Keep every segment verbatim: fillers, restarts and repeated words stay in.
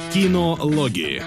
Кинологии.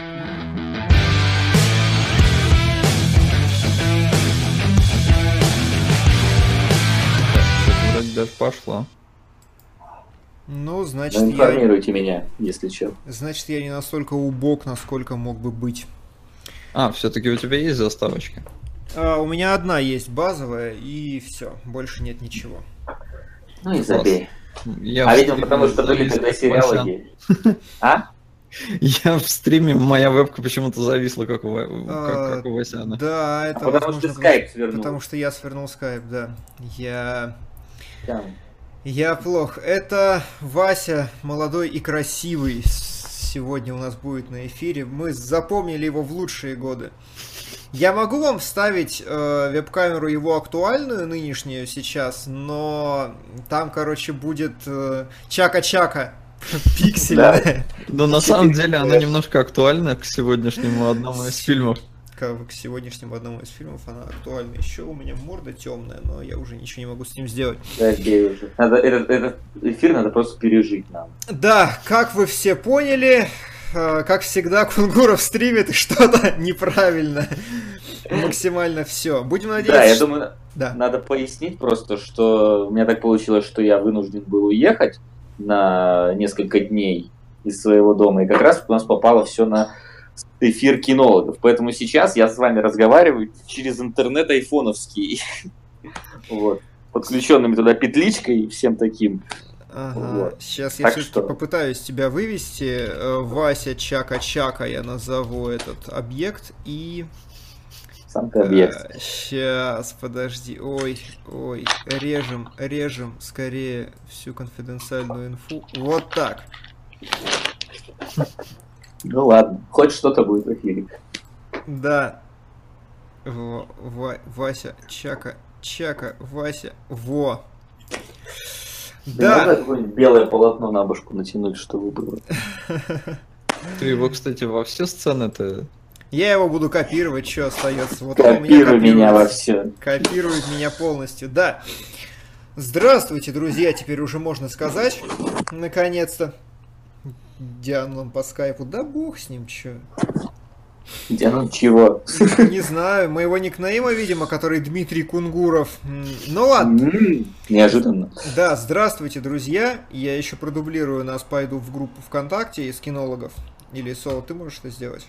Вроде даже пошло. Ну, значит, ну, информируйте я... меня, если что. Значит, я не настолько убог, насколько мог бы быть. А, все-таки у тебя есть заставочка? А, у меня одна есть базовая, и все. Больше нет ничего. Ну и забей. Я а в видимо, стриме потому что были завис тогда как сериалы Васян. есть. А? Я в стриме, моя вебка почему-то зависла, как у, А, как, как у Васяна. Да, это Потому возможно, что скайп свернул. Потому что я свернул скайп, да. Я... Там. Я плох. Это Вася, молодой и красивый. Сегодня у нас будет на эфире. Мы запомнили его в лучшие годы. Я могу вам вставить э, веб-камеру его актуальную, нынешнюю сейчас, но там, короче, будет э, чака-чака пиксельная. Но на самом деле она немножко актуальна к сегодняшнему одному из фильмов. К, к сегодняшнему одному из фильмов она актуальна. Еще у меня морда темная, но я уже ничего не могу с ним сделать. Да, бей уже. Надо, этот, этот эфир надо просто пережить нам. Да, как вы все поняли, э, как всегда, Кунгуров стримит что-то неправильно. Максимально все. Будем надеяться. Да, я что... думаю, да. надо пояснить просто, что у меня так получилось, что я вынужден был уехать на несколько дней из своего дома, и как раз у нас попало все на эфир кинологов. Поэтому сейчас я с вами разговариваю через интернет айфоновский. Вот. Подключенными туда петличкой и всем таким. Ага. Вот. Сейчас я Так все-таки что... попытаюсь тебя вывести. Вася Чака-Чака я назову этот объект и... Сам ты объект. Сейчас, подожди. Ой, ой. Режем, режем скорее всю конфиденциальную инфу. Вот так. Ну ладно, хоть что-то будет в эфире. Да. Во, Ва, Вася, Чака, Чака, Вася, во. Да. Да. Надо какое-нибудь белое полотно на башку натянуть, чтобы было. Ты его, кстати, во все сцены-то... Я его буду копировать, что остается. Вот Копируй меня во все. Копирует меня полностью, да. Здравствуйте, друзья, теперь уже можно сказать. Наконец-то. Дианом по скайпу. Да бог с ним, чё. Дианом чего? Не знаю, моего никнейма, видимо, который Дмитрий Кунгуров. Ну ладно. М-м, неожиданно. Да, здравствуйте, друзья. Я еще продублирую нас, пойду в группу ВКонтакте из кинологов. Или Соло, ты можешь это сделать?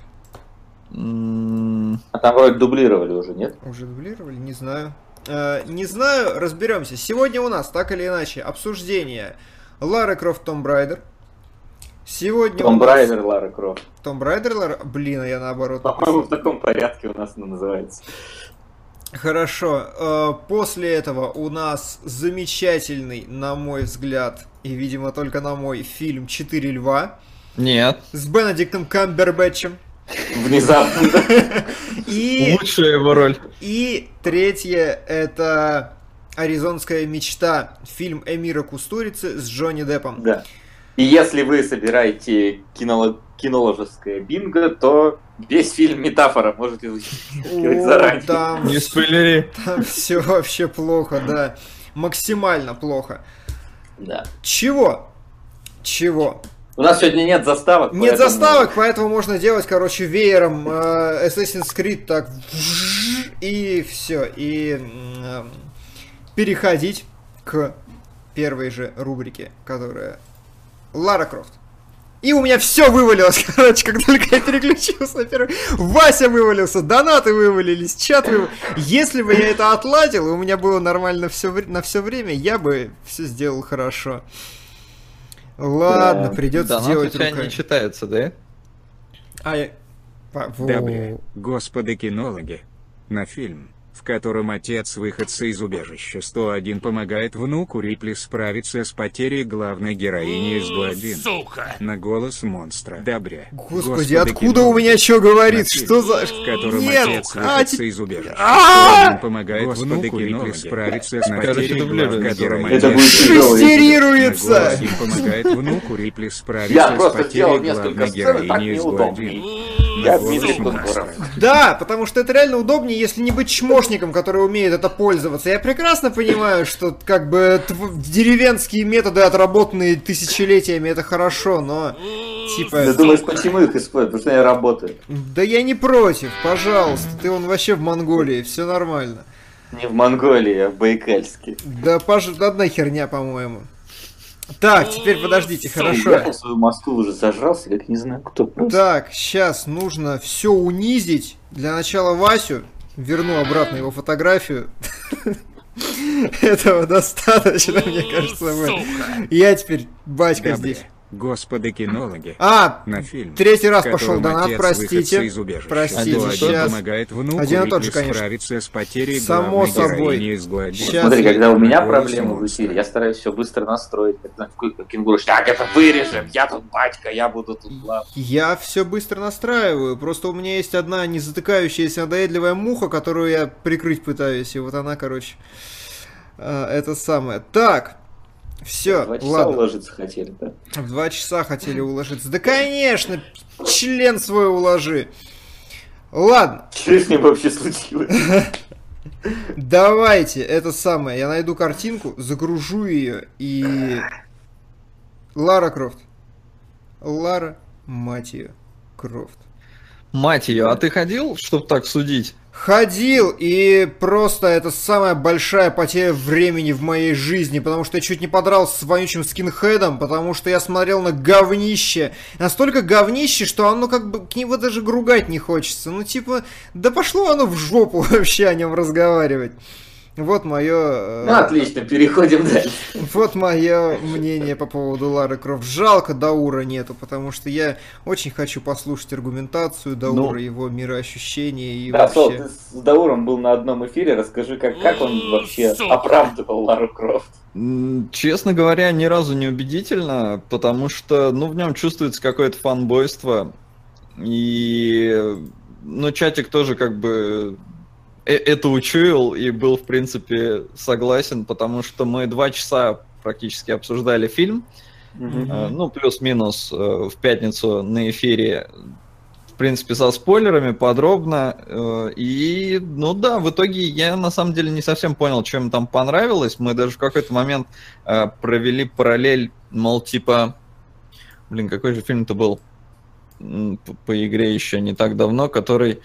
А там вроде дублировали уже, нет? Уже дублировали? Не знаю. Э, не знаю, разберемся. Сегодня у нас, так или иначе, обсуждение Лары Крофт Tomb Raider. Сегодня Том у нас... Брайдер, Лара Крофт. Том Брайдер, Лара... Блин, а я наоборот. По-моему, в таком порядке у нас она называется. Хорошо. Э, после этого у нас замечательный, на мой взгляд, и, видимо, только на мой, фильм «Четыре льва». Нет. С Бенедиктом Камбербэтчем. Внезапно. И... Лучшая его роль. И третье — это «Аризонская мечта», фильм Эмира Кустурицы с Джонни Деппом. Да. И если вы собираете кинолог... кинологическое бинго, то весь фильм метафора, можете сказать заранее. Там, Не спойлери. там все вообще плохо, да. Максимально плохо. Да. Чего? Чего? У нас сегодня нет заставок. Нет поэтому... заставок, поэтому можно делать, короче, веером э, Assassin's Creed так и все, и э, переходить к первой же рубрике, которая Лара Крофт. И у меня все вывалилось, короче, как только я переключился на первый. Вася вывалился, донаты вывалились, чат вывалился. Если бы я это отладил, и у меня было нормально все, на все время, я бы все сделал хорошо. Ладно, Да. придется Да, делать у тебя руками. не читается, да? А я... По- во- Добрые господа кинологи. На фильм, в котором отец выходца из убежища сто один помогает внуку Рипли справиться с потерей главной героини из сто один. Сука! На голос монстра. Добря. Господи, откуда у меня что говорит? Что за... В котором Нет! отец А, выходца те- из убежища А! сто один помогает внуку Рипли справиться с Короче, потерей дублируется. главной Это героини. будет тяжело. Шестерируется! На голос им помогает внуку Рипли Я справиться с просто сделал потерей несколько главной сцен, и так героини из сто неудобно. один. Я голос Дмитрий монстра. Кунгуров. Да, потому что это реально удобнее, если не быть чмошником, который умеет это пользоваться. Я прекрасно понимаю, что как бы тв- деревенские методы, отработанные тысячелетиями, это хорошо, но типа... Ты думаешь, почему их используют? Потому что они работают. Да я не против, пожалуйста, ты он вообще в Монголии, все нормально. Не в Монголии, а в Байкальске. Да, пож... одна херня, по-моему. Так, теперь подождите, Я хорошо. в свою Москву уже зажрался, как не знаю кто. Так, сейчас нужно все унизить. Для начала Васю. Верну обратно его фотографию. Этого достаточно, мне кажется. мы. Я теперь батька Добре. здесь. Господи кинологи. А, На фильм, третий раз в пошел котором донат, отец простите. выходца из убежища Простите, сто один сейчас. помогает внуку Один и тот Рипли же, конечно. справиться с потерей Само главной собой. героини из Гладиатора. Щас. Смотри, когда у меня Голос проблемы в монстра. эфире, я стараюсь все быстро настроить. Как, знаешь, как кенгуру, так, это вырежем, я тут батька, я буду тут главный. Я все быстро настраиваю. Просто у меня есть одна незатыкающаяся надоедливая муха, которую я прикрыть пытаюсь. И вот она, короче, э, это самое. Так, все, Два часа ладно. уложиться хотели, да? В два часа хотели уложиться. Да, конечно, член свой уложи. Ладно, Что с ним вообще случилось? давайте, это самое. Я найду картинку, загружу ее и... Лара Крофт. Лара, мать ее, Крофт. Мать ее, а ты ходил, чтобы так судить? Ходил, и просто это самая большая потеря времени в моей жизни, потому что я чуть не подрался с вонючим скинхедом, потому что я смотрел на говнище. Настолько говнище, что оно как бы к нему даже гругать не хочется. Ну типа, да пошло оно в жопу вообще о нем разговаривать. Вот мое... Ну, отлично, переходим дальше. Вот мое мнение по поводу Лары Крофт. Жалко, Даура нету, потому что я очень хочу послушать аргументацию Даура, Ну. его мироощущения и Да, Сол, вообще... ты с Дауром был на одном эфире, расскажи, как, как он вообще оправдывал Лару Крофт. М, Честно говоря, ни разу не убедительно, потому что, ну, в нем чувствуется какое-то фанбойство. И, ну, чатик тоже как бы э- это учуял и был, в принципе, согласен, потому что мы два часа практически обсуждали фильм. Э, Ну, плюс-минус э, в пятницу на эфире, в принципе, со спойлерами, подробно. э, И, ну да, в итоге я на самом деле не совсем понял, что им там понравилось. Мы даже в какой-то момент э, провели параллель, мол, типа... Блин, какой же фильм-то был м, п- по игре еще не так давно, который...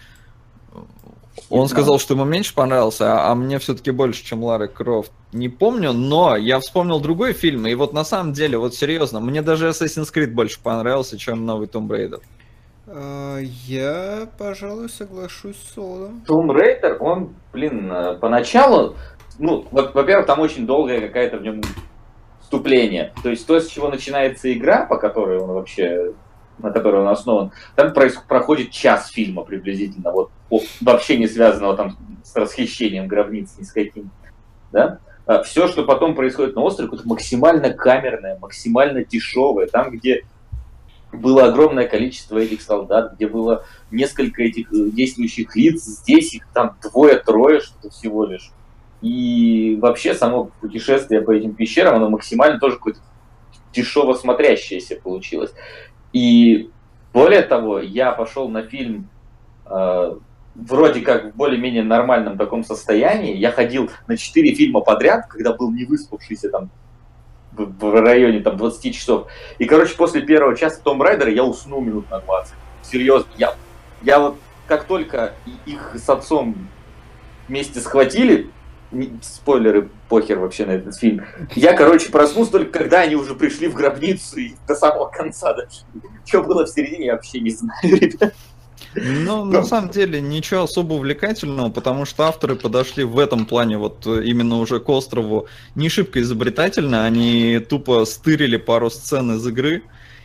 Он Не знаю. сказал, что ему меньше понравился, а, а мне все-таки больше, чем Лара Крофт. Не помню, но я вспомнил другой фильм, и вот на самом деле, вот серьезно, мне даже Assassin's Creed больше понравился, чем новый Tomb Raider. А, я, пожалуй, соглашусь с Солом. Tomb Raider, он, блин, э, поначалу, ну, во- во-первых, там очень долгое какая-то в нем вступление. То есть то, с чего начинается игра, по которой он вообще, на которой он основан, там проис- проходит час фильма приблизительно, вот о- вообще не связанного там с расхищением гробниц ни с каким, да? Все, что потом происходит на острове, это максимально камерное, максимально дешевое, там, где было огромное количество этих солдат, где было несколько этих э, действующих лиц, здесь их там двое-трое, что-то всего лишь. И вообще само путешествие по этим пещерам, оно максимально тоже какое-то дешево смотрящееся получилось. И более того, я пошел на фильм э, вроде как в более-менее нормальном таком состоянии. Я ходил на четыре фильма подряд, когда был не выспавшийся там в, в районе там двадцати часов. И, короче, после первого часа Tomb Raider я уснул минут на двадцать. Серьезно, я, я вот как только их с отцом вместе схватили, не- спойлеры, похер вообще на этот фильм, я, короче, проснулся только когда они уже пришли в гробницу и до самого конца дошли. Что было в середине, я вообще не знаю, ребят. Ну, на самом деле, ничего особо увлекательного, потому что авторы подошли в этом плане вот э, именно уже к острову не шибко изобретательно, они тупо стырили пару сцен из игры,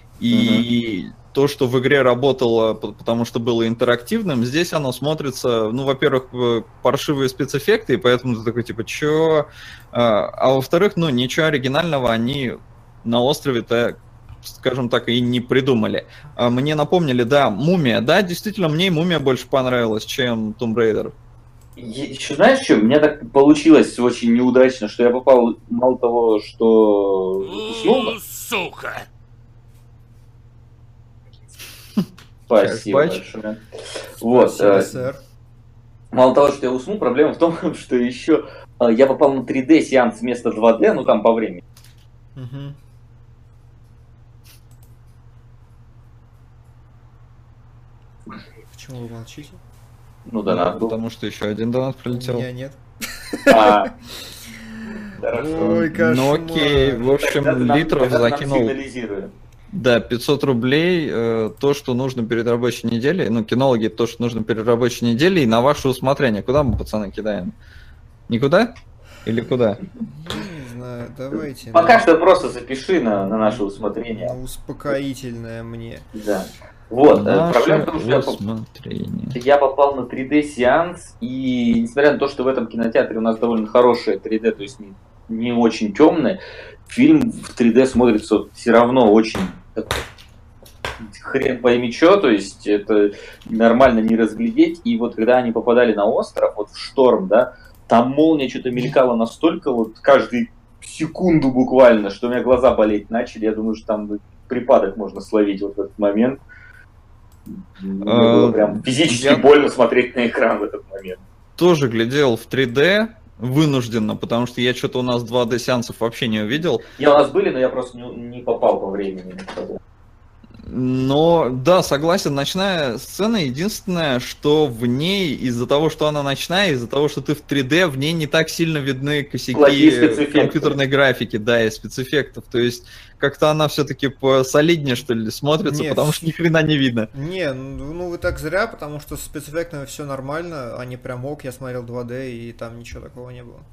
и то, что в игре работало, п- потому что было интерактивным, здесь оно смотрится, ну, во-первых, э, паршивые спецэффекты, и поэтому ты такой, типа, чё? А, а во-вторых, ну, ничего оригинального они на острове-то, скажем так, и не придумали. А, Мне напомнили, да, Мумия, да, действительно, мне и Мумия больше понравилась, чем Tomb Raider. Еще знаешь что? У меня так получилось очень неудачно, что я попал мало того, что уснул. Сука! Спасибо Бач. большое. Вот. Спасибо, э, сэр. Мало того, что я уснул, проблема в том, что еще э, я попал на три дэ сеанс вместо два дэ, ну там по времени. Мгм. Почему вы молчите? Ну да, надо было. Потому что еще один донат У прилетел. меня нет. А, Хорошо. Ой, кошмар. Ну окей, в Тогда общем, ты нам- литров тогда ты нам закинул. сигнализируй. Да, пятьсот рублей, э, то, что нужно перед рабочей неделей. Ну, кинологи, то, что нужно перед рабочей неделей, и на ваше усмотрение. Куда мы, пацаны, кидаем? Никуда? Или куда? Не знаю, давайте. Пока на- что просто запиши на, на наше усмотрение. на успокоительное мне. Да. Вот. э, Наше Проблема в том, что я, поп- усмотрение. я попал на три дэ сеанс, и несмотря на то, что в этом кинотеатре у нас довольно хорошее три дэ, то есть не, не очень темное, фильм в три дэ смотрится все равно очень такой, хрен пойми что, то есть это нормально не разглядеть. И вот когда они попадали на остров, вот в шторм, да, там молния что-то мелькала настолько вот каждую секунду буквально, что у меня глаза болеть начали. Я думаю, что там припадок можно словить вот в этот момент. Мне было прям физически Я- больно смотреть на экран в этот момент. Тоже глядел в три дэ, вынужденно, потому что я что-то у нас два дэ сеансов вообще не увидел. Я у нас были, но я просто не, не попал по времени. Но да, согласен, ночная сцена единственное, что в ней, из-за того, что она ночная, из-за того, что ты в три дэ, в ней не так сильно видны Плохие косяки спецэффекты. компьютерной графики, да, и спецэффектов. То есть как-то она все-таки посолиднее, что ли, смотрится, Нет. потому что ни хрена не видно. Не, ну ну вы так зря, потому что с спецэффектами все нормально, они прям ок, я смотрел два дэ, и там ничего такого не было.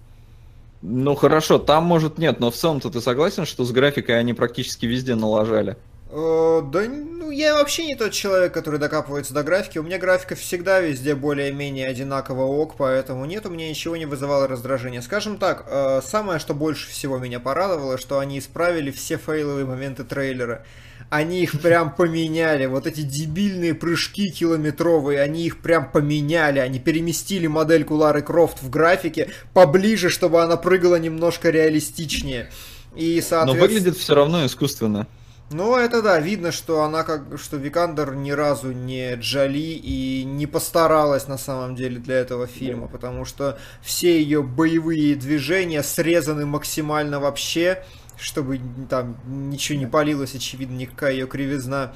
Ну хорошо, там может нет, но в целом-то ты согласен, что с графикой они практически везде налажали? Э, да, ну я вообще не тот человек, который докапывается до графики. У меня графика всегда везде более-менее одинаково ок, поэтому нет, у меня ничего не вызывало раздражения. Скажем так, э, самое, что больше всего меня порадовало, что они исправили все фейловые моменты трейлера. Они их прям поменяли. Вот эти дебильные прыжки километровые, они их прям поменяли. Они переместили модельку Лары Крофт в графике поближе, чтобы она прыгала немножко реалистичнее. И, Но соответственно... выглядит все равно искусственно. Ну, это да, видно, что она как, что Викандер ни разу не Джоли и не постаралась на самом деле для этого фильма, потому что все ее боевые движения срезаны максимально вообще, чтобы там ничего не палилось, очевидно, никакая ее кривизна.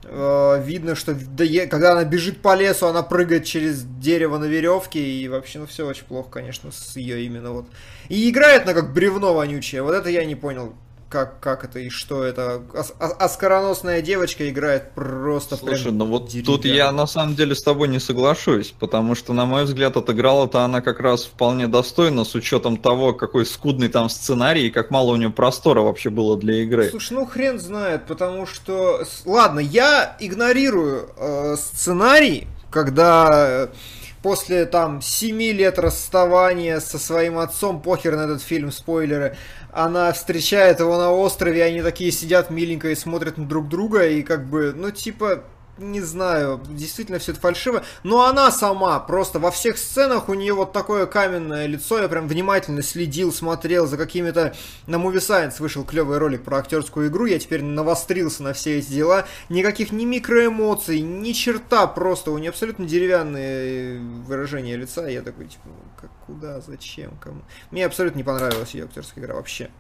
Э, Видно, что да, е- когда она бежит по лесу, она прыгает через дерево на веревке, и вообще, ну, все очень плохо, конечно, с ее именно вот. И играет она как бревно вонючее, вот это я не понял. Как, как это и что это? Ос- ос- Оскароносная девочка играет просто Слушай, прям ну вот деревянно. тут я на самом деле с тобой не соглашусь, потому что, на мой взгляд, отыграла-то она как раз вполне достойно, с учетом того, какой скудный там сценарий и как мало у нее простора вообще было для игры. Слушай, ну хрен знает, потому что... с- Ладно, я игнорирую э, сценарий, когда... э, После там семи лет расставания со своим отцом, похер на этот фильм, спойлеры, она встречает его на острове, они такие сидят миленько и смотрят на друг друга, и как бы, ну типа, не знаю, действительно все это фальшиво, но она сама, просто во всех сценах у нее вот такое каменное лицо, я прям внимательно следил, смотрел за какими-то... На Movie Science вышел клевый ролик про актерскую игру, я теперь навострился на все эти дела, никаких ни микроэмоций, ни черта, просто у нее абсолютно деревянные выражения лица, я такой, типа, как, куда, зачем, кому? Мне абсолютно не понравилась ее актерская игра вообще.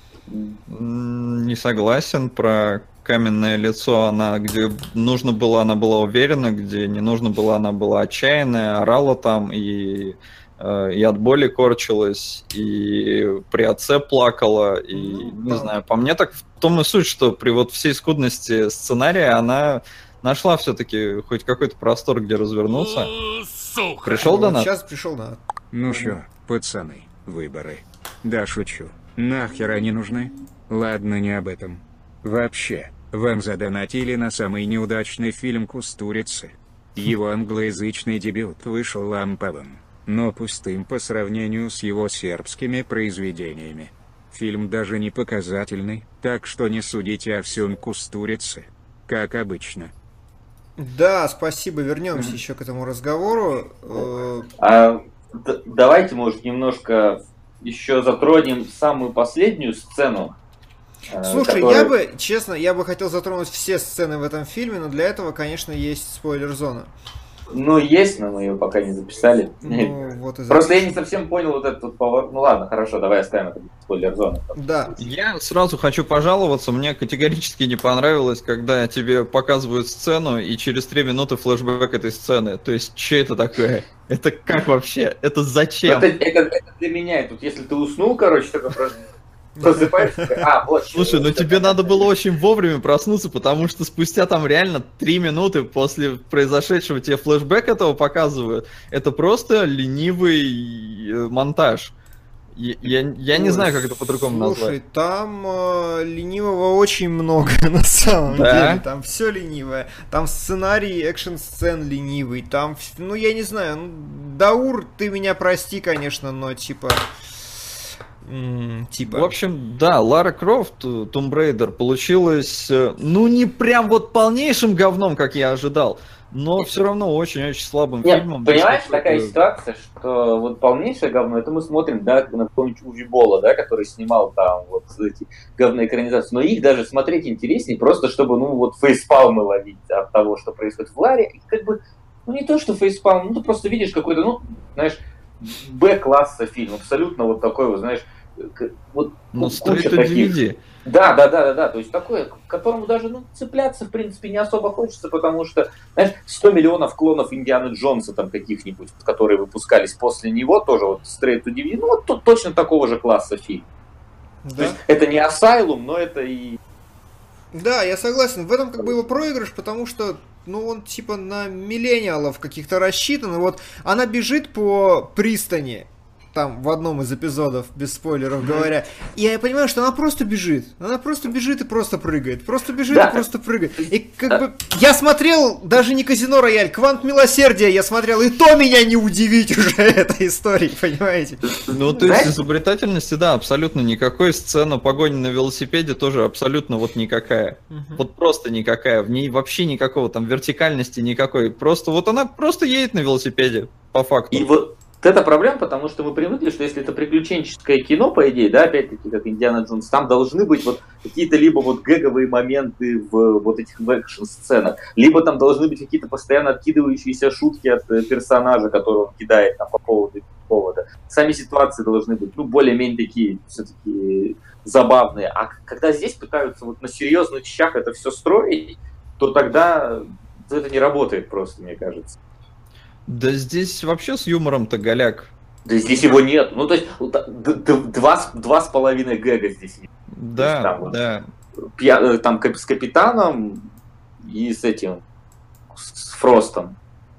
М, Не согласен про каменное лицо, она где нужно было, она была уверена, где не нужно было, она была отчаянная, орала там и, э, и от боли корчилась, и при отце плакала, и Ну, не да. знаю, по мне так в том и суть, что при вот всей скудности сценария она нашла все-таки хоть какой-то простор, где развернуться. Пришел донат? Сейчас пришел донат. Ну что, пацаны, выборы. Да, шучу. Нахер они нужны? Ладно, не об этом. Вообще, вам задонатили на самый неудачный фильм «Кустурицы». Его англоязычный дебют вышел ламповым, но пустым по сравнению с его сербскими произведениями. Фильм даже не показательный, так что не судите о всем «Кустурице». Как обычно. Да, спасибо, вернемся еще к этому разговору. Э, А, д- давайте, может, немножко еще затронем самую последнюю сцену. Слушай, который... я бы, честно, я бы хотел затронуть все сцены в этом фильме, но для этого, конечно, есть спойлер-зона. Ну, есть, но мы ее пока не записали. Ну, вот и Просто я не совсем понял вот этот поворот. Ну ладно, хорошо, давай оставим это спойлер-зону. Да. Я сразу хочу пожаловаться, мне категорически не понравилось, когда тебе показывают сцену, и через три минуты флешбэк этой сцены. То есть, что это такое? Это как вообще? Это зачем? Это, это, это для меня. И тут, если ты уснул, короче, такой просто просыпаешься, а, вот. Слушай, ну тебе надо было очень вовремя проснуться, потому что спустя там реально три минуты после произошедшего тебе флешбэк этого показывают. Это просто ленивый э, монтаж. Я, я, я не знаю, как это по-другому назвать. Слушай, там э, ленивого очень много на самом Да? деле. Там все ленивое. Там сценарий экшн-сцен ленивый. Там, вс- ну я не знаю, ну, Даур, ты меня прости, конечно, но типа... м, типа... В общем, да, Лара Крофт, Tomb Raider, получилась, э, ну, не прям вот полнейшим говном, как я ожидал, но все равно очень-очень слабым Нет, фильмом. понимаешь, без такая какой-то- ситуация, что вот полнейшее говно, это мы смотрим, да, на какого-нибудь Уви Болла, да, который снимал там вот эти говные экранизации, но их даже смотреть интереснее, просто чтобы, ну, вот фейспалмы ловить от того, что происходит в Ларе, и как бы, ну, не то, что фейспалм, ну, ты просто видишь какой-то, ну, знаешь, Б-класса фильм, абсолютно вот такой вот, знаешь, к- вот Ну, куча стоит таких. ди ви ди. Да, да, да, да, да. То есть такое, к которому даже ну, цепляться, в принципе, не особо хочется, потому что, знаешь, сто миллионов клонов Индианы Джонса там каких-нибудь, которые выпускались после него, тоже вот Straight to ди ви ди, ну вот тут точно такого же класса фильм. То Да? есть это не Asylum, но это и... Да, я согласен. В этом как бы его проигрыш, потому что, ну, он типа на миллениалов каких-то рассчитан. И вот она бежит по пристани, там, в одном из эпизодов, без спойлеров говоря. И я понимаю, что она просто бежит. Она просто бежит и просто прыгает. Просто бежит Да. и просто прыгает. И как бы... Я смотрел даже не Казино Рояль, Квант Милосердия я смотрел, и то меня не удивить уже этой историей, понимаете? Ну, то Знаешь- есть изобретательности, да, абсолютно никакой. Сцена погони на велосипеде тоже абсолютно вот никакая. Вот просто никакая. В ней вообще никакого там вертикальности никакой. Просто вот она просто едет на велосипеде, по факту. И вот это проблема, потому что мы привыкли, что если это приключенческое кино, по идее, да, опять-таки, как Индиана Джонс, там должны быть вот какие-то либо вот гэговые моменты в вот этих экшн-сценах, либо там должны быть какие-то постоянно откидывающиеся шутки от э, персонажа, которого он кидает там по поводу повода. Сами ситуации должны быть, ну, более-менее такие все-таки забавные. А когда здесь пытаются вот на серьезных щах это все строить, то тогда это не работает просто, мне кажется. Да здесь вообще с юмором-то голяк. Да здесь его нет. Ну, то есть, вот, д- д- два, с- два с половиной гэга здесь есть. Да, там вот. да. Пья- э, Там кап- с капитаном и с этим, с с Фростом.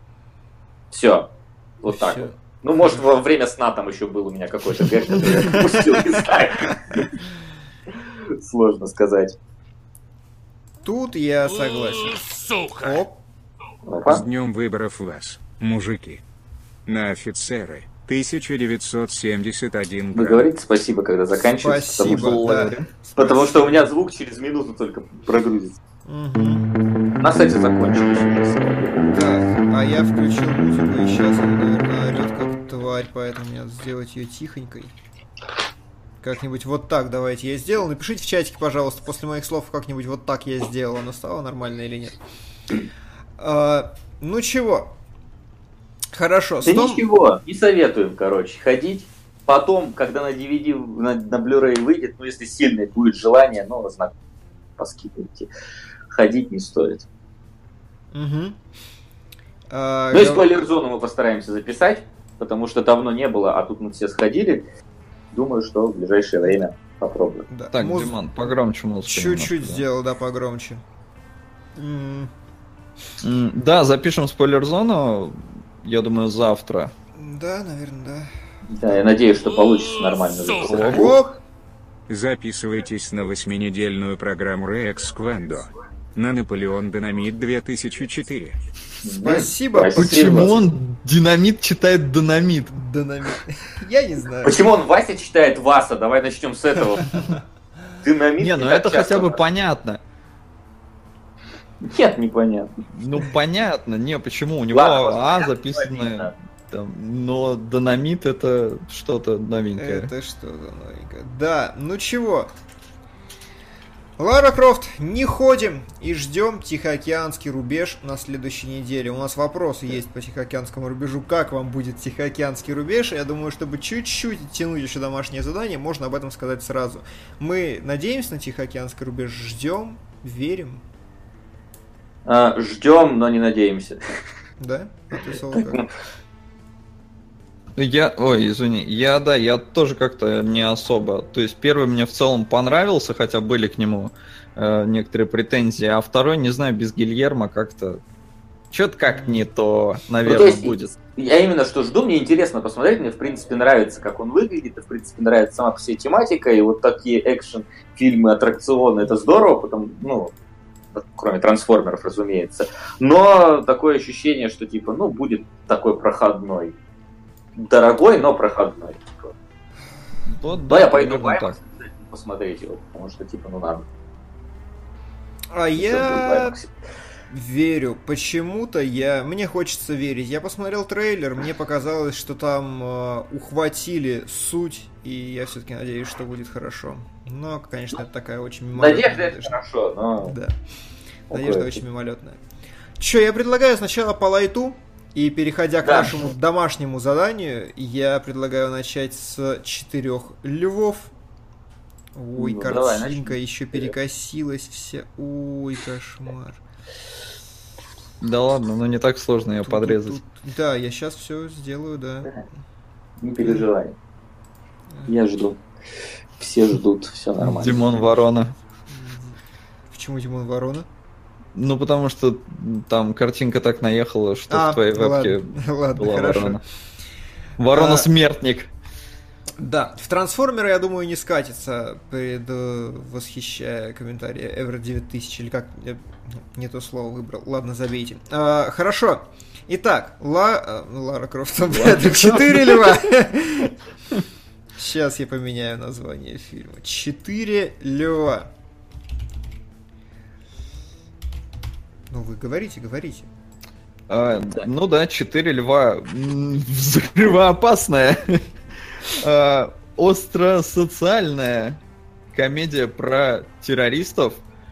Все. Вот так Всё. вот. Ну, может, во время сна там еще был у меня какой-то гэг, который я пропустил, не знаю. Сложно сказать. Тут я согласен. Оп. С Опа. днем выборов вас, мужики. На офицеры тысяча девятьсот семьдесят один Вы грамм. говорите спасибо, когда заканчивается, Спасибо, потому, да. что, потому что у меня звук через минуту только прогрузится. Мгм. На сайте закончились у нас. Так, а я включил музыку, и сейчас она, наверное, орет как тварь, поэтому мне надо сделать ее тихонькой. Как-нибудь вот так давайте я сделал. Напишите в чатике, пожалуйста, после моих слов, как-нибудь вот так я сделал. Оно стало нормально или нет. А, ну чего? Хорошо. Да с Том- ничего, не советуем, короче, ходить. Потом, когда на ди ви ди, на, на Blu-ray выйдет, ну, если сильное будет желание, ну, знак, поскидывайте. Ходить не стоит. Мгм. А, Ну и гов- спойлер-зону мы постараемся записать, потому что давно не было, а тут мы все сходили. Думаю, что в ближайшее время попробуем. да, Так, муз- Диман, погромче музыку. Чуть-чуть немножко, да. сделал, да, погромче. М, М, Да, запишем спойлер-зону, я думаю, завтра. Да, наверное, да. Да, я надеюсь, что получится нормально записать. Оп! Записывайтесь на восьминедельную программу Rex Quando на Наполеон Динамит две тысячи четыре. Спасибо. Спасибо. Почему он динамит читает динамит? Динамит. Я не знаю. Почему он Вася читает Васа? Давай начнем с этого. Динамит. Не, ну так это часто хотя бы надо. понятно. Нет, непонятно. Ну понятно, не, почему? У него Ладно, А понятно, записано, понятно. там, но динамит это что-то новенькое. Это что-то новенькое. Да, ну чего? Лара Крофт, не ходим и ждем Тихоокеанский рубеж на следующей неделе. У нас вопросы есть по Тихоокеанскому рубежу. Как вам будет Тихоокеанский рубеж? Я думаю, чтобы чуть-чуть тянуть еще домашнее задание, можно об этом сказать сразу. Мы надеемся на Тихоокеанский рубеж, ждем, верим. А, ждем, но не надеемся. Да? А ты, Соло, как? Я, ой, извини, я, да, я тоже как-то не особо. То есть первый мне в целом понравился, хотя были к нему э, некоторые претензии, а второй, не знаю, без Гильермо как-то что-то как не то, наверное, ну, то есть, будет. Я именно что жду, мне интересно посмотреть, мне в принципе нравится, как он выглядит, и в принципе нравится сама по себе тематика, и вот такие экшн-фильмы, аттракционы, это здорово, потому, ну, кроме трансформеров, разумеется. Но такое ощущение, что типа, ну, будет такой проходной. Дорогой, но проходной. Вот, но да, я пойду в IMAX посмотреть его, потому что типа, ну надо. А я верю. Почему-то я... Мне хочется верить. Я посмотрел трейлер, мне показалось, что там э, ухватили суть, и я все-таки надеюсь, что будет хорошо. Но, конечно, это такая очень мимолетная. Надежда это хорошо, но... Да. Надежда okay. очень мимолетная. Че, я предлагаю сначала по лайту. И переходя к да. нашему домашнему заданию, я предлагаю начать с четырех львов. Ой, ну, картинка давай, еще перекосилась вся. Ой, кошмар. Да ладно, но не так сложно ее тут, подрезать. Тут, тут, да, я сейчас все сделаю, да. Не переживай. Я жду. Все ждут, все нормально. Димон Ворона. Почему Димон Ворона? Ну, потому что там картинка так наехала, что а, в твоей вебке ладно, ладно, была хорошо. ворона. Ворона-смертник. А, да, в трансформеры, я думаю, не скатится, предвосхищая комментарии Эвер девять тысяч, или как, я не то слово выбрал. Ладно, забейте. А, хорошо. Итак, Ла... Лара Крофт, это четыре льва. Сейчас я поменяю название фильма. Четыре льва. Ну, вы говорите, говорите. А, да. Ну да, четыре льва. Взрывоопасная. а, остро-социальная комедия про террористов.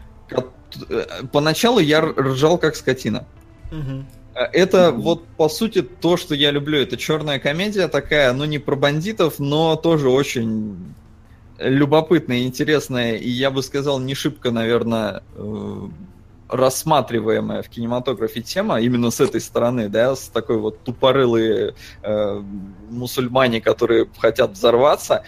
Поначалу я ржал как скотина. Угу. Это угу. вот, по сути, то, что я люблю. Это черная комедия такая, ну, не про бандитов, но тоже очень любопытная и интересная. И я бы сказал, не шибко, наверное... рассматриваемая в кинематографе тема именно с этой стороны, да, с такой вот тупорылые э, мусульмане, которые хотят взорваться,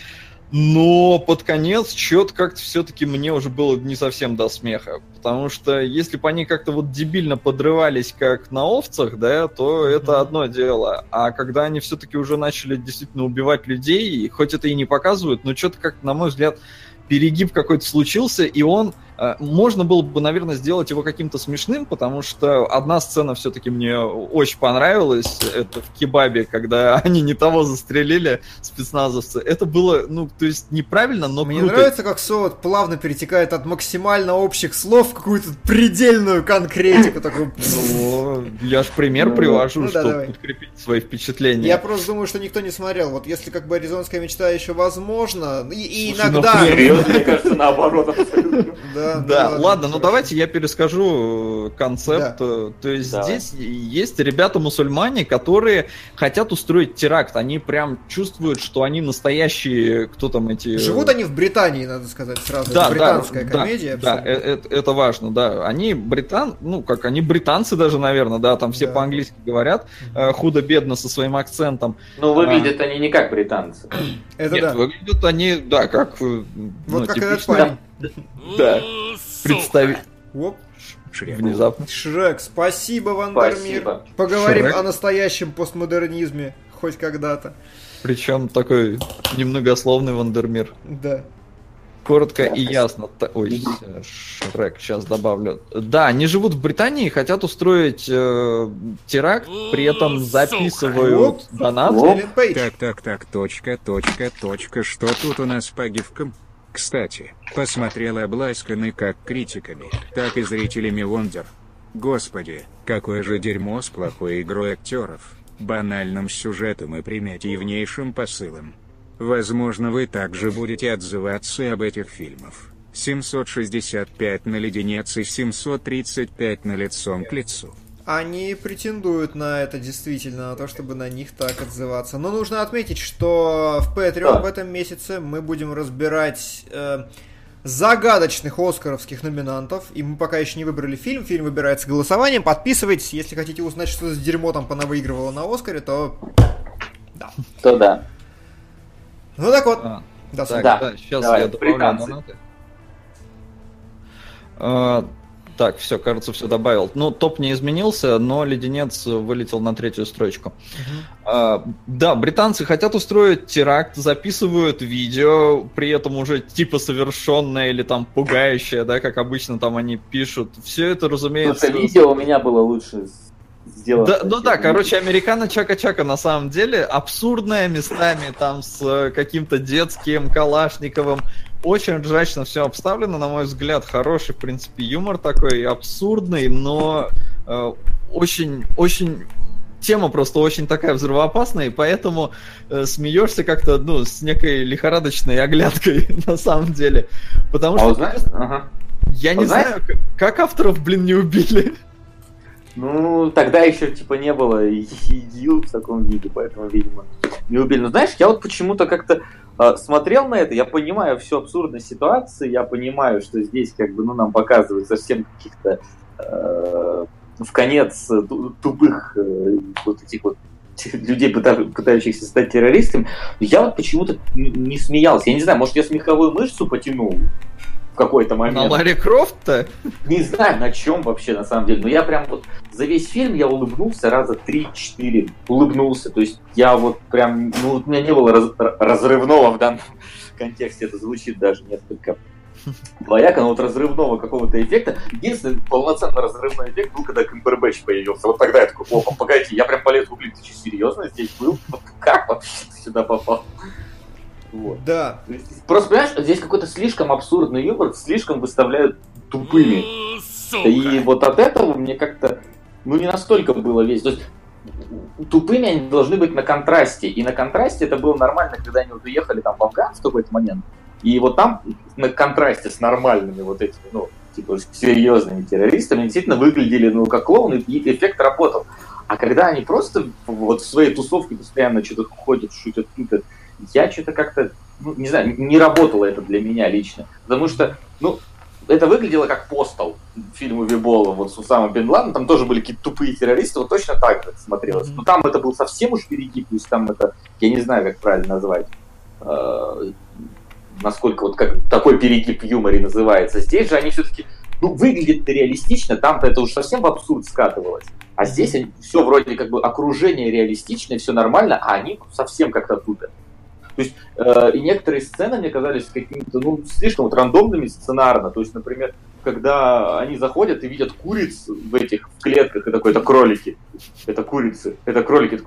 но под конец что-то как-то все-таки мне уже было не совсем до смеха, потому что если бы они как-то вот дебильно подрывались как на овцах, да, то это mm-hmm. одно дело, а когда они все-таки уже начали действительно убивать людей, хоть это и не показывают, но что-то как-то, на мой взгляд, перегиб какой-то случился, и он... Можно было бы, наверное, сделать его каким-то смешным, потому что одна сцена все-таки мне очень понравилась. Это в кебабе, когда они не того застрелили, спецназовцы. Это было, ну, то есть неправильно, но мне круто. Мне нравится, как Солод плавно перетекает от максимально общих слов в какую-то предельную конкретику. Такую... Ну, я ж пример привожу, ну, чтобы да, подкрепить свои впечатления. Я просто думаю, что никто не смотрел. Вот если как бы «Аризонская мечта» еще возможно, и, и иногда... Мне кажется, наоборот. Да, да, да, ладно, ладно, ну давайте я перескажу концепт. Да. То есть Давай. Здесь есть ребята-мусульмане, которые хотят устроить теракт. Они прям чувствуют, что они настоящие, кто там эти... Живут они в Британии, надо сказать сразу. Да, это британская да, комедия. Да, да это, это важно, да. Они британ... ну как, они британцы даже, наверное, да, там все да. по-английски говорят, mm-hmm. худо-бедно со своим акцентом. Ну, выглядят а... они не как британцы. Это Нет, да. выглядят они, да, как... Вот ну, как типично... этот парень. Да, представить. Оп. Шрек. Внезапно. Шрек, спасибо, Вандермир. Спасибо. Поговорим Шрек. о настоящем постмодернизме хоть когда-то. Причем такой немногословный Вандермир. Да. Коротко и ясно. Ой, Шрек, сейчас добавлю. Да, они живут в Британии, хотят устроить э, теракт, при этом записывают Оп. донат. Оп. Так, так, так, точка, точка, точка. Что тут у нас по гифкам? Кстати, посмотрел обласканный как критиками, так и зрителями Вондер. Господи, какое же дерьмо с плохой игрой актеров, банальным сюжетом и примитивнейшим посылом. Возможно, вы также будете отзываться об этих фильмах. семьсот шестьдесят пять на леденец и семьсот тридцать пять на лицом к лицу. Они претендуют на это действительно, на то, чтобы на них так отзываться. Но нужно отметить, что в Patreon в этом месяце мы будем разбирать э, загадочных оскаровских номинантов. И мы пока еще не выбрали фильм. Фильм выбирается голосованием. Подписывайтесь, если хотите узнать, что за дерьмо там понавыигрывало на Оскаре, то да. То да. Ну так вот. А, Да, так, да. да, сейчас Давай, я добавлю британцы. донаты. А, так, все, кажется, все добавил. Ну, топ не изменился, но леденец вылетел на третью строчку. Мгм. А, да, британцы хотят устроить теракт, записывают видео, при этом уже типа совершенное или там пугающее, да, как обычно там они пишут. Все это, разумеется... Это видео у меня было лучше сделано. Да, ну да, короче, американо чака-чака на самом деле абсурдная местами, там с э, каким-то детским Калашниковым. Очень ржачно все обставлено, на мой взгляд, хороший, в принципе, юмор такой, абсурдный, но э, очень, очень... Тема просто очень такая взрывоопасная, и поэтому э, смеешься как-то, ну, с некой лихорадочной оглядкой, на самом деле. Потому А что вот знаешь, ага. я не вот знаешь- знаю, к- как авторов, блин, не убили. Ну, тогда еще, типа, не было идил в таком виде, поэтому, видимо, не убили. Но знаешь, я вот почему-то как-то э, смотрел на это, я понимаю всю абсурдность ситуации, я понимаю, что здесь, как бы, ну, нам показывают совсем каких-то э, в конец ту- тупых э, вот этих вот людей, пыта- пытающихся стать террористами. Я вот почему-то не, не смеялся. Я не знаю, может, я смеховую мышцу потянул в какой-то момент. На Ларри Крофта? Не знаю, на чем вообще, на самом деле. Но я прям вот за весь фильм я улыбнулся раза три-четыре. Улыбнулся. То есть я вот прям... Ну, вот у меня не было раз- разрывного в данном контексте. Это звучит даже несколько двояко, но вот разрывного какого-то эффекта. Единственный полноценный разрывной эффект был, когда Камбербэтч появился. Вот тогда я такой: опа, погоди, я прям полез гуглить, ты что, серьезно здесь был? Вот как вообще ты сюда попал? Вот. Да. Просто, понимаешь, здесь какой-то слишком абсурдный юмор, слишком выставляют тупыми. И вот от этого мне как-то, ну, не настолько было весело. То есть тупыми они должны быть на контрасте. И на контрасте это было нормально, когда они вот уехали там в Афган в какой-то момент. И вот там на контрасте с нормальными вот этими, ну, типа, серьезными террористами действительно выглядели, ну, как клоуны, и эффект работал. А когда они просто вот в своей тусовке постоянно что-то ходят, шутят, шутят, я что-то как-то, ну, не знаю, не работало это для меня лично. Потому что, ну, это выглядело как «Постал» фильм Уве Болла, вот с Усамой бен Ладеном, там тоже были какие-то тупые террористы, вот точно так же смотрелось. Но там это был совсем уж перегиб, то есть там это, я не знаю, как правильно назвать, э, насколько вот как такой перегиб в юморе называется. Здесь же они все-таки, ну, выглядит реалистично, там-то это уж совсем в абсурд скатывалось. А здесь все вроде как бы окружение реалистичное, все нормально, а они совсем как-то тупят. То есть, э, и некоторые сцены мне казались какими-то, ну, слишком вот рандомными сценарно. То есть, например, когда они заходят и видят куриц в этих в клетках, и такой: это кролики, это курицы, это кролики.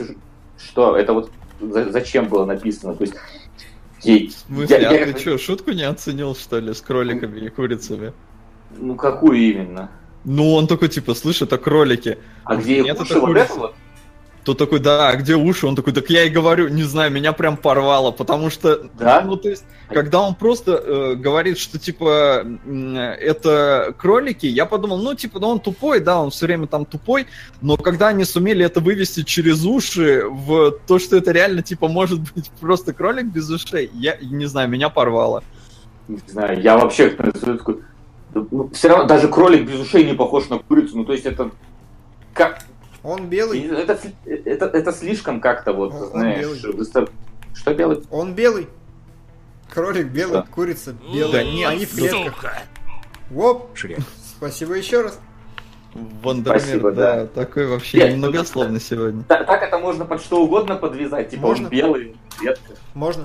Что? Это вот за- зачем было написано? То есть, ей, В смысле, я- а я- ты что, шутку не оценил, что ли, с кроликами и курицами? ну, какую именно? Ну, он такой, типа, слышь, это кролики. А где их Нет, уши? это Вот курица. это вот? Тот такой: да, а где уши? Он такой: так я и говорю, не знаю, меня прям порвало, потому что, Да? ну, то есть, когда он просто э, говорит, что, типа, м, это кролики, я подумал, ну, типа, ну, он тупой, да, он все время там тупой, но когда они сумели это вывести через уши в то, что это реально, типа, может быть просто кролик без ушей, я не знаю, меня порвало. Не знаю, я вообще такой... Ну, все равно даже кролик без ушей не похож на курицу. Ну, то есть это... Как... Он Я не белый. знаю, Это, это, это слишком как-то вот, Он- он знаешь, белый. выстав- Что белый? Он белый. Кролик белый, Что? курица белая. Да не, Они в клетках. Воп. Шрек. Спасибо еще раз. Вандермир, Спасибо, да, да. такой вообще Нет, немногословный сегодня. Так, так это можно под что угодно подвязать. Типа Можно. он белый, клетка. Можно?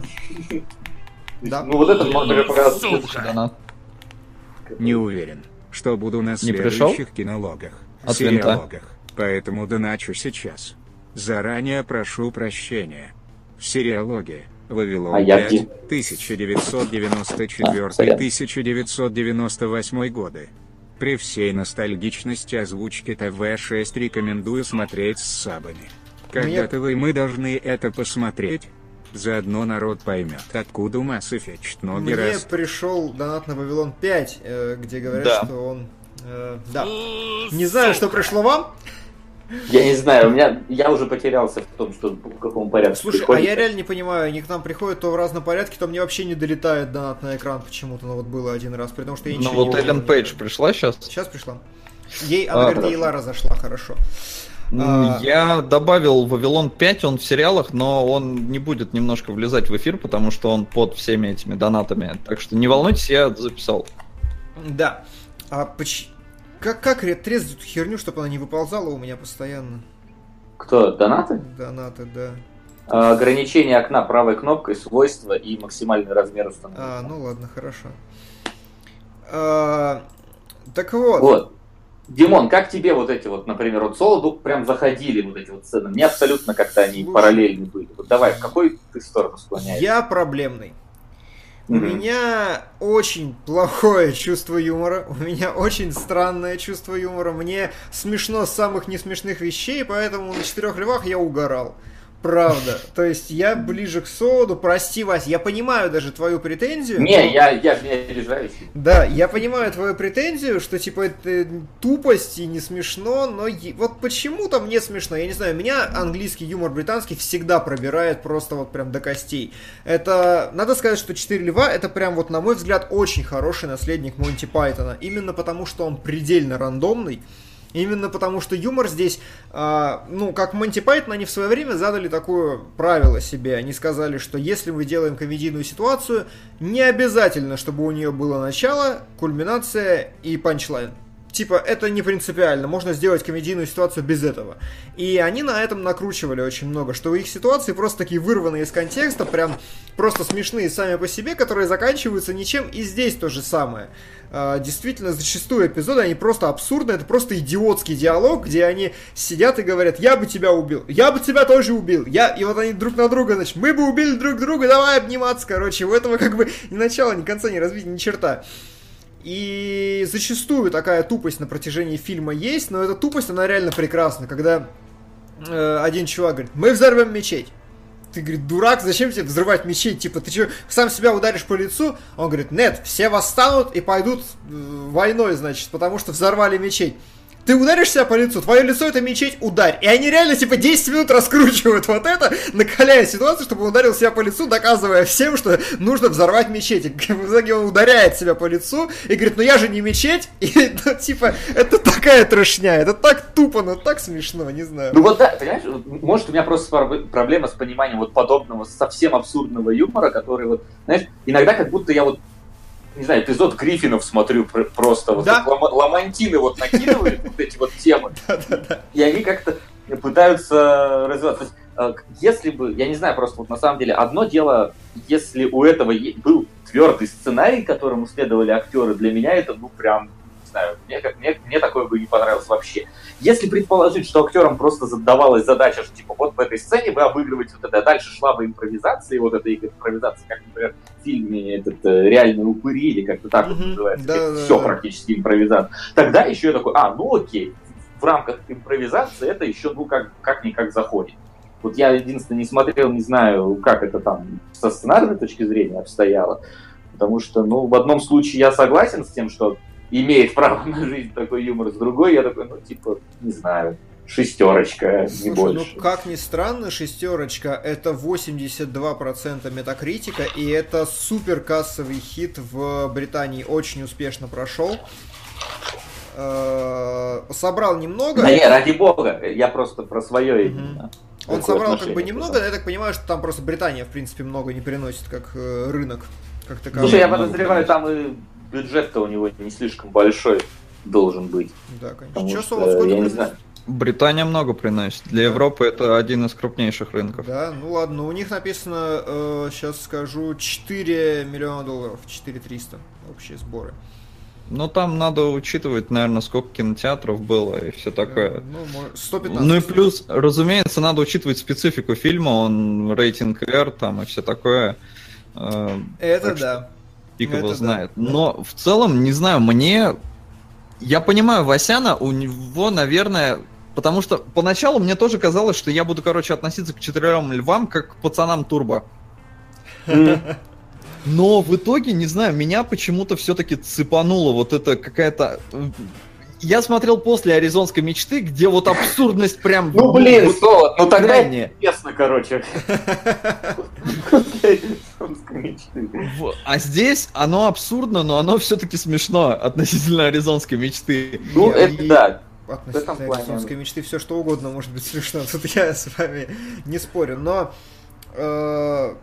Да. Ну вот этот можно показать. Следующий донат. Не уверен, что буду на Не пришел? следующих кинологах, От винта. сериалогах, поэтому доначу сейчас. Заранее прошу прощения. В сериалоге Вавилон А я пять, где? тысяча девятьсот девяносто четвёртый А, сорян. — тысяча девятьсот девяносто восьмой годы. При всей ностальгичности озвучки тэ вэ шесть рекомендую смотреть с сабами. Когда-то вы мы должны это посмотреть. Заодно народ поймет, откуда у Mass Effect ноги Мне растут. пришел донат на Вавилон пять, э, где говорят, Да. что он... э, да. Не знаю, что пришло вам. Я не знаю, у меня я уже потерялся в том, что в каком порядке. Слушай, а приходит. я реально не понимаю, они к нам приходят то в разном порядке, то мне вообще не долетает донат на экран почему-то. Ну вот было один раз, при том, что я Ну ничего вот не Эллен увидел. Пейдж пришла сейчас. Сейчас пришла. Ей, А, она говорит, ей хорошо. Лара зашла, хорошо. А. Я добавил Вавилон пять, он в сериалах, но он не будет немножко влезать в эфир, потому что он под всеми этими донатами. Так что не волнуйтесь, я записал. Да. А поч... как, как отрезать эту херню, чтобы она не выползала у меня постоянно? Кто? Донаты? Донаты, да. А, ограничение окна правой кнопкой, свойства и максимальный размер установки. А, ну ладно, хорошо. А, так вот. Вот. Димон, как тебе вот эти вот, например, вот Солоду прям заходили вот эти вот сцены? Мне абсолютно как-то они Слушай. параллельны были. Вот давай, в какой ты сторону склоняешься? Я проблемный. У Мгм. меня очень плохое чувство юмора, у меня очень странное чувство юмора, мне смешно с самых несмешных вещей, поэтому на «Четырех львах» я угорал. Правда. То есть я ближе к Солоду, прости, Вась, я понимаю даже твою претензию. Не, но- я, я же не обижаюсь. Да, я понимаю твою претензию, что типа это тупость и не смешно, но е- вот почему-то мне смешно. Я не знаю, меня английский юмор британский всегда пробирает просто вот прям до костей. Это, надо сказать, что «Четыре льва» это прям вот, на мой взгляд, очень хороший наследник Монти Пайтона. Именно потому, что он предельно рандомный. Именно потому, что юмор здесь, а, ну, как Монти Пайтон, они в свое время задали такое правило себе. Они сказали, что если мы делаем комедийную ситуацию, не обязательно, чтобы у нее было начало, кульминация и панчлайн. Типа, это не принципиально, можно сделать комедийную ситуацию без этого. И они на этом накручивали очень много, что их ситуации просто такие вырванные из контекста, прям просто смешные сами по себе, которые заканчиваются ничем, и здесь то же самое. А, действительно, зачастую эпизоды, они просто абсурдны, это просто идиотский диалог, где они сидят и говорят, я бы тебя убил, я бы тебя тоже убил, я... и вот они друг на друга, значит, мы бы убили друг друга, давай обниматься, короче, у этого как бы ни начала, ни конца, ни развития, ни черта. И зачастую такая тупость на протяжении фильма есть, но эта тупость, она реально прекрасна, когда э, один чувак говорит, мы взорвем мечеть. Ты, говорит, дурак, зачем тебе взрывать мечеть? Типа, ты что, сам себя ударишь по лицу? Он говорит, нет, все восстанут и пойдут э, войной, значит, потому что взорвали мечеть. Ты ударишь себя по лицу, твое лицо это мечеть, ударь. И они реально, типа, десять минут раскручивают вот это, накаляя ситуацию, чтобы он ударил себя по лицу, доказывая всем, что нужно взорвать мечеть. И в итоге он ударяет себя по лицу и говорит, ну я же не мечеть. И, ну, типа, это такая трешня, это так тупо, но так смешно, не знаю. Ну вот да, понимаешь, вот, может у меня просто пар- проблема с пониманием вот подобного совсем абсурдного юмора, который вот, знаешь, иногда как будто я вот, не знаю, эпизод Гриффинов смотрю пр- просто, вот Да. как лам- ламантины вот накидывают вот эти вот темы, и они как-то пытаются развиваться. То есть, э, если бы, я не знаю, просто вот на самом деле, одно дело, если у этого е- был твердый сценарий, которому следовали актеры, для меня это, ну, прям, не знаю, мне, как- мне, мне такое бы не понравилось вообще. Если предположить, что актерам просто задавалась задача, что типа вот в этой сцене вы обыгрываете вот это, а дальше шла бы импровизация, и вот эта импровизация, как, например, в фильме этот э, «Реальные упыри», или как-то так вот Мгм. называется, Да, да, все да. практически импровизация. Тогда еще я такой, а, ну окей, в рамках импровизации это еще, ну, как, как-никак заходит. Вот я единственное не смотрел, не знаю, как это там со сценарной точки зрения обстояло, потому что, ну, в одном случае я согласен с тем, что имеет право на жизнь такой юмор, с другой я такой, ну, типа, не знаю, шестерочка, не Слушай, больше. ну как ни странно, шестерочка это восемьдесят два процента метакритика, и это супер кассовый хит в Британии, очень успешно прошел. Э, Собрал немного. Да не, ради бога, я просто про свое Мгм. именно. Он Такое собрал как бы отношение немного, к но я так понимаю, что там просто Британия, в принципе, много не приносит, как э, рынок, как таковой. Слушай, я много подозреваю, там и бюджет-то у него не слишком большой должен быть. Да, конечно. Потому Чё, что, Солод, сколько я не приносит? знаю. Британия много приносит. Для Европы это один из крупнейших рынков. Да, ну ладно, у них написано, сейчас скажу, четыре миллиона долларов, четыре триста общие сборы. Но там надо учитывать, наверное, сколько кинотеатров было и все такое. Ну, может, сто пятнадцать. Ну и плюс, разумеется, надо учитывать специфику фильма, он рейтинг R там и все такое. Э, Это так что да. Фиг Это его да. знает. Но в целом, не знаю, мне... Я понимаю Васяна, у него, наверное... Потому что поначалу мне тоже казалось, что я буду, короче, относиться к четырем львам как к пацанам Турбо. Но в итоге, не знаю, меня почему-то все-таки цепануло вот это какая-то... Я смотрел после «Аризонской мечты», где вот абсурдность прям... Ну, блин, вот, Солод, ну тогда крайне. интересно, короче. В- А здесь оно абсурдно, но оно все-таки смешно относительно «Аризонской мечты». Ну, это И- да. Относительно этом плане- аризонской мечты все что угодно может быть смешно. Тут я с вами не спорю. Но э,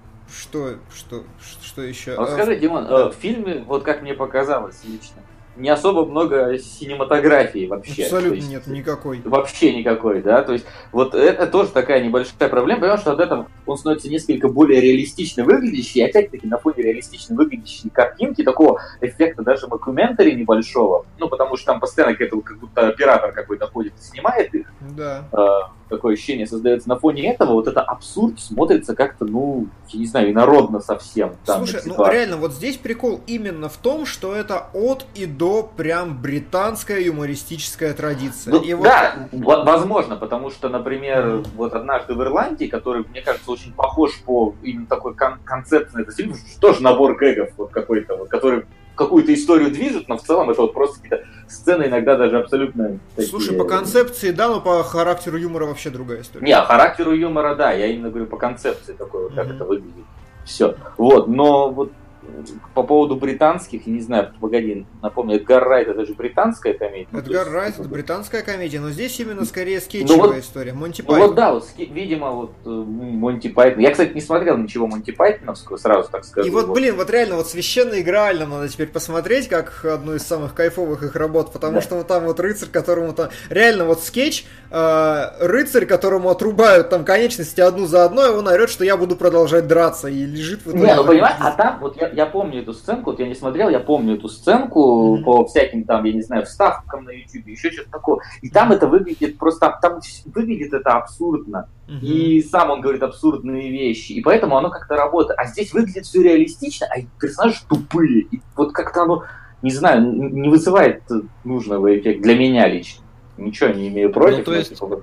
что, что, что еще? А вот скажи, Димон, э, в фильме, вот как мне показалось лично, не особо много синематографии вообще. Абсолютно То есть, нет, никакой. Вообще никакой, да, то есть вот это тоже такая небольшая проблема, потому что от этого он становится несколько более реалистично выглядящий, и опять-таки на фоне реалистично выглядящей картинки, такого эффекта даже мокюментари небольшого, ну, потому что там постоянно какой-то, как будто оператор какой-то ходит и снимает их, Да. э, такое ощущение создается. На фоне этого вот это абсурд смотрится как-то, ну, я не знаю, инородно совсем. в данной Слушай, ну ситуации. реально, вот здесь прикол именно в том, что это от и до прям британская юмористическая традиция. Ну, И вот- да, в- возможно, потому что, например, вот «Однажды в Ирландии», который, мне кажется, очень похож по именно такой кон- концепции на этот фильм, тоже набор гэгов вот какой-то, вот, который какую-то историю движет, но в целом это вот просто какие-то сцены, иногда даже абсолютно такие... Слушай, по концепции, да, но по характеру юмора вообще другая история. Не, а характеру юмора, да, я именно говорю по концепции такой, вот, как Мгм. это выглядит. Все. Вот, но вот по поводу британских, я не знаю, погоди, напомню, Эдгар Райт, это же британская комедия. Ну, то Эдгар есть, Райт, как это бы- британская комедия, но здесь именно скорее скетчевая Ну вот- история. Монти Ну Пайтон. вот да, вот, ски- видимо, вот э, Монти Пайтон. Я, кстати, не смотрел ничего Монти Пайтоновского, сразу так скажу. И вот, блин, вот реально, вот «Священная игра» Альна надо теперь посмотреть, как одну из самых кайфовых их работ, потому Да. что вот там вот рыцарь, которому там... Реально вот скетч, э, рыцарь, которому отрубают там конечности одну за одной, он орет, что я буду продолжать драться, и лежит в итоге... Не, ну понимаешь, а там, вот я, я помню эту сценку, вот я не смотрел, я помню эту сценку Мгм. по всяким там, я не знаю, вставкам на YouTube, еще что-то такое. И там это выглядит просто, там выглядит это абсурдно. Мгм. И сам он говорит абсурдные вещи, и поэтому оно как-то работает. А здесь выглядит все реалистично, а персонажи тупые. И вот как-то оно, не знаю, н- не вызывает нужного эффекта для меня лично. Ничего не имею против. Ну, то но, есть, типа, вот-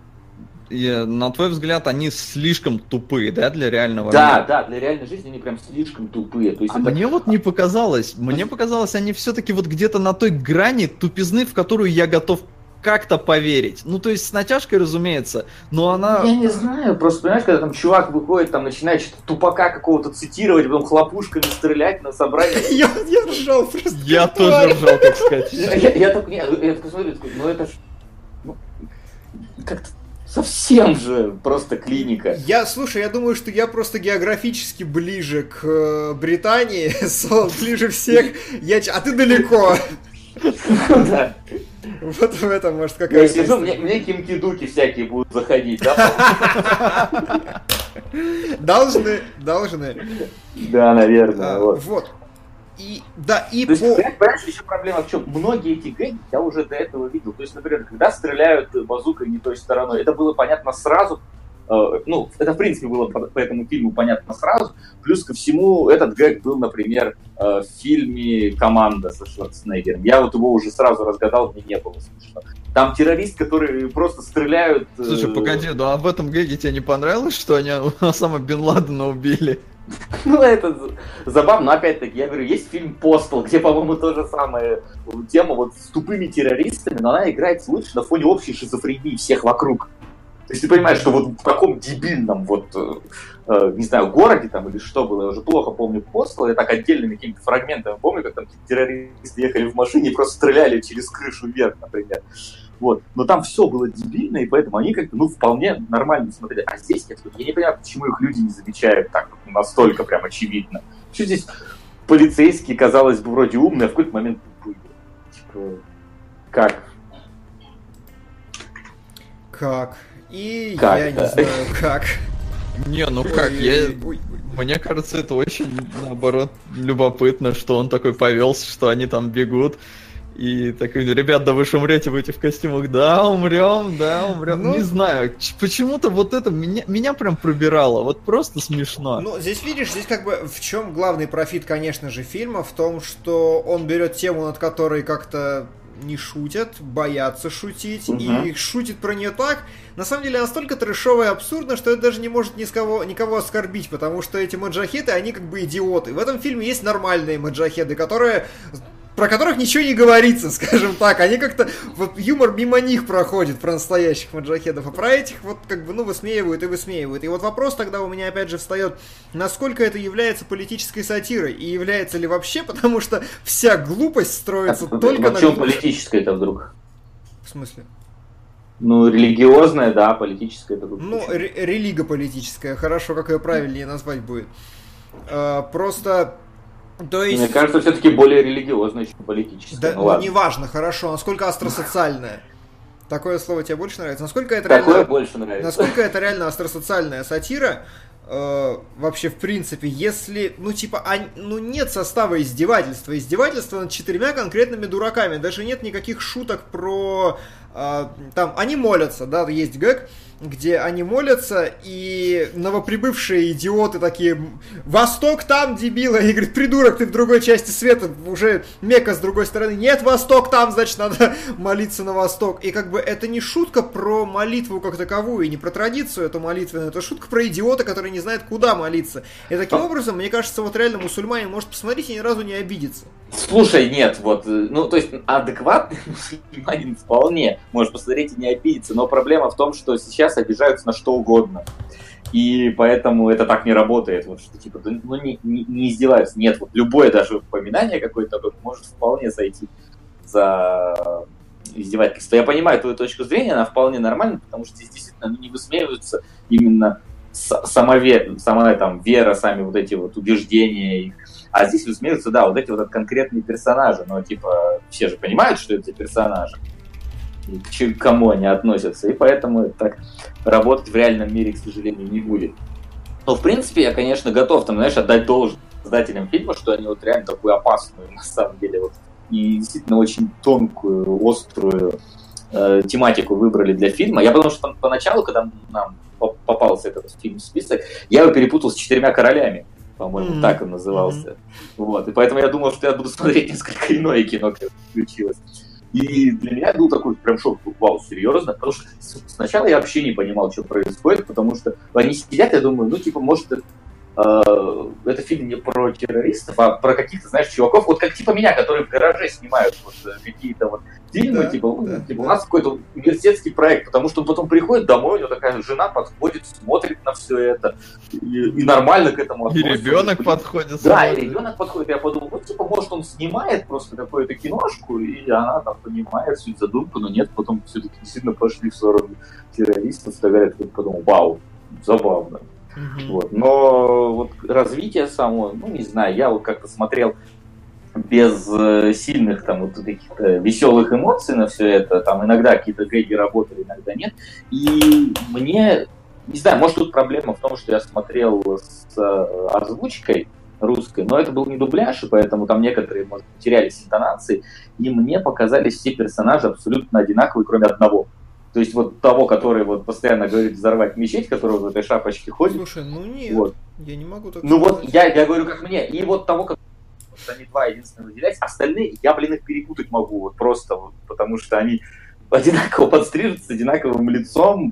И, на твой взгляд, они слишком тупые, да, для реального Да, мира? да, для реальной жизни они прям слишком тупые. То есть А это... мне вот не показалось. Мне показалось, они все-таки вот где-то на той грани тупизны, в которую я готов как-то поверить. Ну, то есть с натяжкой, разумеется, но она... Я не знаю, просто понимаешь, когда там чувак выходит, там начинает что-то тупака какого-то цитировать, потом хлопушками стрелять на собрании. Я, я ржал просто. Я как тоже тварь. ржал, как Я, сказать. я, я так, не, я так смотрю, такой, ну это ж ну, как-то совсем же просто клиника. Я, слушай, я думаю, что я просто географически ближе к э, Британии, Сол, ближе всех, я, ч- а ты далеко. Да. Вот в этом, может, Я какая-то сижу, история. мне, мне кимки-дуки всякие будут заходить, да? Должны, должны. Да, наверное. А, Вот. Вот. И, да, и То есть, по... понимаешь, еще проблема в чем? Многие эти гэги я уже до этого видел. То есть, например, когда стреляют базукой не той стороной, это было понятно сразу. Э, ну, это, в принципе, было по, по этому фильму понятно сразу. Плюс ко всему, этот гэг был, например, э, в фильме «Команда» со Шварценеггером. Я вот его уже сразу разгадал, мне не было смешно. Там террорист, которые просто стреляют... э, Слушай, погоди, ну а в этом гэге тебе не понравилось, что они Осама Бен Ладена убили? Ну, это забавно, но опять-таки, я говорю, есть фильм «Постал», где, по-моему, то же самое тема вот с тупыми террористами, но она играет лучше на фоне общей шизофрении всех вокруг. То есть ты понимаешь, что вот в таком дебильном вот, э, э, не знаю, городе там или что было, я уже плохо помню «Постал», я так отдельными какими-то фрагментами помню, как там террористы ехали в машине и просто стреляли через крышу вверх, например. Вот. Но там все было дебильно, и поэтому они как-то, ну, вполне нормально смотрели. А здесь, я, я не понимаю, почему их люди не замечают так вот настолько прям очевидно. Что здесь полицейские, казалось бы, вроде умные, а в какой-то момент тупые. Типа, как? Как? И Как, я да. не знаю, как. Не, ну как, я... Ой, ой, ой. Мне кажется, это очень, наоборот, любопытно, что он такой повелся, что они там бегут. И такой, ребят, да вы же умрете в этих костюмах. Да, умрем, да, умрем. Ну. Не знаю, ч- почему-то вот это меня, меня прям пробирало. Вот просто смешно. Ну, здесь, видишь, здесь как бы в чем главный профит, конечно же, фильма? В том, что он берет тему, над которой как-то не шутят, боятся шутить, Угу. и шутит про нее так, на самом деле настолько трэшово и абсурдно, что это даже не может ни с кого, никого оскорбить, потому что эти маджахеды, они как бы идиоты. В этом фильме есть нормальные маджахеды, которые... про которых ничего не говорится, скажем так. Они как-то... Вот юмор мимо них проходит, про настоящих маджахедов. А про этих вот как бы, ну, высмеивают и высмеивают. И вот вопрос тогда у меня опять же встает, насколько это является политической сатирой? И является ли вообще, потому что вся глупость строится А, только в на... чем политическое это вдруг? В смысле? Ну, религиозное, да, политическое это тут. Ну, ре- релига политическая. Хорошо, как ее правильнее назвать будет. А, просто... То есть... Мне кажется, все-таки более религиозное, чем политическое. Да, ну, ну, ладно. неважно, хорошо. Насколько остросоциальная? Такое слово тебе больше нравится? Насколько это Такое реально... больше нравится. Насколько это реально остросоциальная сатира? Э, вообще, в принципе, если, ну, типа, а, ну, нет состава издевательства. Издевательство над четырьмя конкретными дураками. Даже нет никаких шуток про... Э, там, они молятся, да, есть гэг, где они молятся, и новоприбывшие идиоты такие: «Восток там, дебила!» И говорит: «Придурок, ты в другой части света, уже Мекка с другой стороны». «Нет, Восток там, значит, надо молиться на Восток». И как бы это не шутка про молитву как таковую, и не про традицию эту молитвенную, это шутка про идиота, который не знает, куда молиться. И таким образом, мне кажется, вот реально мусульманин может посмотреть и ни разу не обидеться. Слушай, нет, вот, ну, то есть, адекватный мусульманин вполне может посмотреть и не обидеться, но проблема в том, что сейчас обижаются на что угодно. И поэтому это так не работает. Вот что типа, ну не, не, не издеваются. Нет, вот любое даже упоминание какое-то может вполне сойти за издевательство. Я понимаю твою точку зрения, она вполне нормальна, потому что здесь действительно ну, не высмеиваются именно сама, вера, сама там, вера, сами вот эти вот убеждения их. А здесь высмеиваются, да, вот эти вот конкретные персонажи. Но типа все же понимают, что это персонажи. И к кому они относятся, и поэтому так работать в реальном мире, к сожалению, не будет. Но, в принципе, я, конечно, готов, там, знаешь, отдать должное создателям фильма, что они вот реально такую опасную, на самом деле, вот, и действительно очень тонкую, острую э, тематику выбрали для фильма. Я потому что поначалу, когда нам попался этот фильм в список, я его перепутал с «Четырьмя королями», по-моему, mm-hmm. так он назывался. Mm-hmm. Вот, и поэтому я думал, что я буду смотреть несколько иное кино, когда включилось. И для меня был такой прям шок, вау, серьезно, потому что сначала я вообще не понимал, что происходит, потому что они сидят, я думаю, ну, типа, может, это, э, это фильм не про террористов, а про каких-то, знаешь, чуваков, вот как типа меня, которые в гараже снимают вот какие-то вот фильмы, да, типа, да, типа да. У нас какой-то университетский проект, потому что он потом приходит домой, у него такая жена подходит, смотрит на все это, и, и нормально к этому относится. И ребенок подходит. Да, смотрит. И ребенок подходит, я подумал, ну, типа, может, он снимает просто какую-то киношку, и она там понимает всю задумку, но нет, потом все-таки действительно пошли в сторону террористов, и так далее, я подумал, вау, забавно. Mm-hmm. Вот. Но вот развитие само, ну, не знаю, я вот как-то смотрел без э, сильных там вот каких-то веселых эмоций на все это, там иногда какие-то гэги работали, иногда нет, и мне, не знаю, может тут проблема в том, что я смотрел с э, озвучкой русской, но это был не дубляж, и поэтому там некоторые, может, терялись интонации, и мне показались все персонажи абсолютно одинаковые, кроме одного. То есть вот того, который вот постоянно говорит взорвать мечеть, который в этой шапочке ходит. Слушай, ну нет, вот. Я не могу так Ну сказать. вот, я, я говорю, как мне, и вот того, как они два единственные выделяются, остальные я, блин, их перепутать могу, вот просто, вот, потому что они одинаково подстрижутся, с одинаковым лицом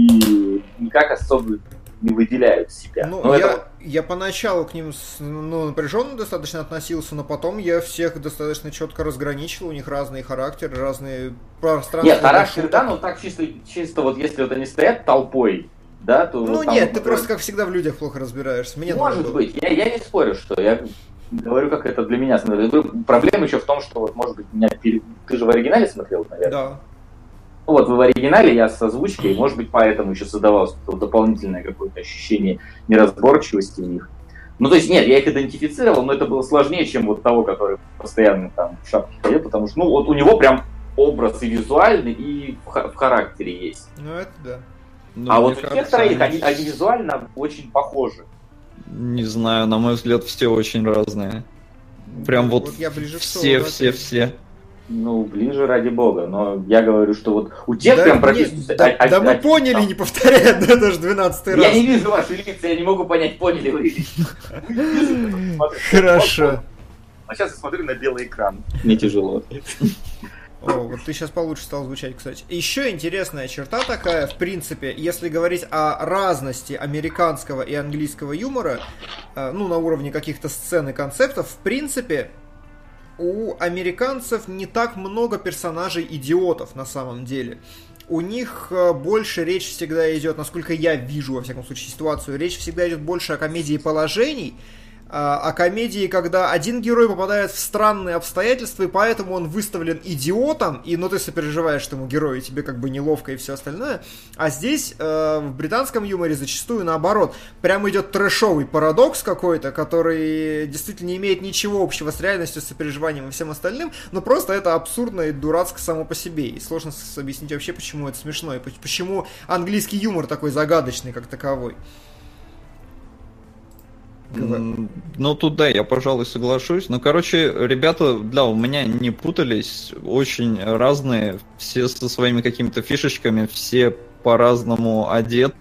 и никак особо не выделяют себя. Ну, но я, это... я поначалу к ним ну, напряженно достаточно относился, но потом я всех достаточно четко разграничил, у них разные характеры, разные пространства. Нет, характер, да, но так чисто, чисто вот если вот они стоят толпой, да, то... Ну вот там, нет, вот, ты просто, как всегда, в людях плохо разбираешься. Мне может быть, я, я не спорю, что я говорю, как это для меня. Проблема еще в том, что, вот, может быть, меня пере... ты же в оригинале смотрел, наверное? Да. Ну вот, в оригинале я с озвучкой, может быть, поэтому еще создавалось дополнительное какое-то ощущение неразборчивости в них. Ну, то есть, нет, я их идентифицировал, но это было сложнее, чем вот того, который постоянно там в шапке ходил, потому что, ну, вот у него прям образ и визуальный, и в характере есть. Ну, это да. Ну, а вот у кажется, тех троих, они... они, они визуально очень похожи. Не знаю, на мой взгляд, все очень разные. Прям ну, вот, вот я ближе все, всего, все, да, все. Ну, ближе, ради бога. Но я говорю, что вот у тех да, прям практически... Не, да, а, да а, мы а, поняли, там... не повторяй, да, даже двенадцатый раз. Я не вижу ваши лица, я не могу понять, поняли вы или нет. Хорошо. А сейчас я смотрю на белый экран. Мне тяжело. О, вот ты сейчас получше стал звучать, кстати. Еще интересная черта такая, в принципе, если говорить о разности американского и английского юмора, э, ну, на уровне каких-то сцен и концептов, в принципе, у американцев не так много персонажей-идиотов на самом деле. У них больше речь всегда идет, насколько я вижу, во всяком случае, ситуацию, речь всегда идет больше о комедии положений, о комедии, когда один герой попадает в странные обстоятельства, и поэтому он выставлен идиотом, и ну ты сопереживаешь этому герою, и тебе как бы неловко и все остальное. А здесь, э, в британском юморе, зачастую наоборот. Прям идет трэшовый парадокс какой-то, который действительно не имеет ничего общего с реальностью, с сопереживанием и всем остальным, но просто это абсурдно и дурацко само по себе. И сложно объяснить вообще, почему это смешно, и почему английский юмор такой загадочный, как таковой. Ну, тут да, я, пожалуй, соглашусь. Ну, короче, ребята, да, у меня не путались, очень разные, все со своими какими-то фишечками, все по-разному одеты,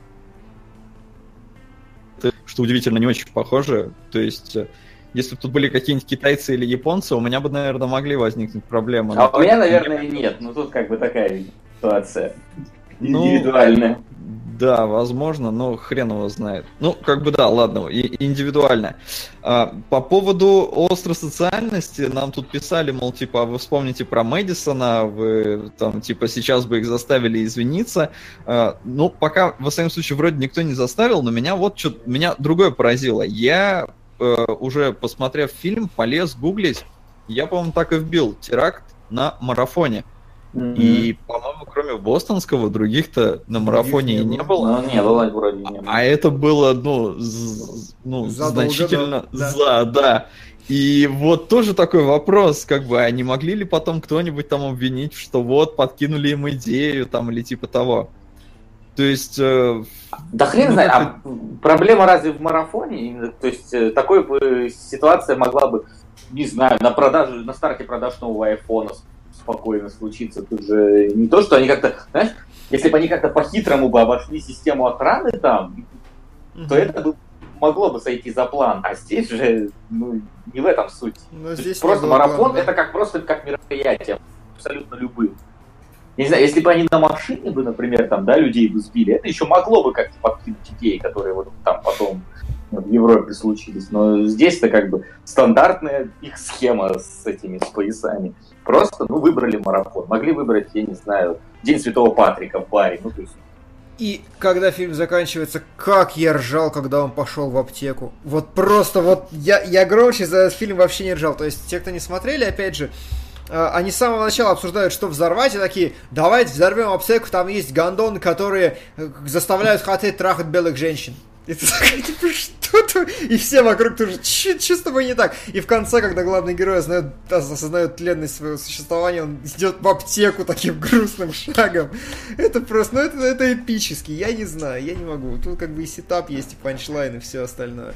что удивительно, не очень похоже. То есть, если бы тут были какие-нибудь китайцы или японцы, у меня бы, наверное, могли возникнуть проблемы. А у меня, наверное, нет. Ну, тут как бы такая ситуация индивидуальная. Ну, да, возможно, но хрен его знает. Ну, как бы да, ладно, и индивидуально. А, по поводу остросоциальности нам тут писали, мол, типа, вы вспомните про Мэдисона, вы там, типа, сейчас бы их заставили извиниться. А, ну, пока, во всяком случае, вроде никто не заставил, но меня вот что-то, меня другое поразило. Я, э, уже посмотрев фильм, полез гуглить, я, по-моему, так и вбил теракт на марафоне. Mm-hmm. И, по-моему, кроме бостонского, других-то на марафоне и не было. Ну, не было, вроде не было. А это было, ну, з- ну значительно да. за, да. И вот тоже такой вопрос, как бы, а не могли ли потом кто-нибудь там обвинить, что вот, подкинули им идею, там, или типа того. То есть... Э, да хрен ну, знает, это... а проблема разве в марафоне? То есть, такой бы ситуация могла бы, не знаю, на продаже, на старте продаж нового айфона спокойно случиться. Тут же не то, что они как-то, знаешь, если бы они как-то по-хитрому бы обошли систему охраны там, mm-hmm. то это бы могло бы сойти за план. А здесь же, ну, не в этом суть. Здесь просто марафон, да? Это как просто как мероприятие, абсолютно любым. Я не знаю, если бы они на машине бы, например, там, да, людей бы сбили, это еще могло бы как-то подкинуть идеи, которые вот там потом в Европе случились. Но здесь-то как бы стандартная их схема с этими с поясами. Просто, ну, выбрали марафон. Могли выбрать, я не знаю, День Святого Патрика в баре. Ну, то есть... И когда фильм заканчивается, как я ржал, когда он пошел в аптеку. Вот просто вот я, я громче за этот фильм вообще не ржал. То есть те, кто не смотрели, опять же, они с самого начала обсуждают, что взорвать, и такие, давайте взорвем аптеку, там есть гондоны, которые заставляют хотеть трахать белых женщин. И ты такой, типа, что-то... И все вокруг тоже, что с тобой не так? И в конце, когда главный герой осознает, осознает тленность своего существования, он идет в аптеку таким грустным шагом. Это просто, ну это, это эпически, я не знаю, я не могу. Тут как бы и сетап есть, и панчлайн, и все остальное.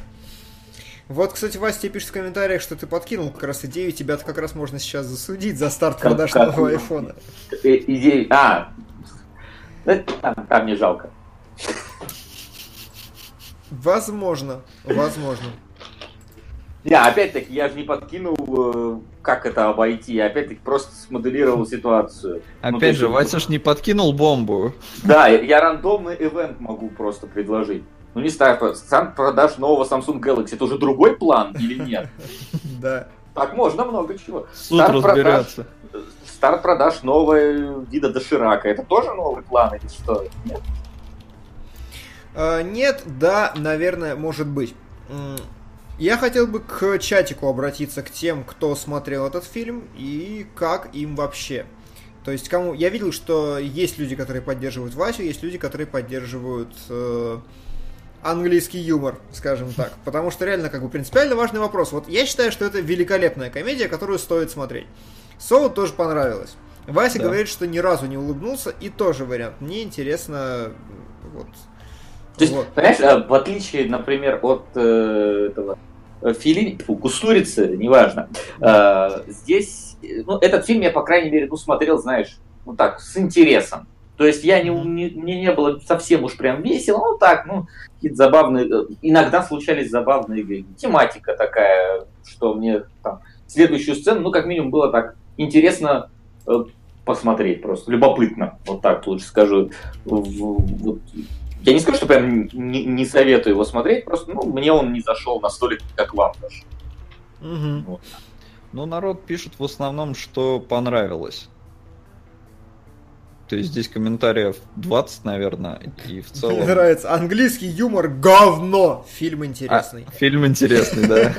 Вот, кстати, Вася тебе пишет в комментариях, что ты подкинул как раз идею, тебя-то как раз можно сейчас засудить за старт продаж нового айфона. Идея... А, там, там не жалко. Возможно, возможно. Я, опять-таки, я же не подкинул, как это обойти, я опять-таки просто смоделировал ситуацию. Опять ну, же, Вася ж не подкинул бомбу. Да, я рандомный ивент могу просто предложить. Ну не знаю, старт продаж нового Samsung Galaxy, это уже другой план или нет? Да. Так можно много чего. Суд разберется. Старт продаж нового вида доширака, это тоже новый план или что? Нет? Uh, нет, да, наверное, может быть. Я хотел бы к чатику обратиться, к тем, кто смотрел этот фильм и как им вообще. То есть, кому... Я видел, что есть люди, которые поддерживают Васю, есть люди, которые поддерживают э, английский юмор, скажем так. Потому что реально, как бы, принципиально важный вопрос. Вот я считаю, что это великолепная комедия, которую стоит смотреть. Солу тоже понравилось. Вася да. говорит, что ни разу не улыбнулся, и тоже вариант. Мне интересно, вот... То есть, вот. Понимаешь, в отличие, например, от э, этого Феллини, фу, Кустурицы, неважно, э, здесь, ну, этот фильм я, по крайней мере, ну, смотрел, знаешь, ну так, с интересом. То есть я не, не, мне не было совсем уж прям весело, ну так, ну, какие-то забавные, иногда случались забавные тематика такая, что мне там следующую сцену, ну, как минимум, было так интересно э, посмотреть просто. Любопытно, вот так лучше скажу. Вот. Я не скажу, что прям не, не советую его смотреть, просто ну, мне он не зашел настолько, как вам зашел. Угу. Вот. Ну, народ пишет в основном, что понравилось. То есть здесь комментариев двадцать, наверное, и в целом... Мне нравится. Английский юмор говно. Фильм интересный. А, фильм интересный, да.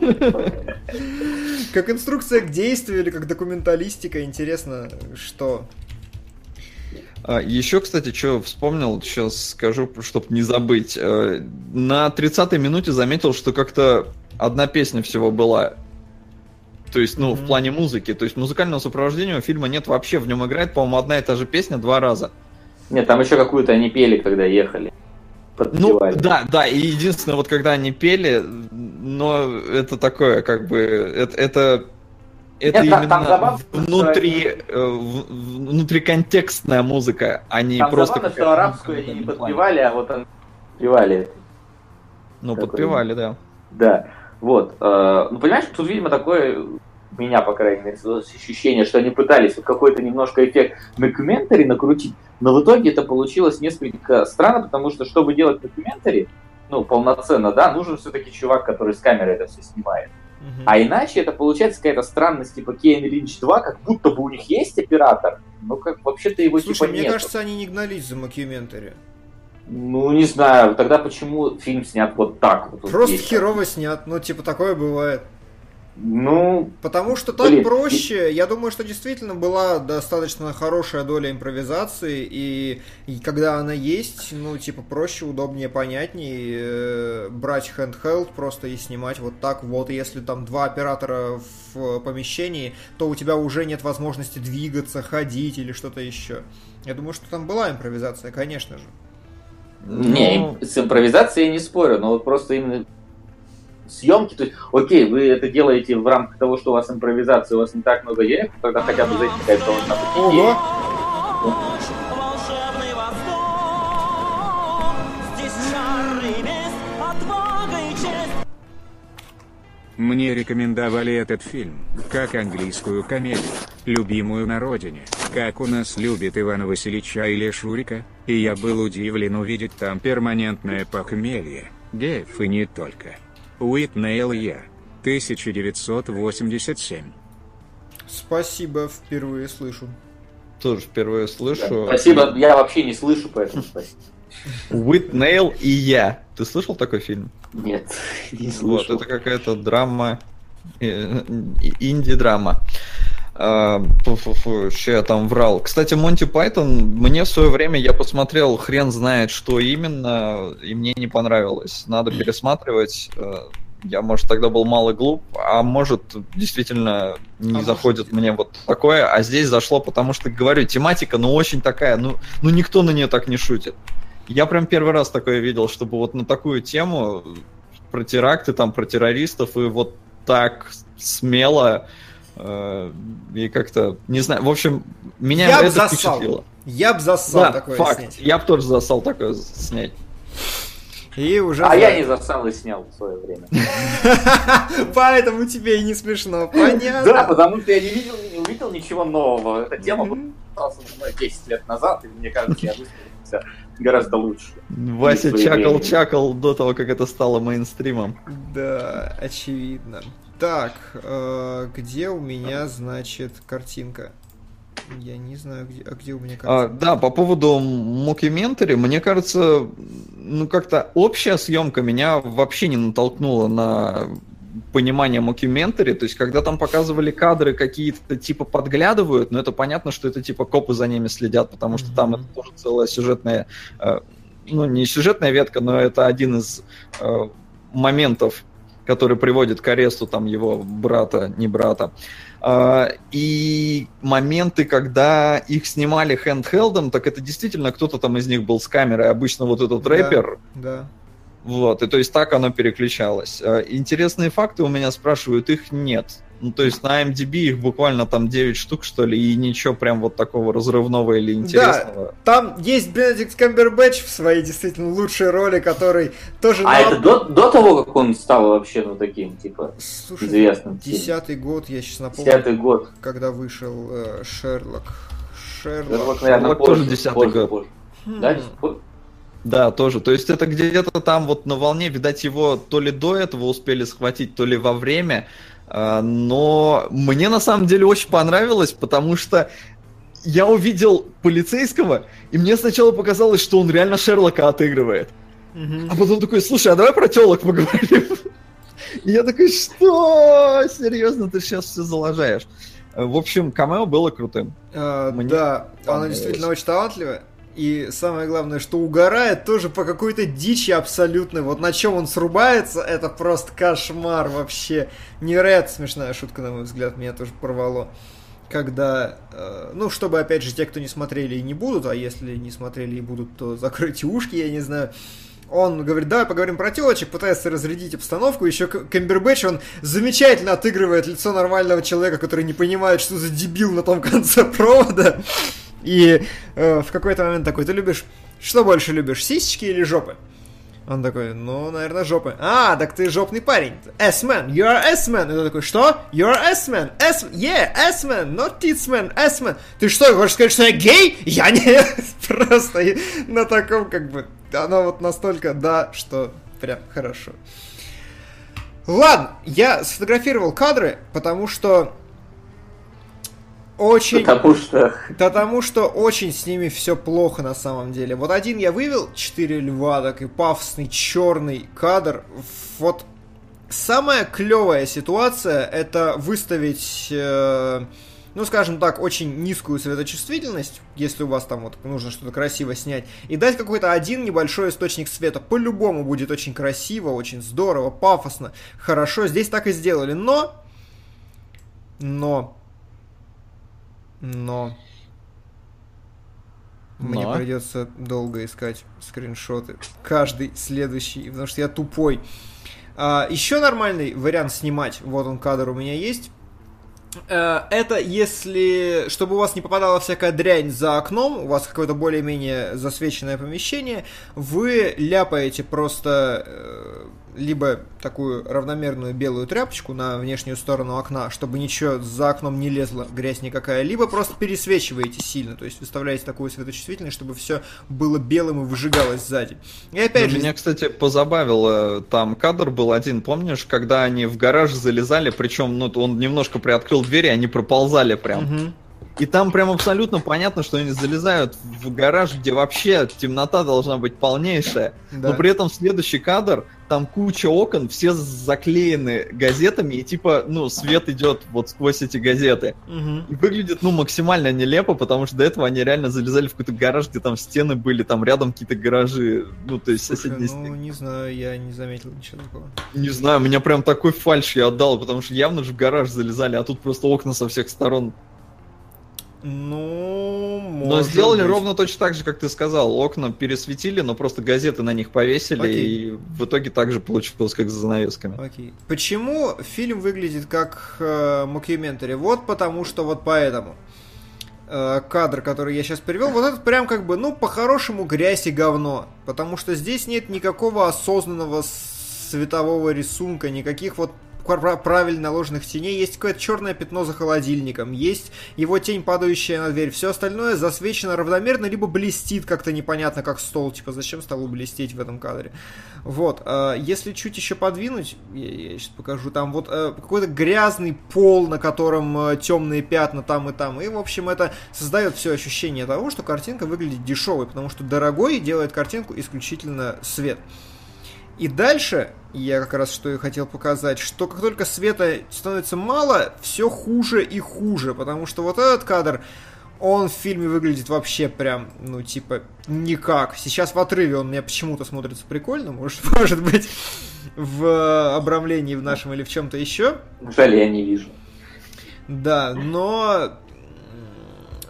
Как инструкция к действию или как документалистика, интересно, что... А, еще, кстати, что вспомнил, сейчас скажу, чтобы не забыть. На тридцатой минуте заметил, что как-то одна песня всего была. То есть, ну, mm-hmm. в плане музыки. То есть музыкального сопровождения у фильма нет вообще. В нем играет, по-моему, одна и та же песня два раза. Нет, там еще какую-то они пели, когда ехали. Подпевали. Ну, да, да. И единственное, вот когда они пели, но это такое, как бы, это... это... Это Нет, именно забавно, внутри, э, внутриконтекстная музыка, а не там просто... Там забавно, что арабскую они не подпевали, а вот они подпевали. Ну, Такой... подпевали, да. Да, вот. Э, ну, понимаешь, тут, видимо, такое, у меня, по крайней мере, ощущение, что они пытались вот какой-то немножко эффект мокюментари накрутить, но в итоге это получилось несколько странно, потому что, чтобы делать мокюментари, ну, полноценно, да, нужен все-таки чувак, который с камерой это все снимает. Uh-huh. А иначе это получается какая-то странность типа Кейн Линч два, как будто бы у них есть оператор, но как вообще-то его Слушай, типа мне нет. кажется, они не гнались за мокюментари. Ну, не знаю, тогда почему фильм снят вот так? Вот Просто здесь, херово снят, ну, типа, такое бывает. Ну... Потому что так блин, проще. Я думаю, что действительно была достаточно хорошая доля импровизации, и, и когда она есть, ну, типа, проще, удобнее, понятнее э, брать handheld просто и снимать вот так. Вот, если там два оператора в помещении, то у тебя уже нет возможности двигаться, ходить или что-то еще. Я думаю, что там была импровизация, конечно же. Не, ну... с импровизацией я не спорю, но вот просто именно съемки, то есть, окей, вы это делаете в рамках того, что у вас импровизация, у вас не так много денег, тогда хотя бы зайти какая-то должна быть идея. Мне рекомендовали этот фильм, как английскую комедию, любимую на родине, как у нас любит Ивана Васильевича или Шурика, и я был удивлен увидеть там перманентное похмелье, геев и не только. Уитнейл я, тысяча девятьсот восемьдесят семь. Спасибо, впервые слышу. Тоже впервые слышу. Да, спасибо, я вообще не слышу, поэтому спасибо. Уитнейл и я. Ты слышал такой фильм? Нет, не слышал. Вот, это какая-то драма, инди-драма. Фу-фу-фу, что я там врал. Кстати, Монти Пайтон, мне в свое время, я посмотрел хрен знает что именно, и мне не понравилось. Надо пересматривать. Я, может, тогда был мало глуп, а может, действительно не а заходит может... мне вот такое. А здесь зашло, потому что, говорю, тематика, ну, очень такая, ну, ну никто на нее так не шутит. Я прям первый раз такое видел, чтобы вот на такую тему про теракты, там, про террористов, и вот так смело э, и как-то, не знаю, в общем, меня я это засал. впечатлило. Я б засал да, такое факт. снять. Я бы тоже засал такое снять. И уже а за... я не засал и снял в свое время. Поэтому тебе и не смешно, понятно? Да, потому что я не видел, не увидел ничего нового. Эта тема была десять лет назад, и мне кажется, я высказался гораздо лучше. Вася чакал-чакал до того, как это стало мейнстримом. Да, очевидно. Так, э, где у меня, значит, картинка? Я не знаю, где, а где у меня картинка. А, да, по поводу мокюментари, мне кажется, ну как-то общая съемка меня вообще не натолкнула на понимание мокюментари. То есть, когда там показывали кадры, какие-то типа подглядывают, но это понятно, что это типа копы за ними следят, потому что mm-hmm. там это тоже целая сюжетная, ну не сюжетная ветка, но это один из моментов, который приводит к аресту там его брата, не брата. И моменты, когда их снимали хэндхелдом, так это действительно кто-то там из них был с камерой, обычно вот этот да, рэпер. Да. Вот, и то есть так оно переключалось. Интересные факты у меня спрашивают, их нет. Ну, то есть на IMDb их буквально там девять штук, что ли, и ничего прям вот такого разрывного или интересного. Да, там есть Бенедикт Камбербэтч в своей действительно лучшей роли, который тоже... А на... это до, до того, как он стал вообще, ну, таким, типа, Слушай, известным? десятый год, я сейчас напомню. Десятый год. Когда вышел э, Шерлок. Шерлок. Шерлок, наверное, Шерлок позже, тоже десятый позже, год. позже. Хм. Да, позже? Да, тоже. То есть это где-то там вот на волне, видать, его то ли до этого успели схватить, то ли во время. Но мне на самом деле очень понравилось, потому что я увидел полицейского, и мне сначала показалось, что он реально Шерлока отыгрывает. Мгм. А потом такой, слушай, а давай про телок поговорим. И я такой, что? Серьезно, ты сейчас все залажаешь. В общем, камео было крутым. А, Мне да, она понравилось. действительно очень талантливая. И самое главное, что угорает тоже по какой-то дичи абсолютной. Вот на чем он срубается, это просто кошмар вообще. Невероятно смешная шутка, на мой взгляд, меня тоже порвало. Когда, э, ну, чтобы, опять же, те, кто не смотрели и не будут, а если не смотрели и будут, то закройте ушки, я не знаю. Он говорит, давай поговорим про телочек, пытается разрядить обстановку. Еще Камбербэтч, он замечательно отыгрывает лицо нормального человека, который не понимает, что за дебил на том конце провода. И э, в какой-то момент такой, ты любишь, что больше любишь, сисечки или жопы? Он такой, ну, наверное, жопы. А, так ты жопный парень. S-man, you're a S-man. И он такой, что? You're a S-man. S, yeah, S-man, not tits-man, S-man. Ты что, хочешь сказать, что я гей? Я не... Просто на таком, как бы, оно вот настолько, да, что прям хорошо. Ладно, я сфотографировал кадры, потому что очень... Потому что... Потому что очень с ними все плохо на самом деле. Вот один я вывел, четыре льва, такой пафосный черный кадр. Вот самая клевая ситуация — это выставить, э, ну скажем так, очень низкую светочувствительность, если у вас там вот нужно что-то красиво снять, и дать какой-то один небольшой источник света. По-любому будет очень красиво, очень здорово, пафосно, хорошо. Здесь так и сделали, но... Но... Но мне Но? придется долго искать скриншоты. Каждый следующий, потому что я тупой. А, еще нормальный вариант снимать. Вот он, кадр у меня есть. А, это если, чтобы у вас не попадала всякая дрянь за окном, у вас какое-то более-менее засвеченное помещение, вы ляпаете просто э, либо такую равномерную белую тряпочку на внешнюю сторону окна, чтобы ничего за окном не лезла, грязь никакая, либо просто пересвечиваете сильно, то есть выставляете такую светочувствительность, чтобы все было белым и выжигалось сзади. И опять Ну, же... меня, кстати, позабавило, там кадр был один, помнишь, когда они в гараж залезали, причем, ну, он немножко приоткрыл дверь, и они проползали прям. Мгм. И там прям абсолютно понятно, что они залезают в гараж, где вообще темнота должна быть полнейшая. Да. Но при этом следующий кадр, там куча окон, все заклеены газетами, и типа, ну, свет идет вот сквозь эти газеты. Мгм. И выглядит, ну, максимально нелепо, потому что до этого они реально залезали в какой-то гараж, где там стены были, там рядом какие-то гаражи, ну, то есть Слушай, соседние ну, стены. не знаю, я не заметил ничего такого. Не знаю, меня прям такой фальш я отдал, потому что явно же в гараж залезали, а тут просто окна со всех сторон. Ну, Но может сделали быть. ровно точно так же, как ты сказал. Окна пересветили, но просто газеты на них повесили, Окей. и в итоге так же получилось, как за занавесками. Окей. Почему фильм выглядит как э, мокюментари? Вот потому что вот поэтому. Э, кадр, который я сейчас перевел, вот этот прям как бы, ну, по-хорошему грязь и говно. Потому что здесь нет никакого осознанного светового рисунка, никаких вот правильно наложенных теней, есть какое-то черное пятно за холодильником, есть его тень, падающая на дверь, все остальное засвечено равномерно, либо блестит как-то непонятно, как стол, типа, зачем столу блестеть в этом кадре. Вот, а если чуть еще подвинуть, я, я сейчас покажу, там вот а, какой-то грязный пол, на котором а, темные пятна там и там, и, в общем, это создает все ощущение того, что картинка выглядит дешевой, потому что дорогой делает картинку исключительно свет. И дальше, я как раз что и хотел показать, что как только света становится мало, все хуже и хуже, потому что вот этот кадр, он в фильме выглядит вообще прям, ну, типа, никак. Сейчас в отрыве он мне почему-то смотрится прикольно, может, может быть, в обрамлении в нашем или в чем-то еще. Жаль, я не вижу. Да, но...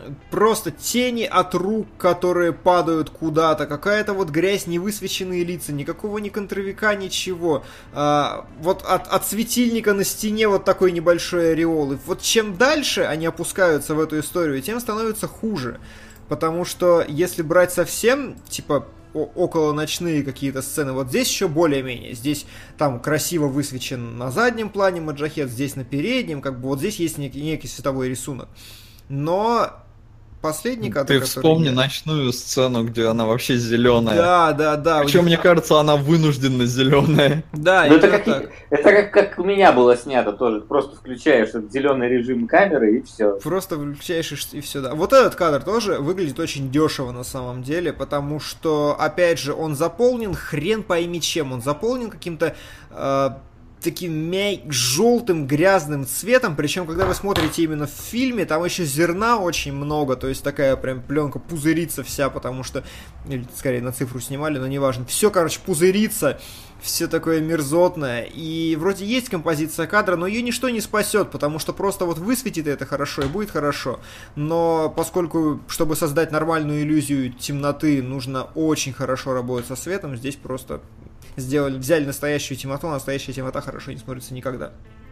просто тени от рук, которые падают куда-то, какая-то вот грязь, невысвеченные лица, никакого ни контровика, ничего. А, вот от, от светильника на стене вот такой небольшой ореол. И вот чем дальше они опускаются в эту историю, тем становится хуже. Потому что если брать совсем, типа, около ночные какие-то сцены, вот здесь еще более-менее. Здесь там красиво высвечен на заднем плане Маджахет, здесь на переднем, как бы вот здесь есть некий, некий световой рисунок. Но последний кадр, Ты вспомни я... ночную сцену, где она вообще зеленая. Да, да, да. Причем, мне кажется, она вынужденно зеленая. Да, это как, так. это как, как у меня было снято тоже. Просто включаешь этот зеленый режим камеры и все. Просто включаешь и все, да. Вот этот кадр тоже выглядит очень дешево на самом деле, потому что, опять же, он заполнен хрен пойми чем. Он заполнен каким-то... Э- таким мяй... желтым грязным цветом, причем когда вы смотрите именно в фильме, там еще зерна очень много, то есть такая прям пленка пузырится вся, потому что, или скорее на цифру снимали, но неважно, все, короче, пузырится, все такое мерзотное, и вроде есть композиция кадра, но ее ничто не спасет, потому что просто вот высветит это хорошо и будет хорошо, но поскольку, чтобы создать нормальную иллюзию темноты, нужно очень хорошо работать со светом, здесь просто... Сделали, взяли настоящую темноту, настоящая темнота хорошо не смотрится никогда.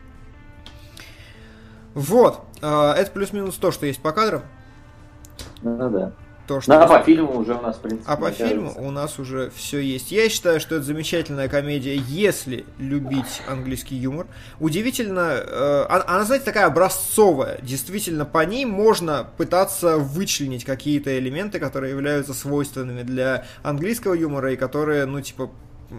Вот. Это плюс-минус то, что есть по кадрам. Ну да. То, что ну, а есть... по фильму уже у нас, в принципе, А по фильму у нас уже все есть. Я считаю, что это замечательная комедия, если любить английский юмор. Удивительно, э, она, знаете, такая образцовая. Действительно, по ней можно пытаться вычленить какие-то элементы, которые являются свойственными для английского юмора и которые, ну, типа,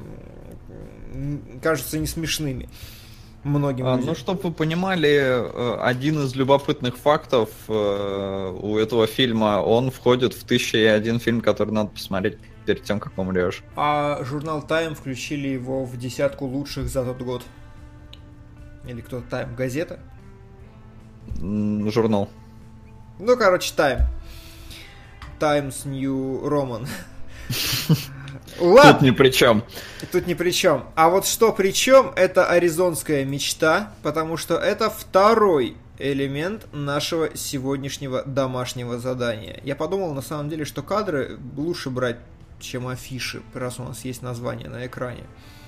кажутся не смешными многим а, людям. Ну, чтобы вы понимали, один из любопытных фактов у этого фильма, он входит в тысяча и один фильм, который надо посмотреть перед тем, как умрешь. А журнал Time включили его в десятку лучших за тот год. Или кто? Time? Газета? Журнал. Ну, короче, Time. Times New Roman. Ладно. Тут ни при чем. Тут ни при чем. А вот что при чем, это аризонская мечта, потому что это второй элемент нашего сегодняшнего домашнего задания. Я подумал, на самом деле, что кадры лучше брать, чем афиши, раз у нас есть название на экране.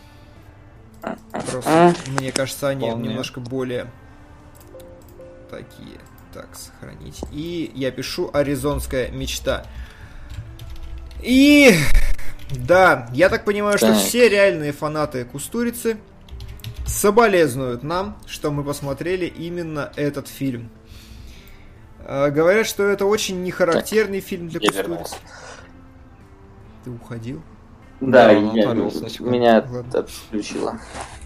Просто, мне кажется, они Вполне. немножко более такие. Так, сохранить. И я пишу «Аризонская мечта». И... Да, я так понимаю, так. что все реальные фанаты Кустурицы соболезнуют нам, что мы посмотрели именно этот фильм. А, говорят, что это очень нехарактерный так. фильм для я Кустурицы. Вернулся. Ты уходил? Да, да я меня отключило.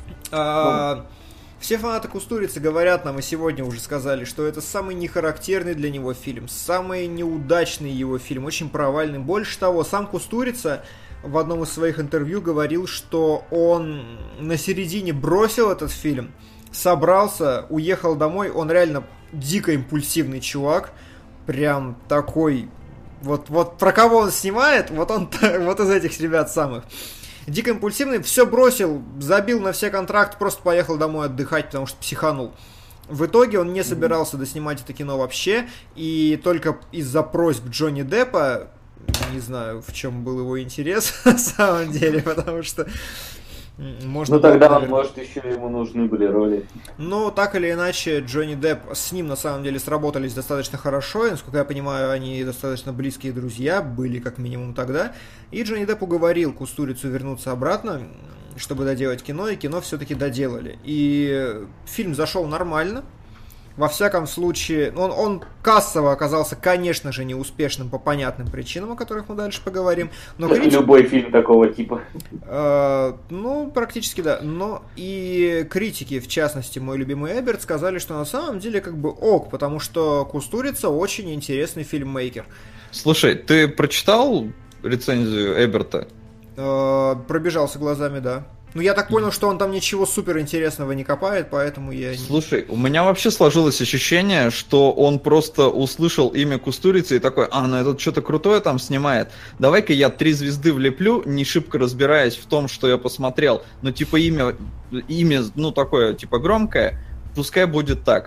А, все фанаты Кустурицы говорят нам, и сегодня уже сказали, что это самый нехарактерный для него фильм, самый неудачный его фильм, очень провальный. Больше того, сам Кустурица в одном из своих интервью говорил, что он на середине бросил этот фильм, собрался, уехал домой. Он реально дико импульсивный чувак, прям такой, вот, вот про кого он снимает, вот он вот из этих ребят самых. Дико импульсивный, все бросил, забил на все контракты, просто поехал домой отдыхать, потому что психанул. В итоге он не собирался доснимать это кино вообще, и только из-за просьб Джонни Деппа, не знаю, в чем был его интерес на самом деле, потому что можно... Ну тогда, было, он, может, еще ему нужны были роли. Ну, так или иначе, Джонни Депп с ним, на самом деле, сработались достаточно хорошо, и, насколько я понимаю, они достаточно близкие друзья, были как минимум тогда, и Джонни Депп уговорил Кустурицу вернуться обратно, чтобы доделать кино, и кино все-таки доделали. И фильм зашел нормально. Во всяком случае, он, он кассово оказался, конечно же, неуспешным по понятным причинам, о которых мы дальше поговорим. Но критик... Любой фильм такого типа. Э, ну, практически да. Но и критики, в частности, мой любимый Эберт, сказали, что на самом деле как бы ок, потому что Кустурица очень интересный фильммейкер. Слушай, ты прочитал рецензию Эберта? Э, пробежался глазами, да. Ну, я так понял, что он там ничего суперинтересного не копает, поэтому я... Слушай, у меня вообще сложилось ощущение, что он просто услышал имя Кустурицы и такой, а, ну этот что-то крутое там снимает, давай-ка я три звезды влеплю, не шибко разбираясь в том, что я посмотрел, но типа имя, имя, ну, такое, типа, громкое, пускай будет так.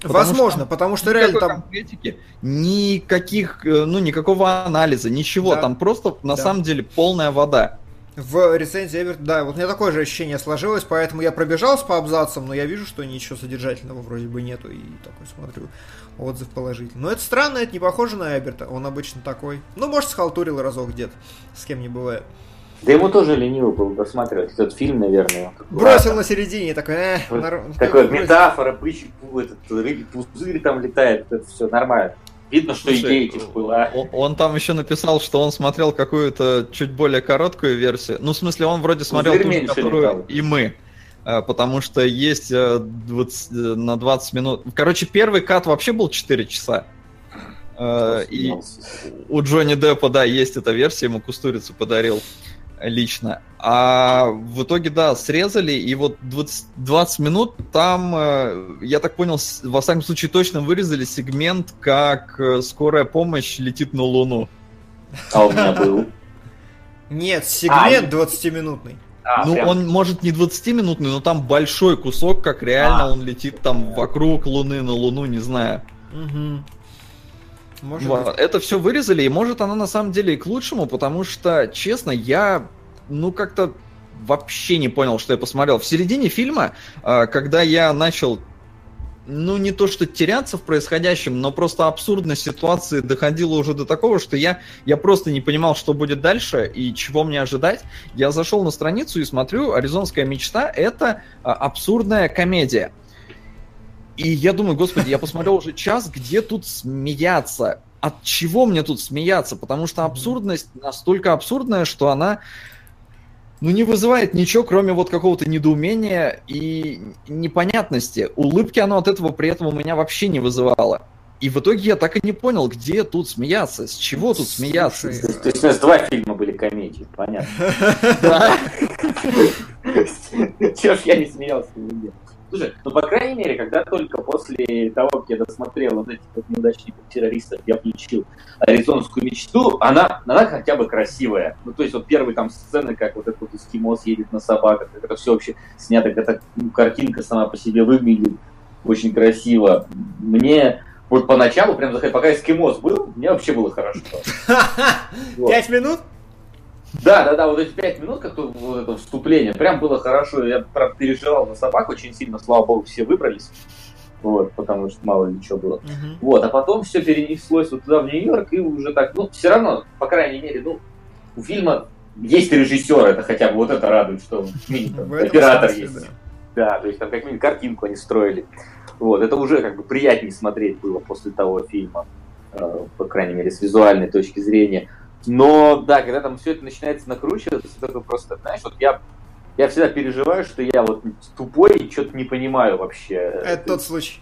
Возможно, что потому что реально там... конкретики, никаких, ну, никакого анализа, ничего. Да. Там просто, на да. самом деле, полная вода. В рецензии Эберт, да, вот у меня такое же ощущение сложилось, поэтому я пробежался по абзацам, но я вижу, что ничего содержательного вроде бы нету, и такой смотрю, отзыв положительный. Но это странно, это не похоже на Эберта, он обычно такой. Ну, может, схалтурил разок где-то, с кем не бывает. Да ему тоже лениво было досматривать этот фильм, наверное. Бросил на середине, такой, э, нар... Такой метафора, бычий, этот рыбий пузырь там летает, это все нормально. Видно, что идея типа была. Он, он там еще написал, что он смотрел какую-то чуть более короткую версию. Ну, в смысле, он вроде смотрел ту же, которую летал. И мы. Потому что есть двадцать, на двадцать минут... Короче, первый кат вообще был четыре часа. И у Джонни Деппа, да, есть эта версия, ему Кустурицу подарил лично. А в итоге, да, срезали, и вот двадцать, двадцать минут там, я так понял, во всяком случае точно вырезали сегмент, как скорая помощь летит на Луну. А у меня был. Нет, сегмент двадцатиминутный. А, ну, прям... он, может, не двадцатиминутный, но там большой кусок, как реально а. он летит там вокруг Луны, на Луну, не знаю. Угу. Может вот. Это все вырезали, и может оно на самом деле и к лучшему, потому что, честно, я, ну, как-то вообще не понял, что я посмотрел. В середине фильма, когда я начал, ну, не то что теряться в происходящем, но просто абсурдность ситуации доходила уже до такого, что я, я просто не понимал, что будет дальше и чего мне ожидать. Я зашел на страницу и смотрю, «Аризонская мечта» — это абсурдная комедия. И я думаю, господи, я посмотрел уже час, где тут смеяться? От чего мне тут смеяться? Потому что абсурдность настолько абсурдная, что она, ну, не вызывает ничего, кроме вот какого-то недоумения и непонятности. Улыбки оно от этого при этом у меня вообще не вызывало. И в итоге я так и не понял, где тут смеяться, с чего тут смеяться. То есть у нас два фильма были комедии, понятно. Чего ж я не смеялся нигде. Слушай, ну, по крайней мере, когда только после того, как я досмотрел вот этих вот неудачников террористов, я включил «Аризонскую мечту», она, она хотя бы красивая. Ну, то есть, вот первые там сцены, как вот этот вот эскимос едет на собаках, это все вообще снято, как ну, картинка сама по себе выглядит очень красиво. Мне вот поначалу, прям пока эскимос был, мне вообще было хорошо. Пять минут? Да, да, да, вот эти пять минут, как вот это вступление, прям было хорошо. Я, правда, переживал за собак очень сильно, слава богу, все выбрались. Вот, потому что мало ли что было. Uh-huh. Вот, а потом все перенеслось вот туда, в Нью-Йорк, и уже так, ну, все равно, по крайней мере, ну, у фильма есть режиссер, это хотя бы вот это радует, что там, оператор смысле, есть. Да. да, то есть там как минимум картинку они строили. Вот, это уже как бы приятнее смотреть было после того фильма, э, по крайней мере, с визуальной точки зрения. Но, да, когда там все это начинается накручиваться, это такое просто, знаешь, вот я, я всегда переживаю, что я вот тупой и что-то не понимаю вообще. Это тот случай.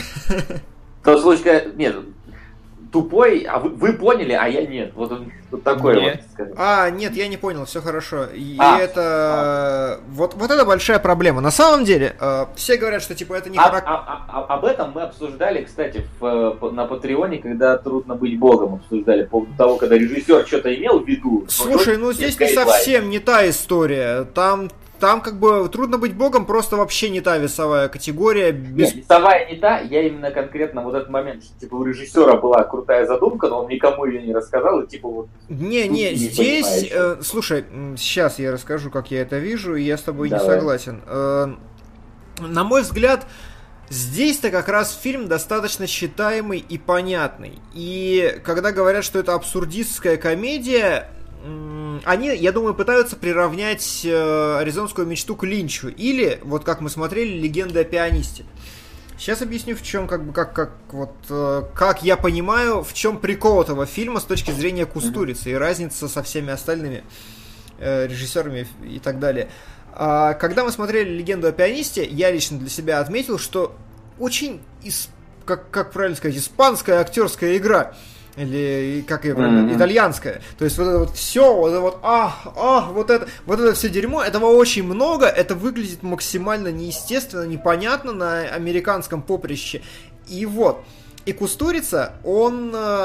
Тот случай, когда, нет, тупой, а вы, вы поняли, а я нет. Вот, вот такой нет. вот. Скажем. А, нет, я не понял, все хорошо. И а, это... А. Вот, вот это большая проблема. На самом деле, э, все говорят, что типа это не... А, а, а, а, об этом мы обсуждали, кстати, в, на Патреоне, когда «Трудно быть богом» обсуждали, по поводу того, когда режиссер что-то имел в виду. Слушай, ну здесь не совсем не та история. Там... Там как бы «Трудно быть богом» просто вообще не та весовая категория. Без... Нет, весовая не та, я именно конкретно вот этот момент, что типа у режиссера была крутая задумка, но он никому ее не рассказал, и типа вот... Не-не, здесь... Э, слушай, сейчас я расскажу, как я это вижу, и я с тобой Давай. не согласен. Э, на мой взгляд, здесь-то как раз фильм достаточно читаемый и понятный. И когда говорят, что это абсурдистская комедия... Они, я думаю, пытаются приравнять э, «Аризонскую мечту» к Линчу. Или, вот как мы смотрели, «Легенда о пианисте». Сейчас объясню, в чем, как бы, как, как, вот, э, как я понимаю, в чем прикол этого фильма с точки зрения Кустурицы и разница со всеми остальными э, режиссерами и так далее. А, когда мы смотрели «Легенду о пианисте», я лично для себя отметил, что очень, ис- как, как правильно сказать, испанская актерская игра. Или, как ее правильно, mm-hmm. итальянская. То есть вот это вот все, вот это вот, ах, ах, вот это, вот это все дерьмо, этого очень много, это выглядит максимально неестественно, непонятно на американском поприще. И вот, и Кустурица, он,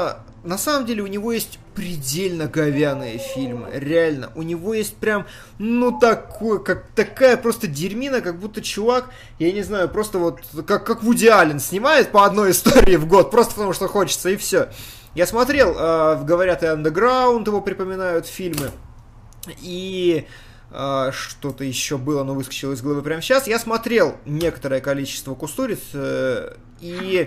на самом деле у него есть предельно говяные фильмы, реально. У него есть прям, ну, такой, как такая просто дерьмина, как будто чувак, я не знаю, просто вот, как, как Вуди Аллен снимает по одной истории в год, просто потому что хочется, и все. Я смотрел, э, говорят, и Underground его припоминают фильмы, и э, что-то еще было, но выскочило из головы прямо сейчас. Я смотрел некоторое количество «Кустуриц», э, и...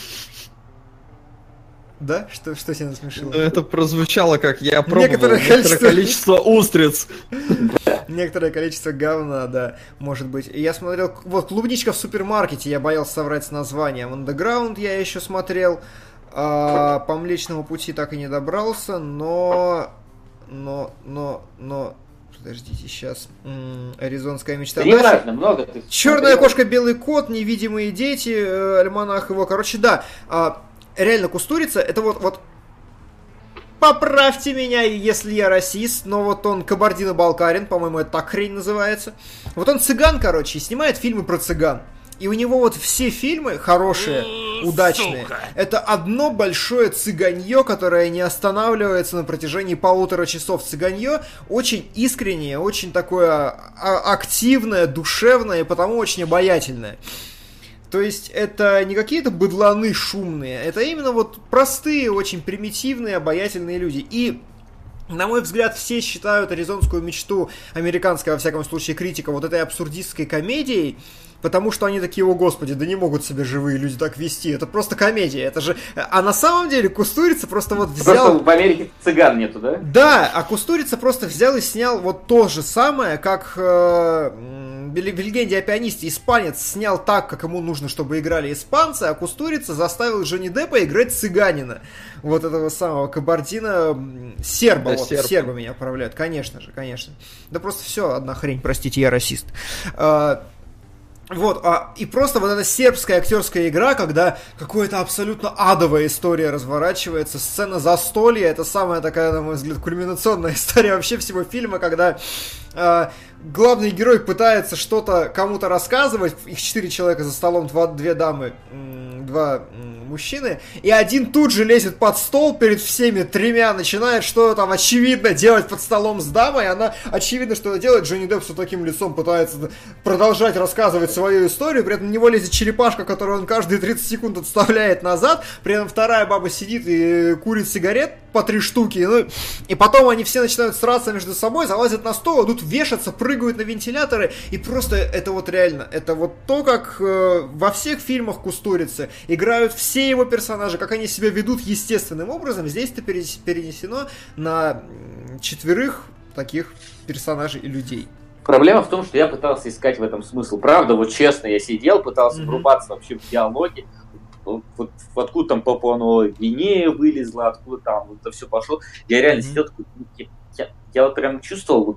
Да? Что, что тебя насмешило? Это прозвучало как я пробовал Некоторое некоторое количество, количество устриц. Некоторое количество говна, да, может быть. Я смотрел, вот, «Клубничка в супермаркете», я боялся соврать с названием. «Underground» я еще смотрел. А, по «Млечному пути» так и не добрался, но... Но, но, но... Подождите, сейчас. М-м, «Аризонская мечта». Не важно, много ты «Черная кошка, белый кот», «Невидимые дети», э, альманах его. Короче, да. А, реально, «Кустурица» это вот, вот. Поправьте меня, если я расист, но вот он кабардино-балкарин, по-моему, это так хрень называется. Вот он цыган, короче, и снимает фильмы про цыган. И у него вот все фильмы хорошие, удачные. Сука. Это одно большое цыганье, которое не останавливается на протяжении полутора часов. Цыганье очень искреннее, очень такое активное, душевное и потому очень обаятельное. То есть это не какие-то быдланы шумные, это именно вот простые, очень примитивные, обаятельные люди. И, на мой взгляд, все считают «Аризонскую мечту», американская, во всяком случае, критика, вот этой абсурдистской комедией, потому что они такие: о господи, да не могут себя живые люди так вести, это просто комедия, это же... А на самом деле Кустурица просто вот взял... Просто в Америке цыган нету, да? Да, а Кустурица просто взял и снял вот то же самое, как э, в «Легенде о пианисте» испанец снял так, как ему нужно, чтобы играли испанцы, а Кустурица заставил Джонни Деппа играть цыганина. Вот этого самого кабардина серба, да, вот, серб. сербы меня отправляют, конечно же, конечно. Да просто все одна хрень, простите, я расист. А, Вот, а, и просто вот эта сербская актерская игра, когда какая-то абсолютно адовая история разворачивается, сцена застолья, это самая такая, на мой взгляд, кульминационная история вообще всего фильма, когда э, главный герой пытается что-то кому-то рассказывать, их четыре человека за столом, два, две дамы, м, два м, мужчины, и один тут же лезет под стол перед всеми тремя, начинает что-то там очевидно делать под столом с дамой, она очевидно что-то делает, Джонни Депп с таким лицом пытается продолжать рассказывать свою историю, при этом на него лезет черепашка, которую он каждые тридцать секунд отставляет назад, при этом вторая баба сидит и курит сигарет по три штуки, ну, и потом они все начинают сраться между собой, залазят на стол, идут вешаться, прыгают на вентиляторы, и просто это вот реально, это вот то, как э, во всех фильмах Кустурицы играют все его персонажи, как они себя ведут естественным образом, здесь это перенесено на четверых таких персонажей и людей. Проблема в том, что я пытался искать в этом смысл. Правда, вот честно, я сидел, пытался mm-hmm. врубаться вообще в диалоги. Вот, вот откуда там Папуа-Новая Гвинея вылезла, откуда там вот это все пошло. Я реально mm-hmm. сидел такой, я, я, я вот прям чувствовал,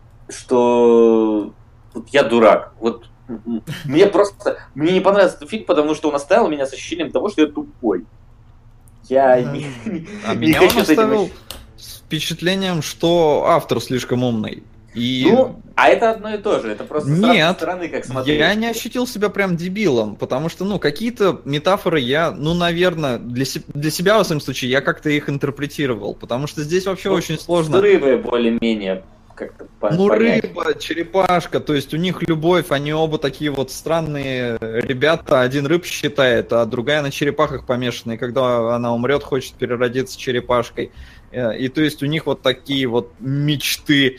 что вот я дурак. Вот мне просто, мне не понравился этот фильм, потому что он оставил меня с ощущением того, что я тупой. Я mm-hmm. не, а не меня хочу он с этим... оставил с впечатлением, что автор слишком умный. И... Ну, а это одно и то же, это просто Нет, с разной стороны, как смотреть. Я не ощутил себя прям дебилом, потому что, ну, какие-то метафоры я, ну, наверное, для, се- для себя, во всяком случае, я как-то их интерпретировал, потому что здесь вообще ну, очень сложно... С рыбой более-менее как-то Ну, понять. рыба, черепашка, то есть у них любовь, они оба такие вот странные ребята, один рыб считает, а другая на черепахах помешана, и когда она умрет, хочет переродиться черепашкой. И то есть у них вот такие вот мечты,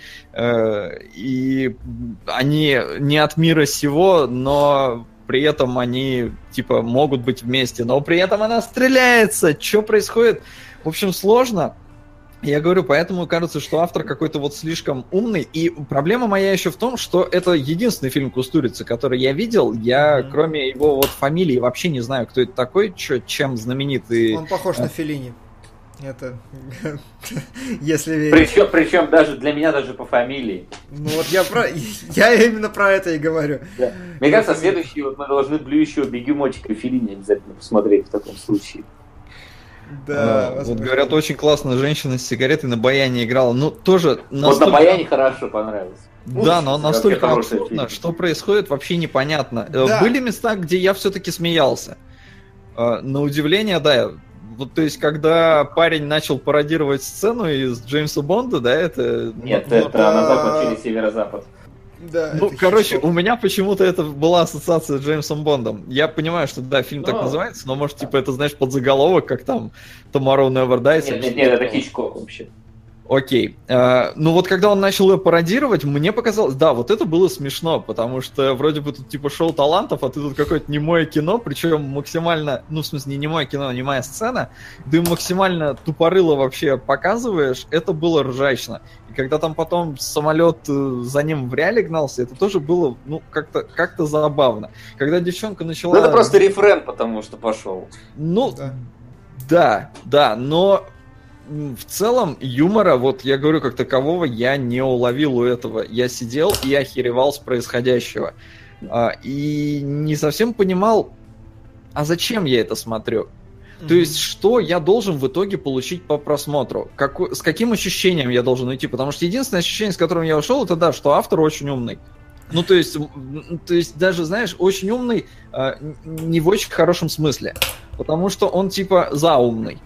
и они не от мира сего, но при этом они типа могут быть вместе, но при этом она стреляется. Что происходит? В общем, сложно. Я говорю, поэтому кажется, что автор какой-то вот слишком умный. И проблема моя еще в том, что это единственный фильм Кустурицы, который я видел. Я, mm-hmm. кроме его вот фамилии, вообще не знаю, кто это такой, чё, чем знаменитый. Он похож на Феллини. Это, если верить. Причем, причем даже для меня даже по фамилии. Ну вот я про, я именно про это и говорю. Да. Мне кажется, следующий вот мы должны блюющего бегемотика Феллини обязательно посмотреть в таком случае. Да. А, вот говорят, очень классно женщина с сигаретой на баяне играла. Ну тоже. Настолько... Вот на баяне хорошо понравилось. Да, но настолько абсурдно, что происходит, вообще непонятно. Да. Были места, где я все-таки смеялся. На удивление, да. Вот, то есть, когда парень начал пародировать сцену из Джеймса Бонда, да, это... Нет, ну, это да. на запад через северо-запад. Да, Ну, это короче, Хичкок. у меня почему-то это была ассоциация с Джеймсом Бондом. Я понимаю, что, да, фильм так Ну, называется, но, может, типа, это, знаешь, подзаголовок, как там Tomorrow Never Dies. Нет, или нет, нет, что-то это Хичкок вообще. Окей. А, ну вот когда он начал ее пародировать, мне показалось, да, вот это было смешно, потому что вроде бы тут типа шоу талантов, а ты тут какое-то немое кино, причем максимально, ну в смысле не немое кино, а немая сцена, ты максимально тупорыло вообще показываешь, это было ржачно. И когда там потом самолет э, за ним в реале гнался, это тоже было, ну, как-то как-то забавно. Когда девчонка начала... Ну, это просто рефрен, потому что пошел. Ну, Да. да, да, но м, в целом юмора, вот я говорю, как такового я не уловил у этого. Я сидел и охеревал с происходящего. А, и не совсем понимал, а зачем я это смотрю? То есть, что я должен в итоге получить по просмотру? Какой, с каким ощущением я должен уйти? Потому что единственное ощущение, с которым я ушел, это да, что автор очень умный. Ну, то есть, м, то есть даже, знаешь, очень умный э, не в очень хорошем смысле. Потому что он типа заумный.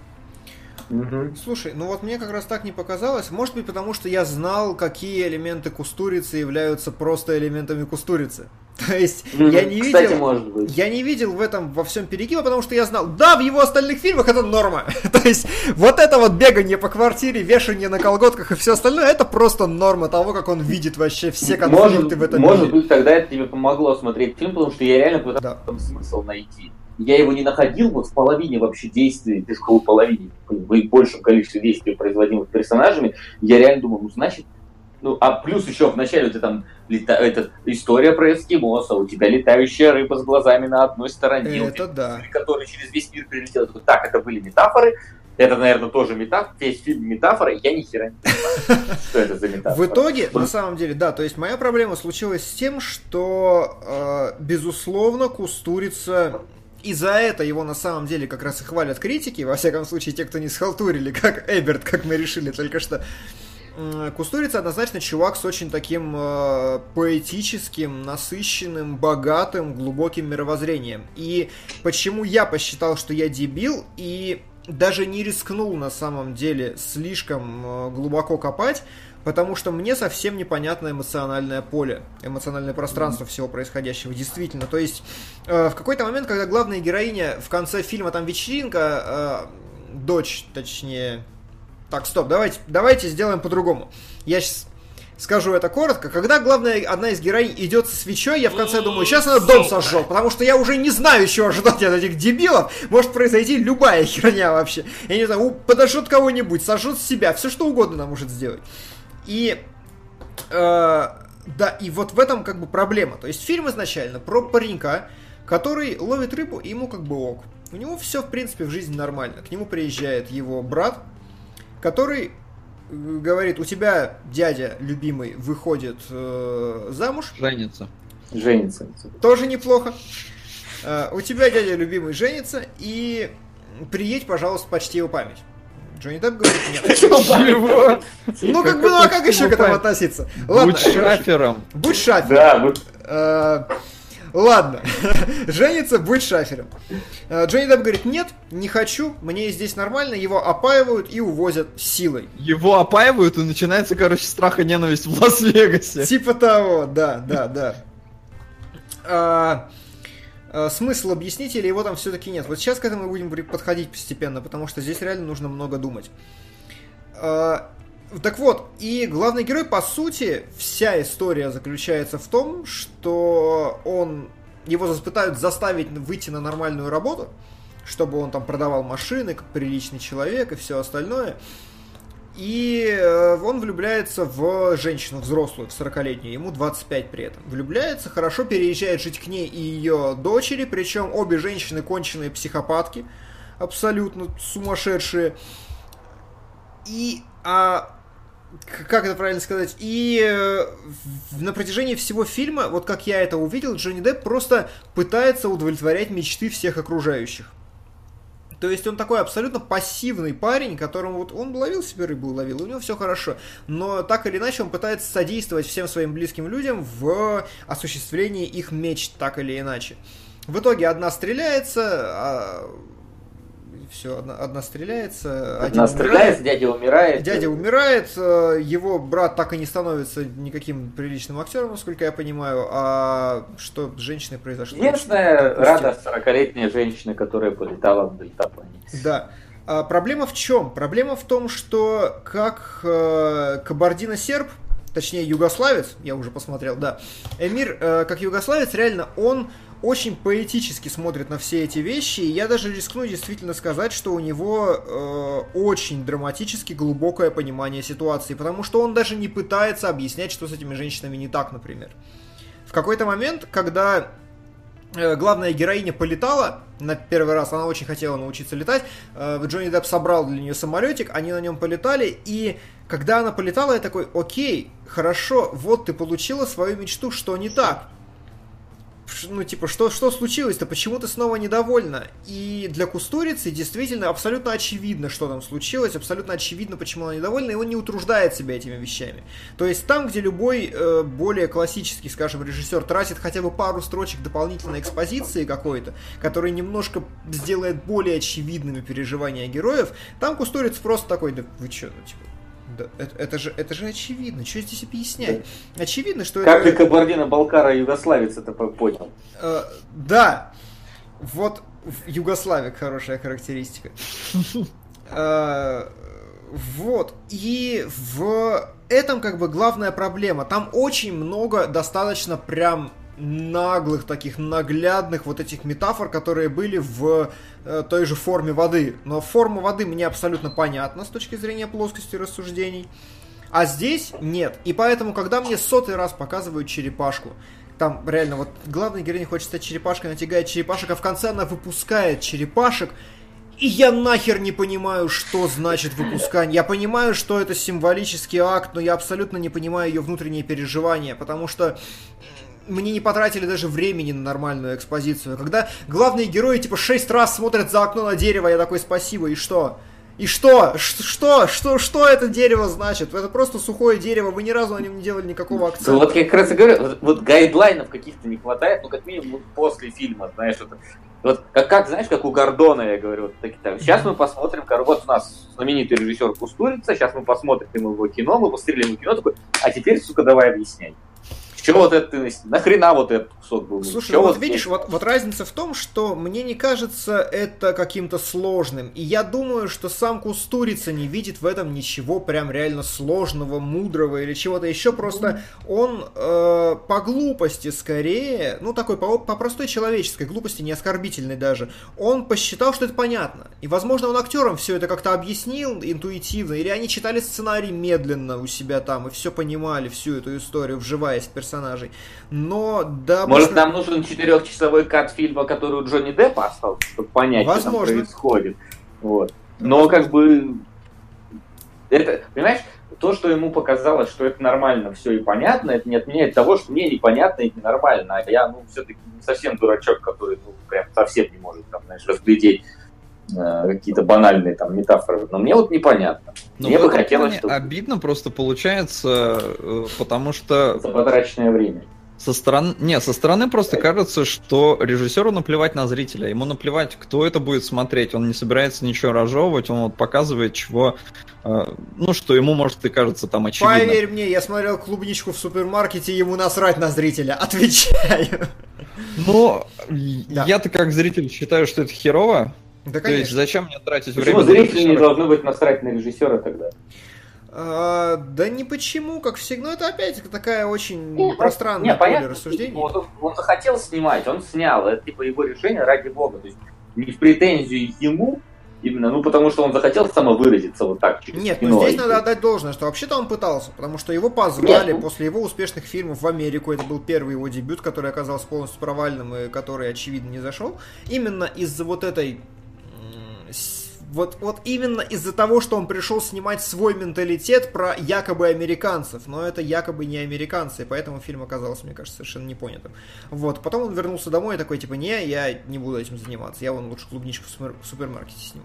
Угу. Слушай, ну вот мне как раз так не показалось. Может быть, потому что я знал, какие элементы Кустурицы являются просто элементами Кустурицы. То есть я не Кстати, видел... может быть. Я не видел в этом во всем перегиба, потому что я знал, да, в его остальных фильмах это норма. То есть вот это вот бегание по квартире, вешание на колготках и все остальное, это просто норма того, как он видит вообще все конфликты Может, в этом может мире. быть, тогда это тебе помогло смотреть фильм, потому что я реально пытался Да. там смысл найти. Я его не находил вот в половине вообще действий, ты сказал, половине, в большем количестве действий, производимых персонажами. Я реально думал, ну, значит, ну, а плюс еще вначале вот там лета... это, история про эскимоса, у тебя летающая рыба с глазами на одной стороне, Это да. который через весь мир прилетел. Я такой, так, это были метафоры, это, наверное, тоже метафора, весь фильм метафора, я ни хера не понимаю, что это за метафора. В итоге, на самом деле, да, то есть моя проблема случилась с тем, что, э, безусловно, Кустурица... И за это его на самом деле как раз и хвалят критики, во всяком случае те, кто не схалтурили, как Эберт, как мы решили только что. Кустурица однозначно чувак с очень таким э, поэтическим, насыщенным, богатым, глубоким мировоззрением. И почему я посчитал, что я дебил, и даже не рискнул на самом деле слишком э, глубоко копать, потому что мне совсем непонятно эмоциональное поле, эмоциональное пространство всего происходящего, действительно. То есть э, в какой-то момент, когда главная героиня в конце фильма, там вечеринка, э, дочь, точнее... Так, стоп, давайте, давайте сделаем по-другому. Я сейчас скажу это коротко. Когда главная, одна из героинь идет со свечой, я в конце думаю, сейчас она дом сожжет, потому что я уже не знаю, чего ожидать от этих дебилов. Может произойти любая херня вообще. Я не знаю, подожжет кого-нибудь, сожжет себя, все что угодно она может сделать. И... Э, да, и вот в этом как бы проблема. То есть фильм изначально про паренька, который ловит рыбу, и ему как бы ок. У него все, в принципе, в жизни нормально. К нему приезжает его брат, который говорит, у тебя дядя любимый выходит э, замуж. Женится. Женится. Тоже неплохо. Э, у тебя дядя любимый женится, и приедь, пожалуйста, почти его память. Джонни Депп говорит, нет. Чего? Ну, как бы, ну, а как еще к этому относиться? Ладно. Будь шафером. Будь шафером. Да, вот. Э, Ладно, женится, будь шафером. Э, Джонни Депп говорит, нет, не хочу, мне здесь нормально, его опаивают и увозят силой. Его опаивают, и начинается, короче, страх и ненависть в Лас-Вегасе. Типа того, да, да, да. А, а, смысл объяснить или его там все-таки нет? Вот сейчас к этому мы будем подходить постепенно, потому что здесь реально нужно много думать. А, так вот, и главный герой, по сути, вся история заключается в том, что он, его пытаются заставить выйти на нормальную работу, чтобы он там продавал машины, как приличный человек и все остальное. И он влюбляется в женщину взрослую, в сорокалетнюю, ему двадцать пять при этом. Влюбляется, хорошо переезжает жить к ней и ее дочери, причем обе женщины конченые психопатки, абсолютно сумасшедшие. И... А, как это правильно сказать? И э, на протяжении всего фильма, вот как я это увидел, Джонни Депп просто пытается удовлетворять мечты всех окружающих. То есть он такой абсолютно пассивный парень, которому вот он ловил себе рыбу, ловил, у него все хорошо. Но так или иначе он пытается содействовать всем своим близким людям в осуществлении их мечт, так или иначе. В итоге одна стреляется, а все одна, одна стреляется. Одна стреляется, дядя умирает. Дядя умирает, его брат так и не становится никаким приличным актером, насколько я понимаю. А что с женщиной произошло? Единственная радость сорокалетняя женщина, которая полетала на дельтаплане. Да. А проблема в чем? Проблема в том, что как э, кабардино-серб, точнее югославец, я уже посмотрел, да, Эмир, э, как югославец, реально он очень поэтически смотрит на все эти вещи, и я даже рискну действительно сказать, что у него э, очень драматически глубокое понимание ситуации, потому что он даже не пытается объяснять, что с этими женщинами не так, например. В какой-то момент, когда э, главная героиня полетала на первый раз, она очень хотела научиться летать, э, Джонни Депп собрал для нее самолетик, они на нем полетали, и когда она полетала, я такой: окей, хорошо, вот ты получила свою мечту, что не так? Ну, типа, что, что случилось-то? Почему ты снова недовольна? И для Кустурицы действительно абсолютно очевидно, что там случилось, абсолютно очевидно, почему она недовольна, и он не утруждает себя этими вещами. То есть там, где любой э, более классический, скажем, режиссер тратит хотя бы пару строчек дополнительной экспозиции какой-то, который немножко сделает более очевидными переживания героев, там Кустурица просто такой: да вы чё, ну, типа, да, это, это, же, это же очевидно. Что здесь объяснять? Да. Очевидно, что как это... Как ты Кабардино-Балкара югославец это понял? Э, да. Вот югославик хорошая характеристика. Вот. И в этом как бы главная проблема. Там очень много достаточно прям наглых, таких наглядных вот этих метафор, которые были в э, той же форме воды. Но форма воды мне абсолютно понятна с точки зрения плоскости рассуждений. А здесь нет. И поэтому, когда мне сотый раз показывают черепашку, там реально вот главная героиня хочет стать черепашкой, она тягает черепашек, а в конце она выпускает черепашек, и я нахер не понимаю, что значит выпускание. Я понимаю, что это символический акт, но я абсолютно не понимаю ее внутренние переживания, потому что мне не потратили даже времени на нормальную экспозицию. Когда главные герои типа шесть раз смотрят за окно на дерево, я такой: спасибо, и что? И что? Что? Что? Что это дерево значит? Это просто сухое дерево, вы ни разу на нем не делали никакого акцента. Вот я как раз и говорю, вот, вот гайдлайнов каких-то не хватает, ну как минимум после фильма, знаешь, это, вот как, как, знаешь, как у Гордона, я говорю, вот такие, так, сейчас мы посмотрим, вот у нас знаменитый режиссер Кустурица, сейчас мы посмотрим его кино, мы посмотрели его кино, такой: а теперь, сука, давай объясняй. Чего вот это, нахрена вот этот кусок был? Слушай, ну вот, вот видишь, вот, вот разница в том, что мне не кажется это каким-то сложным. И я думаю, что сам Кустурица не видит в этом ничего прям реально сложного, мудрого или чего-то еще. Просто он э, по глупости скорее, ну такой по, по простой человеческой глупости, не оскорбительной даже, он посчитал, что это понятно. И, возможно, он актерам все это как-то объяснил интуитивно, или они читали сценарий медленно у себя там и все понимали, всю эту историю, вживаясь в персонажа. Но да, может, нам нужен четырехчасовой кат фильма, который у Джонни Деппа остался, чтобы понять, возможно, что там происходит. Вот. Но как бы это, понимаешь, то, что ему показалось, что это нормально, все и понятно, это не отменяет того, что мне непонятно и ненормально. А я, ну, все-таки не совсем дурачок, который, ну, прям совсем не может, там, знаешь, разглядеть э, какие-то банальные там метафоры. Но мне вот непонятно. Но мне бы хотелось, чтобы... обидно просто получается, потому что... За потраченное время. Со стороны... Не, со стороны просто кажется, что режиссеру наплевать на зрителя. Ему наплевать, кто это будет смотреть. Он не собирается ничего разжевывать, он вот показывает, чего... Э, ну, что ему, может, и кажется там очевидно. Поверь мне, я смотрел клубничку в супермаркете, ему насрать на зрителя. Отвечаю. Ну, да. Я-то как зритель считаю, что это херово. Да, то есть зачем мне тратить Почему время? Почему зрителю не должно быть насрать на режиссера тогда? А, да не почему, как всегда. Ну, это опять такая очень нет, пространная нет, поле рассуждений. Вот он, он захотел снимать, он снял. Это типа его решение ради бога. То есть не в претензию ему, именно, ну потому что он захотел самовыразиться вот так через Нет, кино. ну здесь надо отдать должное, что вообще-то он пытался, потому что его позвали нет, после его успешных фильмов в Америку. Это был первый его дебют, который оказался полностью провальным и который, очевидно, не зашел. Именно из-за вот этой... Вот, вот именно из-за того, что он пришел снимать свой менталитет про якобы американцев, но это якобы не американцы, и поэтому фильм оказался, мне кажется, совершенно непонятым. Вот, потом он вернулся домой и такой, типа, не, я не буду этим заниматься, я вон лучше клубничку в супермаркете сниму.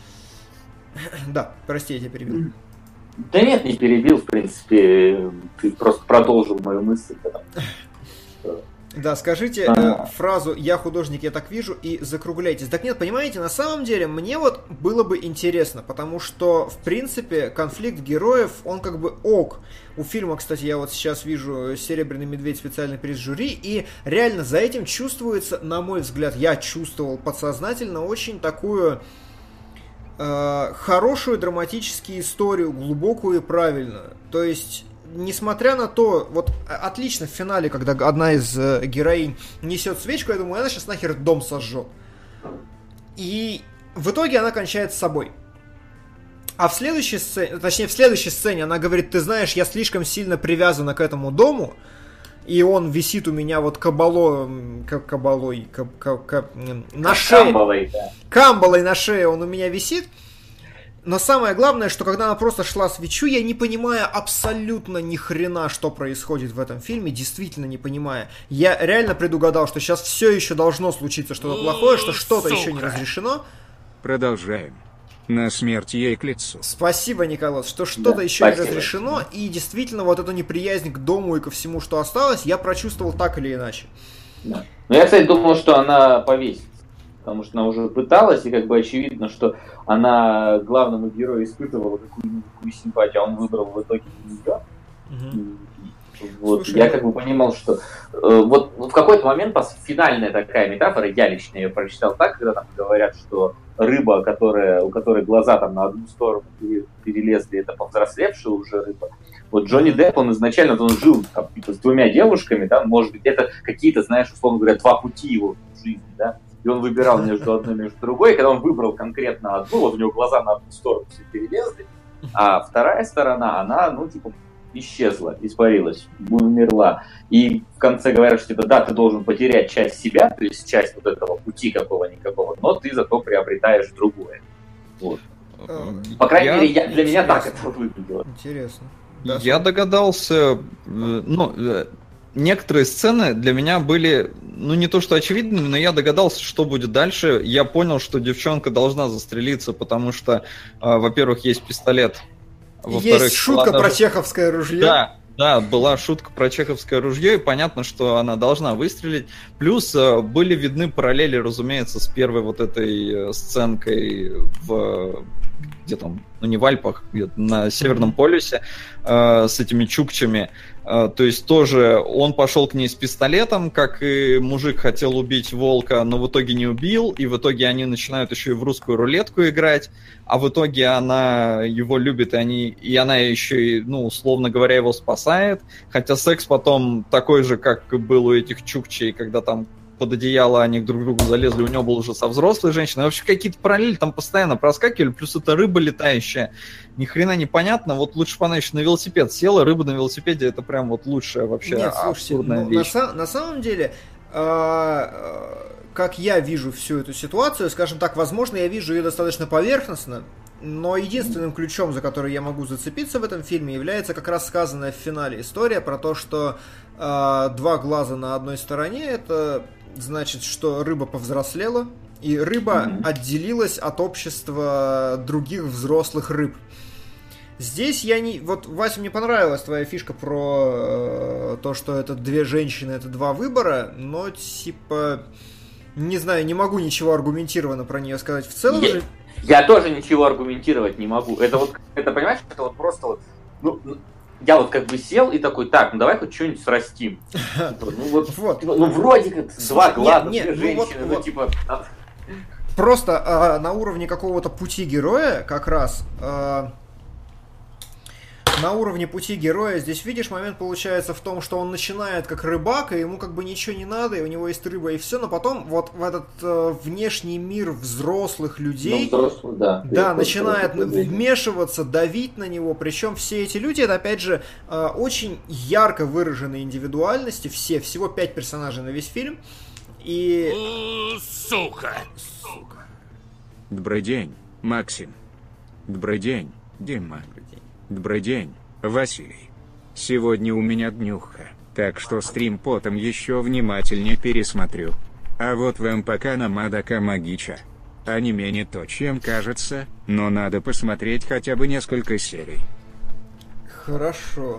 Да, прости, я тебя перебил. Да нет, не перебил, в принципе, ты просто продолжил мою мысль. Да, скажите э, фразу «я художник, я так вижу» и закругляйтесь. Так нет, понимаете, на самом деле мне вот было бы интересно, потому что, в принципе, конфликт героев, он как бы ок. У фильма, кстати, я вот сейчас вижу «Серебряный медведь», специальный приз жюри, и реально за этим чувствуется, на мой взгляд, я чувствовал подсознательно очень такую э, хорошую драматическую историю, глубокую и правильную. То есть... Несмотря на то, вот отлично в финале, когда одна из э, героинь несет свечку, я думаю, она сейчас нахер дом сожжет. И в итоге она кончает с собой. А в следующей сцене, точнее в следующей сцене она говорит, ты знаешь, я слишком сильно привязана к этому дому, и он висит у меня вот кабало, как кабалой, каб, каб, каб, на шее. Камбалой, да. Камбалой на шее он у меня висит. Но самое главное, что когда она просто шла свечу, я не понимая абсолютно ни хрена, что происходит в этом фильме, действительно не понимая. Я реально предугадал, что сейчас все еще должно случиться что-то плохое, что что-то еще не разрешено. Продолжаем. На смерть ей к лицу. Спасибо, Николас, что что-то Да, еще спасибо. не разрешено, и действительно вот эту неприязнь к дому и ко всему, что осталось, я прочувствовал так или иначе. Да. Ну, я, кстати, думал, что она повесится. Потому что она уже пыталась, и как бы очевидно, что она главному герою испытывала какую-нибудь симпатию, а он выбрал в итоге нее. Угу. Вот, Слушай, я ну... как бы понимал, что э, вот в какой-то момент финальная такая метафора, я лично ее прочитал так, когда там говорят, что рыба, которая, у которой глаза там на одну сторону перелезли, это повзрослевшая уже рыба. Вот Джонни Депп, он изначально он жил там, типа, с двумя девушками, да, может быть, это какие-то, знаешь, условно говоря, два пути его в жизни, да. И он выбирал между одной и между другой. И когда он выбрал конкретно одну, вот у него глаза на одну сторону все перелезли, а вторая сторона, она, ну, типа, исчезла, испарилась, умерла. И в конце говорят, что, типа, да, ты должен потерять часть себя, то есть часть вот этого пути какого-никакого, но ты зато приобретаешь другое. Вот. По крайней я... мере, я, для меня Интересно. так это выглядело. Интересно. Да, я догадался, ну, некоторые сцены для меня были, ну, не то что очевидными, но я догадался, что будет дальше. Я понял, что девчонка должна застрелиться, потому что, во-первых, есть пистолет. Во-вторых, есть шутка даже... про чеховское ружье. Да, да, была шутка про чеховское ружье, и понятно, что она должна выстрелить. Плюс были видны параллели, разумеется, с первой вот этой сценкой в... где там, ну не в Альпах, где на Северном полюсе, э, с этими чукчами. Э, то есть тоже он пошел к ней с пистолетом, как и мужик хотел убить волка, но в итоге не убил, и в итоге они начинают еще и в русскую рулетку играть, а в итоге она его любит, и, они, и она еще и, ну, условно говоря, его спасает. Хотя секс потом такой же, как был у этих чукчей, когда там под одеяло они друг к другу залезли, у него был уже со взрослой женщиной. Вообще какие-то параллели там постоянно проскакивали, плюс это рыба летающая. Ни хрена непонятно. Вот лучше бы она еще на велосипед села, рыба на велосипеде это прям вот лучшая вообще Нет, слушайте, абсурдная ну, вещь. На, на самом деле, э, как я вижу всю эту ситуацию, скажем так, возможно, я вижу ее достаточно поверхностно, но единственным ключом, за который я могу зацепиться в этом фильме, является как раз сказанная в финале история про то, что э, два глаза на одной стороне, это значит, что рыба повзрослела, и рыба mm-hmm. отделилась от общества других взрослых рыб. Здесь я не... Вот, Вася, мне понравилась твоя фишка про э, то, что это две женщины, это два выбора, но, типа, не знаю, не могу ничего аргументированно про нее сказать в целом я, же. Я тоже ничего аргументировать не могу. Это вот, это, понимаешь, это вот просто вот... Ну, я вот как бы сел и такой, так, ну давай хоть что-нибудь срастим. Типа, ну вот, вот. Типа, ну вроде как два глаза, две ну, женщины, вот, ну вот. типа... Просто э, на уровне какого-то пути героя, как раз, э, на уровне пути героя, здесь, видишь, момент получается в том, что он начинает как рыбак, и ему как бы ничего не надо, и у него есть рыба, и все, но потом вот в этот э, внешний мир взрослых людей, ну, взрослый, да, да, начинает вмешиваться, давить на него, причем все эти люди, это, опять же, э, очень ярко выраженные индивидуальности, все, всего пять персонажей на весь фильм, и... Сука! Сука. Добрый день, Максим. Добрый день, Дима. Добрый день, Василий. Сегодня у меня днюха, так что стрим потом еще внимательнее пересмотрю. А вот вам пока на Мадака Магича. Аниме не то, чем кажется, но надо посмотреть хотя бы несколько серий. Хорошо.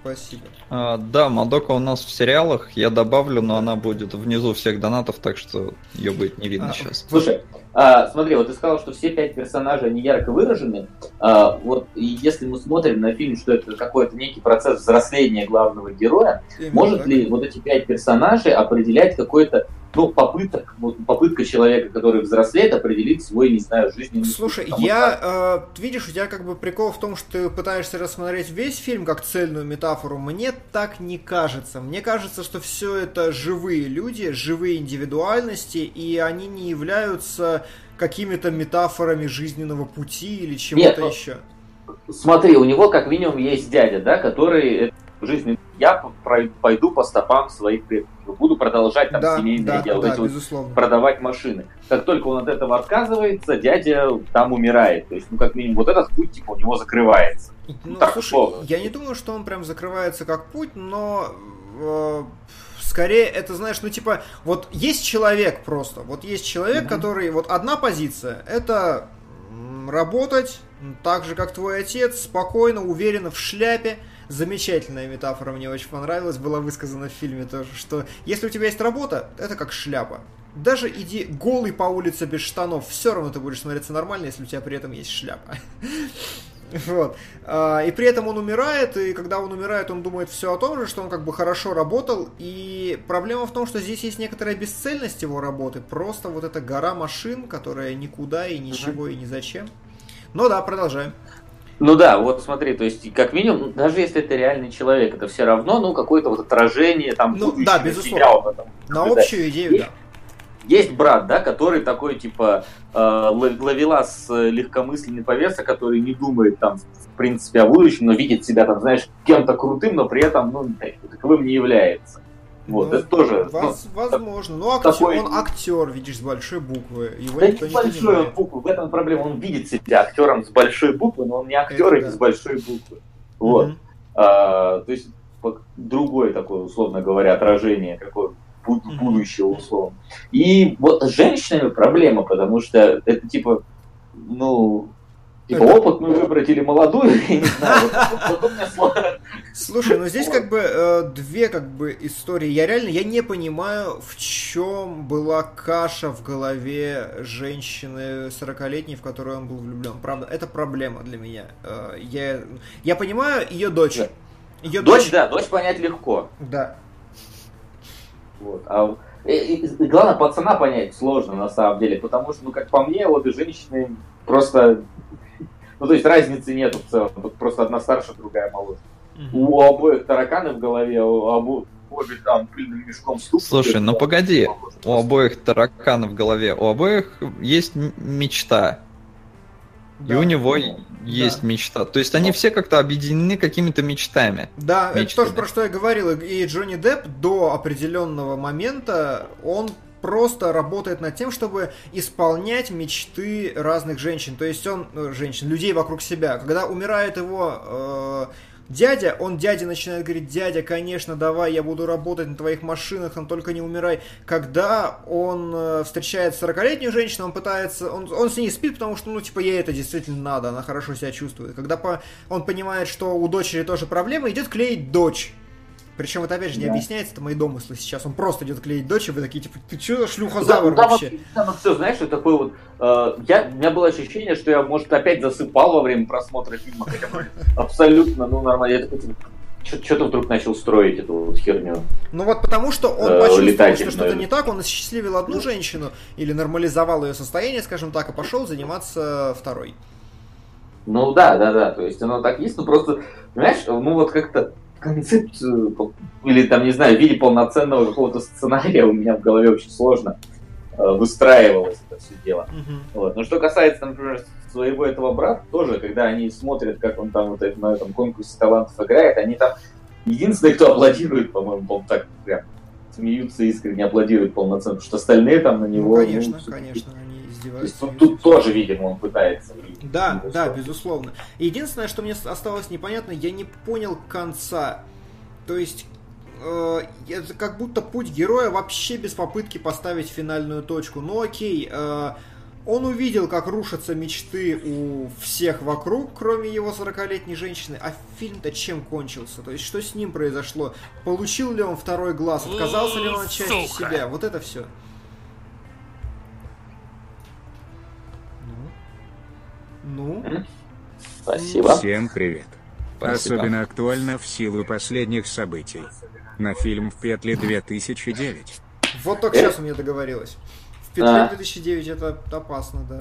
Спасибо. А, да, Мадока у нас в сериалах, я добавлю, но она будет внизу всех донатов, так что ее будет не видно А, сейчас. Слушай, а, смотри, вот ты сказал, что все пять персонажей, они ярко выражены. А, вот и если мы смотрим на фильм, что это какой-то некий процесс взросления главного героя, Именно может так. ли вот эти пять персонажей определять какой-то, ну, попыток, вот попытка человека, который взрослеет, определить свой, не знаю, жизненный путь? Слушай, Потому я, э, видишь, у тебя как бы прикол в том, что ты пытаешься рассмотреть весь фильм как цельную метафору. Мне так не кажется. Мне кажется, что все это живые люди, живые индивидуальности, и они не являются какими-то метафорами жизненного пути или чего-то Нет, ну, еще. Смотри, у него как минимум есть дядя, да, который в жизни, я пойду по стопам своих предков, буду продолжать там Да, семейные да, дела, да, эти вот безусловно. продавать машины. Как только он от этого отказывается, дядя там умирает. То есть, ну, как минимум, вот этот путь, типа, у него закрывается. Ну, так, слушай, условно. я не думаю, что он прям закрывается как путь, но э, скорее это, знаешь, ну типа, вот есть человек просто, вот есть человек, mm-hmm. который, вот одна позиция, это м, работать так же, как твой отец, спокойно, уверенно, в шляпе. Замечательная метафора, мне очень понравилась, была высказана в фильме тоже, что если у тебя есть работа, это как шляпа. Даже иди голый по улице без штанов, все равно ты будешь смотреться нормально, если у тебя при этом есть шляпа. Вот. И при этом он умирает, и когда он умирает, он думает все о том же, что он как бы хорошо работал, и проблема в том, что здесь есть некоторая бесцельность его работы, просто вот эта гора машин, которая никуда и ничего и ни зачем. Ну да, продолжаем. Ну да, вот смотри, то есть, как минимум, даже если это реальный человек, это все равно, ну, какое-то вот отражение, там, ну, будущего да, себя. Вот, там, на общую идею, есть, да. Есть брат, да, который такой, типа, э, ловелас легкомысленный повеса, который не думает, там, в принципе, о будущем, но видит себя, там, знаешь, кем-то крутым, но при этом, ну, таковым не является. Вот, ну, это тоже... Воз, ну, возможно. Ну, актер, такой... он актер, видишь, с большой буквы. Его да никто не не большой понимает. буквы, в этом проблема. Он видит себя актером с большой буквы, но он не актер Это и да. с большой буквы. Вот. Мгм. А, то есть другое такое, условно говоря, отражение какое будущего, условно. И вот с женщинами проблема, потому что это типа, ну, типа Это- опытную выбрать или молодую, я не знаю. Вот, вот- вот у меня сложно. Слушай, ну здесь как бы э, две как бы истории. Я реально я не понимаю, в чем была каша в голове женщины сорокалетней, в которую он был влюблен. Правда, это проблема для меня. Э, я, я понимаю ее дочь. Да. Ее Дочь, да, дочь понять легко. Да. Вот. А и, и- и главное, пацана понять сложно на самом деле, потому что, ну, как по мне, обе женщины просто... Ну, то есть разницы нету в целом. Тут просто одна старше, другая моложе. У обоих тараканы в голове, у обо- обе там пыльным мешком стукают. Слушай, ну погоди, у обоих тараканов в голове, у обоих есть м- мечта. И Да. у него Ну, есть мечта. То есть они все как-то объединены какими-то мечтами. Да, это Мечтами. тоже про что я говорил. И Джонни Депп до определенного момента, он просто работает над тем, чтобы исполнять мечты разных женщин. То есть он, э, женщин, людей вокруг себя. Когда умирает его э, дядя, он дяде начинает говорить: дядя, конечно, давай, я буду работать на твоих машинах, но только не умирай. Когда он э, встречает сорокалетнюю женщину, он пытается, он, он с ней спит, потому что, ну, типа, ей это действительно надо, она хорошо себя чувствует. Когда по, он понимает, что у дочери тоже проблемы, идет клеить дочь. Причем это, опять же, не Да. объясняется, это мои домыслы сейчас. Он просто идет клеить дочь, и вы такие, типа, ты чё, Ну, шлюхозавр там, вообще? там, там все, знаешь, что такое вот... э, я, у меня было ощущение, что я, может, опять засыпал во время просмотра фильма, хотя бы абсолютно, ну, нормально. Я такой, что-то вдруг начал строить эту вот херню. Ну вот потому что он Э, почувствовал, летатель, что что-то наверное. не так, он осчастливил одну женщину, или нормализовал ее состояние, скажем так, и пошел заниматься второй. Ну да, да, да, то есть оно так есть, но просто, понимаешь, ну вот как-то концепцию, или там, не знаю, в виде полноценного какого-то сценария у меня в голове очень сложно э, выстраивалось это все дело. Мгм. Вот. Но что касается, например, своего этого брата, тоже, когда они смотрят, как он там вот это- на этом конкурсе талантов играет, они там единственные, кто аплодирует, по-моему, пол- так прям смеются искренне, аплодируют полноценно, потому что остальные там на него... Ну, конечно, ну, конечно, они То есть издеваются. тут, тут тоже, видимо, он пытается. Да, Ну, да, что. безусловно. Единственное, что мне осталось непонятно, я не понял конца. То есть, э, это как будто путь героя вообще без попытки поставить финальную точку. Ну окей, э, Он увидел, как рушатся мечты у всех вокруг, кроме его сорокалетней женщины. А фильм-то чем кончился? То есть, что с ним произошло? Получил ли он второй глаз? Отказался ли он от части Сука. себя? Вот это все. Ну? Ну? Спасибо. Всем привет. Спасибо. Особенно актуально в силу последних событий. На фильм «В петле две тысячи девять». Вот только сейчас у меня договорилось. В петле А. две тысячи девять это опасно, да.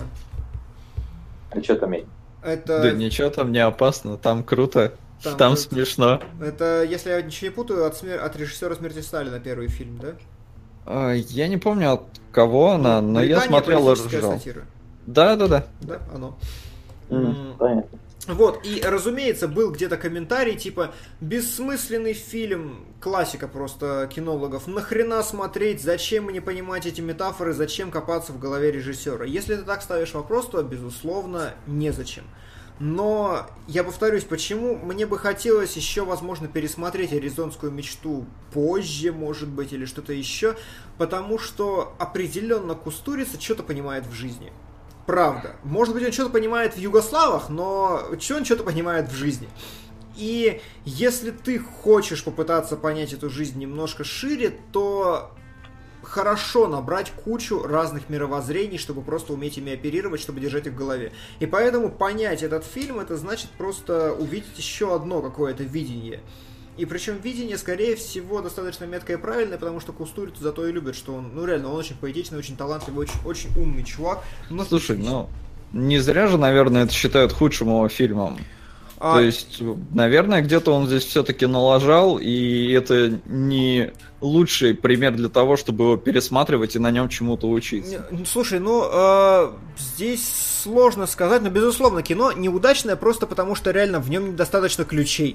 А что там есть? Это, Да ничего там не опасно, там круто, Там там, это- смешно. это, если я ничего не путаю, от, смер- от режиссера «Смерти Сталина» первый фильм, да? А, Я не помню, от кого она, но я Британия, смотрел и политическая ржал. сатира. Да-да-да. Да, оно. М, М. Понятно. Вот, и, разумеется, был где-то комментарий, типа, бессмысленный фильм, классика просто кинологов, нахрена смотреть, зачем не понимать эти метафоры, зачем копаться в голове режиссера. Если ты так ставишь вопрос, то, безусловно, незачем. Но, я повторюсь, почему мне бы хотелось еще, возможно, пересмотреть «Аризонскую мечту» позже, может быть, или что-то еще, потому что определенно Кустурица что-то понимает в жизни. Правда. Может быть, он что-то понимает в Югославах, но что он что-то понимает в жизни. И если ты хочешь попытаться понять эту жизнь немножко шире, то хорошо набрать кучу разных мировоззрений, чтобы просто уметь ими оперировать, чтобы держать их в голове. И поэтому понять этот фильм, это значит просто увидеть еще одно какое-то видение. И причем видение, скорее всего, достаточно меткое и правильное, потому что Кустурицу зато и любят, что он, ну реально, он очень поэтичный, очень талантливый, очень, очень умный чувак. Но Слушай, ну, не зря же, наверное, это считают худшим его фильмом. А, То есть, наверное, где-то он здесь все-таки налажал, и это не лучший пример для того, чтобы его пересматривать и на нем чему-то учиться. не, слушай, ну э, здесь сложно сказать, но безусловно кино неудачное просто потому, что реально в нем недостаточно ключей.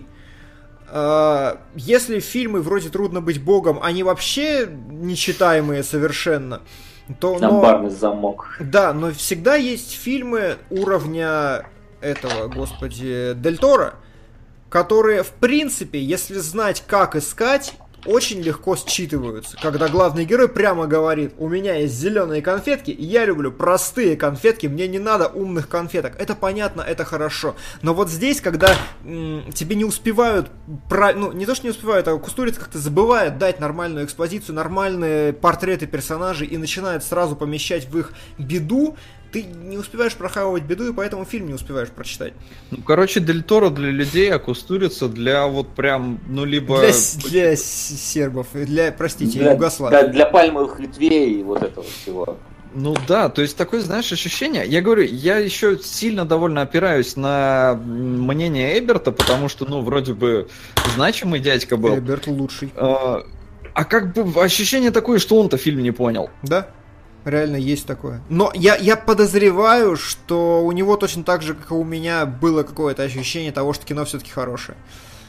Э, если фильмы вроде «Трудно быть богом», они вообще нечитаемые совершенно, то... но- Амбарный замок. Да, но всегда есть фильмы уровня этого, господи, Дель Торо, которые, в принципе, если знать, как искать, очень легко считываются. Когда главный герой прямо говорит: у меня есть зеленые конфетки, и я люблю простые конфетки, мне не надо умных конфеток. Это понятно, это хорошо. Но вот здесь, когда м, тебе не успевают, про... ну, не то, что не успевают, а Кустурица как-то забывает дать нормальную экспозицию, нормальные портреты персонажей и начинает сразу помещать в их беду, ты не успеваешь прохавывать беду, и поэтому фильм не успеваешь прочитать. Ну, короче, Дель Торо для людей, а Кустурица для вот прям, ну, либо... Для, с- для с- сербов, для, простите, Для, Югославии. для, для пальмовых ветвей и вот этого всего. Ну да, то есть такое, знаешь, ощущение. Я говорю, я еще сильно довольно опираюсь на мнение Эберта, потому что, ну, вроде бы значимый дядька был. Эберт лучший. А, а как бы ощущение такое, что он-то фильм не понял. Да, реально есть такое. Но я, я подозреваю, что у него точно так же, как и у меня, было какое-то ощущение того, что кино все-таки хорошее.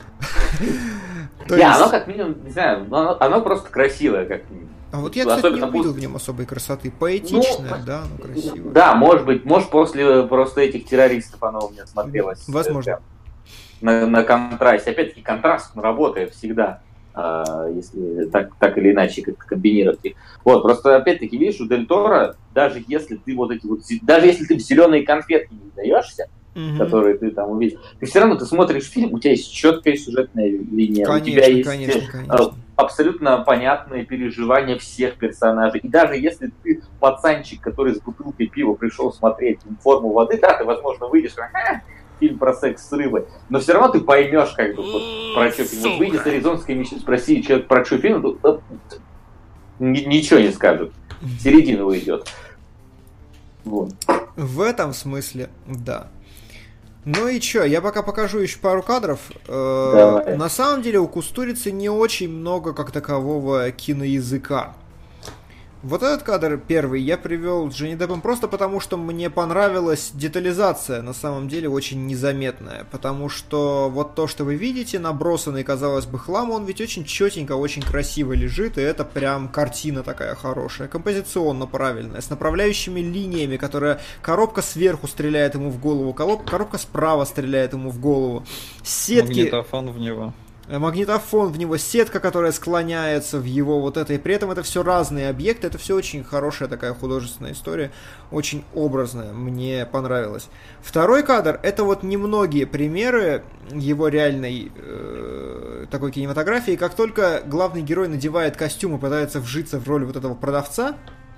То Не, есть- оно как минимум, не знаю, оно, оно просто красивое, как минимум. А вот я, кстати, не Особенно увидел после- в нем особой красоты. Поэтичное, Ну, да, ну красиво. Да, может быть, может после просто этих террористов оно у меня смотрелось. э, Возможно. прям На, на контрасте. Опять-таки, контраст он работает всегда, а, если так, так или иначе как-то комбинировать их. Вот, просто опять-таки, видишь, у Дель Торо, даже если ты вот эти вот, зе- даже если ты в зеленые конфетки не даешься, Мгм. которые ты там увидишь, ты все равно ты смотришь фильм, у тебя есть четкая сюжетная линия, у тебя Конечно, есть конечно, э, конечно. абсолютно понятные переживания всех персонажей. И даже если ты пацанчик, который с бутылкой пива пришел смотреть форму воды, да, ты, возможно, выйдешь, «Ха, фильм про секс с рыбой, но все равно ты поймешь, как бы, вот, про что фильм. Вот выйди с «Аризонской мечты», спроси человек, про что фильм, тут, э, ни- ничего не скажут. Середина уйдет. Вот. В этом смысле, да. Ну и чё, я пока покажу еще пару кадров. Э, Давай. На самом деле у Кустурицы не очень много как такового киноязыка. Вот этот кадр первый я привел с Джонни Деппом просто потому, что мне понравилась детализация, на самом деле очень незаметная. Потому что вот то, что вы видите, набросанный, казалось бы, хлам, он ведь очень четенько, очень красиво лежит, и это прям картина такая хорошая, композиционно правильная, с направляющими линиями, которая коробка сверху стреляет ему в голову, коробка, коробка справа стреляет ему в голову. Сетки... Магнитофон в него. магнитофон, в него сетка, которая склоняется в его вот это, и при этом это все разные объекты, это все очень хорошая такая художественная история, очень образная, мне понравилось. Второй кадр, это вот немногие примеры его реальной э, такой кинематографии, как только главный герой надевает костюм и пытается вжиться в роль вот этого продавца,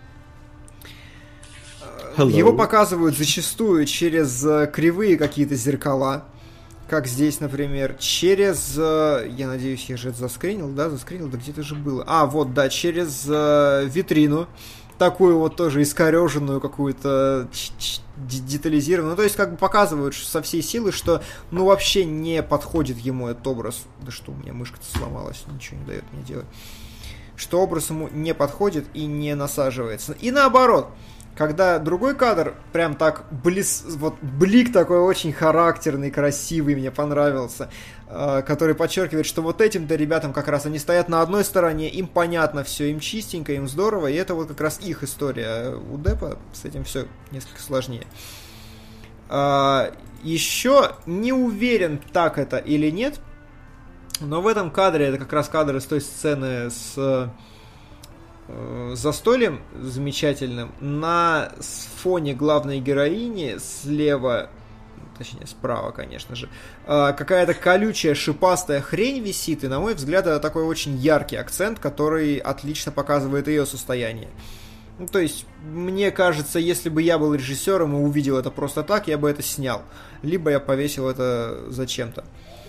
Hello. Его показывают зачастую через кривые какие-то зеркала, как здесь, например, через, я надеюсь, я же это заскринил, да, заскринил, да где-то же было. А, вот, да, через витрину, такую вот тоже искореженную какую-то детализированную. Ну, то есть, как бы показывают со всей силы, что, ну, вообще не подходит ему этот образ. Да что, у меня мышка-то сломалась, ничего не дает мне делать. Что образ ему не подходит и не насаживается. И наоборот, когда другой кадр, прям так, близ, вот блик такой очень характерный, красивый, мне понравился, э, который подчеркивает, что вот этим-то ребятам как раз они стоят на одной стороне, им понятно все, им чистенько, им здорово, и это вот как раз их история. У Деппа с этим все несколько сложнее. Э, еще не уверен, так это или нет, но в этом кадре, это как раз кадр из той сцены с застольем замечательным, на фоне главной героини слева, точнее справа, конечно же, какая-то колючая шипастая хрень висит, и, на мой взгляд, это такой очень яркий акцент, который отлично показывает ее состояние. Ну, то есть, мне кажется, если бы я был режиссером и увидел это просто так, я бы это снял. Либо я повесил это зачем-то.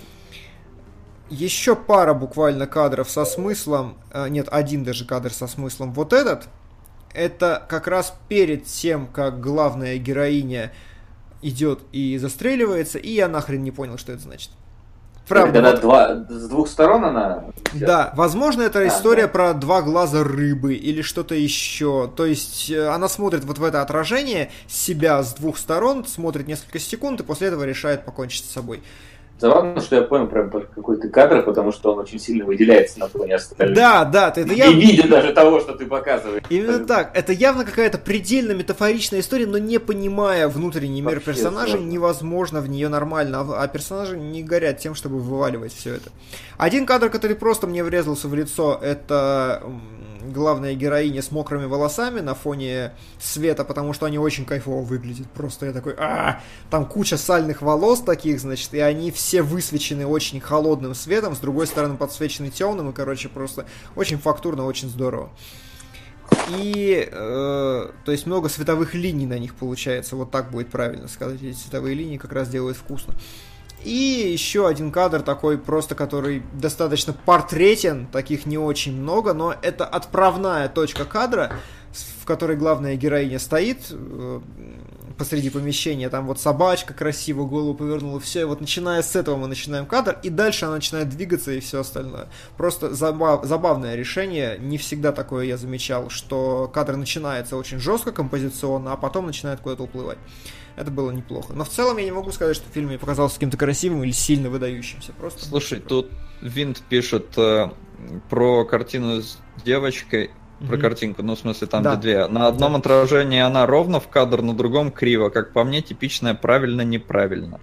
Еще пара буквально кадров со смыслом, нет, один даже кадр со смыслом. Вот этот, это как раз перед тем, как главная героиня идет и застреливается, и я нахрен не понял, что это значит. Правда. Когда вот... два, с двух сторон она... Да, возможно, это а, история да. про два глаза рыбы или что-то еще. То есть она смотрит вот в это отражение себя с двух сторон, смотрит несколько секунд и после этого решает покончить с собой. Забавно, что я понял про какой-то кадр, потому что он очень сильно выделяется на фоне остальных. Да, да, ты это явно... Не видя даже того, что ты показываешь. Именно так. Это явно какая-то предельно метафоричная история, но не понимая внутренний мир Вообще персонажей, сложно. Невозможно в нее нормально. А персонажи не горят тем, чтобы вываливать все это. Один кадр, который просто мне врезался в лицо, это главная героиня с мокрыми волосами на фоне света, потому что они очень кайфово выглядят. Просто я такой, а там куча сальных волос таких, значит, и они все высвечены очень холодным светом, с другой стороны подсвечены темным, и, короче, просто очень фактурно, очень здорово. И, э, то есть, много световых линий на них получается, вот так будет правильно сказать, эти световые линии как раз делают вкусно. И еще один кадр такой просто, который достаточно портретен, таких не очень много, но это отправная точка кадра, в которой главная героиня стоит э, посреди помещения, там вот собачка красиво голову повернула, все, и вот начиная с этого мы начинаем кадр, и дальше она начинает двигаться и все остальное. Просто забав, забавное решение, не всегда такое я замечал, что кадр начинается очень жестко композиционно, а потом начинает куда-то уплывать. Это было неплохо. Но в целом я не могу сказать, что фильм мне показался каким-то красивым или сильно выдающимся. Просто Слушай, тут Винт пишет э, про картину с девочкой, mm-hmm. про картинку, ну, в смысле, там да. две. На одном да. отражении она ровно в кадр, на другом криво. Как по мне, типичное правильно-неправильно.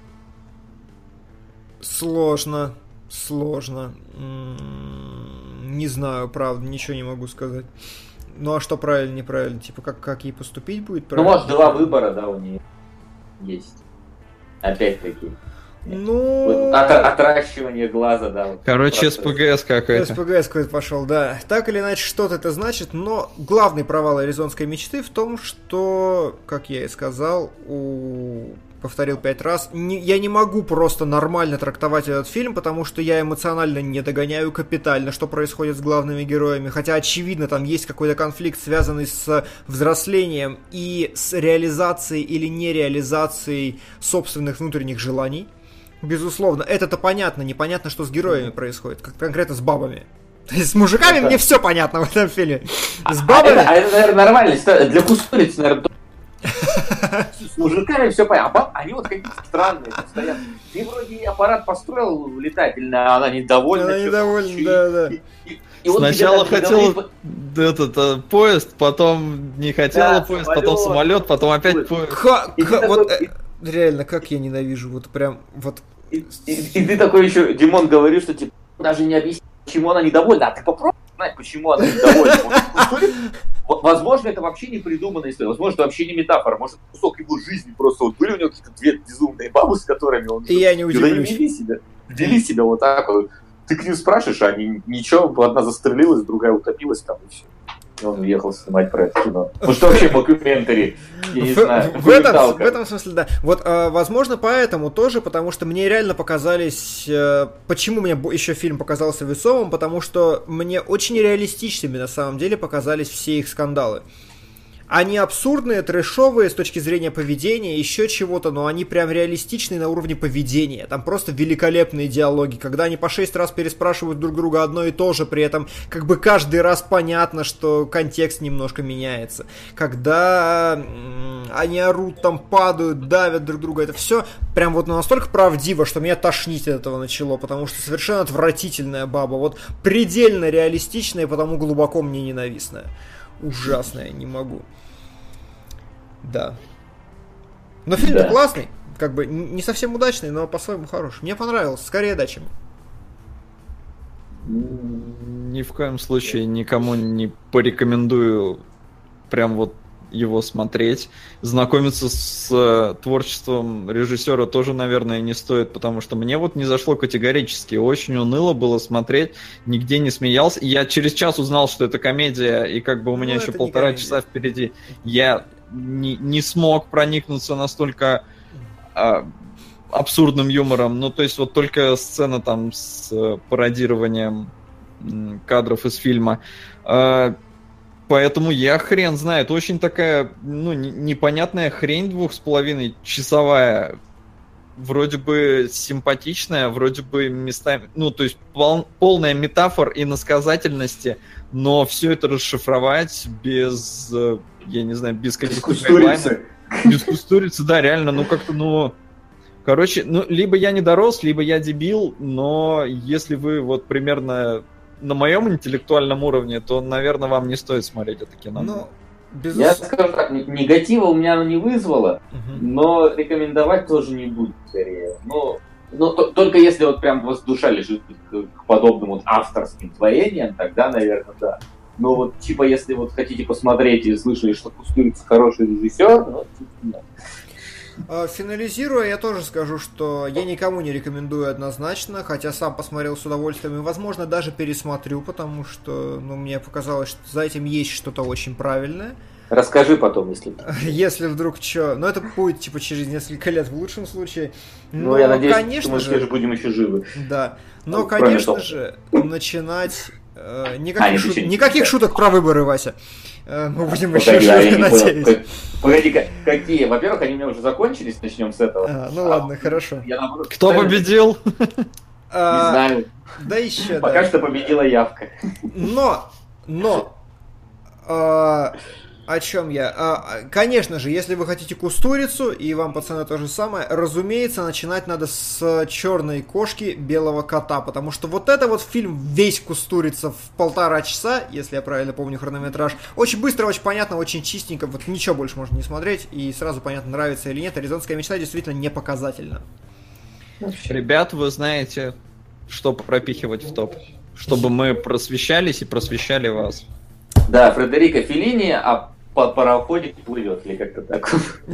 Сложно. Сложно. М-м- не знаю, правда, ничего не могу сказать. Ну а что правильно-неправильно? Типа, как, как ей поступить будет правильно? Ну, может, два выбора, да, у нее есть. Опять-таки. Ну... Вот от, отращивание глаза, да. Вот Короче, СПГС какой-то. СПГС какой-то пошел, да. Так или иначе, что-то это значит, но главный провал аризонской мечты в том, что, как я и сказал, у... повторил пять раз, не, я не могу просто нормально трактовать этот фильм, потому что я эмоционально не догоняю капитально, что происходит с главными героями, хотя, очевидно, там есть какой-то конфликт, связанный с взрослением и с реализацией или нереализацией собственных внутренних желаний. Безусловно, это-то понятно, непонятно, что с героями происходит, как конкретно с бабами. То есть с мужиками это... мне все понятно в этом фильме. С бабами... А, а, это, а это, наверное, нормально, для кустуриц, наверное, с мужиками все понятно, а баб, они вот какие-то странные стоят. Ты вроде аппарат построил летательный, а она недовольна. Она недовольна, да, да. И, и, и Сначала вот хотела говорит... этот а, поезд, потом не хотела да, поезд, самолет, потом самолет, потом опять поезд. Ха, ха, вот, такой... Реально, как я ненавижу, вот прям, вот И, и, и ты такой еще, Димон, говоришь, что типа даже не объяснить, почему она недовольна, а ты попробуй знать, почему она недовольна. Вот, возможно, это вообще не придуманная история, возможно, это вообще не метафора, может, кусок его жизни просто вот были у него какие-то две безумные бабы, с которыми он... И я не удивлюсь. Вели себя, вели себя вот так вот. Ты к ним спрашиваешь, а они ничего, одна застрелилась, другая утопилась там и все. И он уехал снимать про это кино. Ну что вообще мокюментари? Я не в, знаю. В этом, в этом смысле, да. Вот, э, возможно, поэтому тоже, потому что мне реально показались... Э, почему мне еще фильм показался весомым? Потому что мне очень реалистичными, на самом деле, показались все их скандалы. Они абсурдные, трэшовые с точки зрения поведения, еще чего-то, но они прям реалистичные на уровне поведения. Там просто великолепные диалоги, когда они по шесть раз переспрашивают друг друга одно и то же, при этом как бы каждый раз понятно, что контекст немножко меняется. Когда они орут, там падают, давят друг друга, это все прям вот настолько правдиво, что меня тошнить от этого начало, потому что совершенно отвратительная баба, вот предельно реалистичная и потому глубоко мне ненавистная. Ужасная, не могу. Да. Но фильм-то да. классный. Как бы не совсем удачный, но по-своему хороший. Мне понравился. Скорее да, чем. Ни в коем случае никому не порекомендую прям вот его смотреть. Знакомиться с э, творчеством режиссера тоже, наверное, не стоит, потому что мне вот не зашло категорически. Очень уныло было смотреть, нигде не смеялся. И я через час узнал, что это комедия, и как бы у меня ну, еще полтора часа впереди. Я не, не смог проникнуться настолько э, абсурдным юмором. Ну, то есть вот только сцена там с э, пародированием э, кадров из фильма. Э, Поэтому я хрен знает. Очень такая, ну, непонятная хрень двух с половиной часовая. Вроде бы симпатичная, вроде бы местами... Ну, то есть пол, полная метафор и иносказательности, но все это расшифровать без, я не знаю, без каких-то гайдлайнов. Без кустурицы, да, реально, ну как-то, ну... Короче, ну, либо я не дорос, либо я дебил, но если вы вот примерно... на моем интеллектуальном уровне, то, наверное, вам не стоит смотреть это кино. Ну, безус... Я скажу так, негатива у меня оно не вызвало, угу. но рекомендовать тоже не буду, скорее. Ну, ну то, только если вот прям вас душа лежит к, к подобным вот авторским творениям, тогда, наверное, да. Но вот, типа, если вот хотите посмотреть и слышали, что Кустурица хороший режиссер, ну, типа, нет. Финализируя, я тоже скажу, что я никому не рекомендую однозначно, хотя сам посмотрел с удовольствием и, возможно, даже пересмотрю, потому что, ну, мне показалось, что за этим есть что-то очень правильное. Расскажи потом, если... Если вдруг что. Но это будет, типа, через несколько лет в лучшем случае. Но, ну, я надеюсь, конечно что мы же... же будем еще живы. Да. Но, ну, конечно же, начинать... Э, никаких, а, шут... никаких шуток про выборы, Вася. Э, мы будем Погоди, еще а жить, надеюсь. Погоди, какие? Во-первых, они у меня уже закончились, начнем с этого. А, ну а, ладно, хорошо. Я, наоборот, Кто ставлю... победил? А, не знаю. Да еще, Пока да. что победила явка. Но, но... А... О чем я? А, конечно же, если вы хотите Кустурицу, и вам, пацаны, то же самое, разумеется, начинать надо с черной кошки белого кота, потому что вот это вот фильм весь Кустурица в полтора часа, если я правильно помню хронометраж, очень быстро, очень понятно, очень чистенько, вот ничего больше можно не смотреть, и сразу понятно, нравится или нет. Аризонская мечта действительно не показательна. Ребят, вы знаете, что пропихивать в топ, чтобы мы просвещались и просвещали вас. Да, Фредерико Феллини, а пароходик плывет, или как-то так.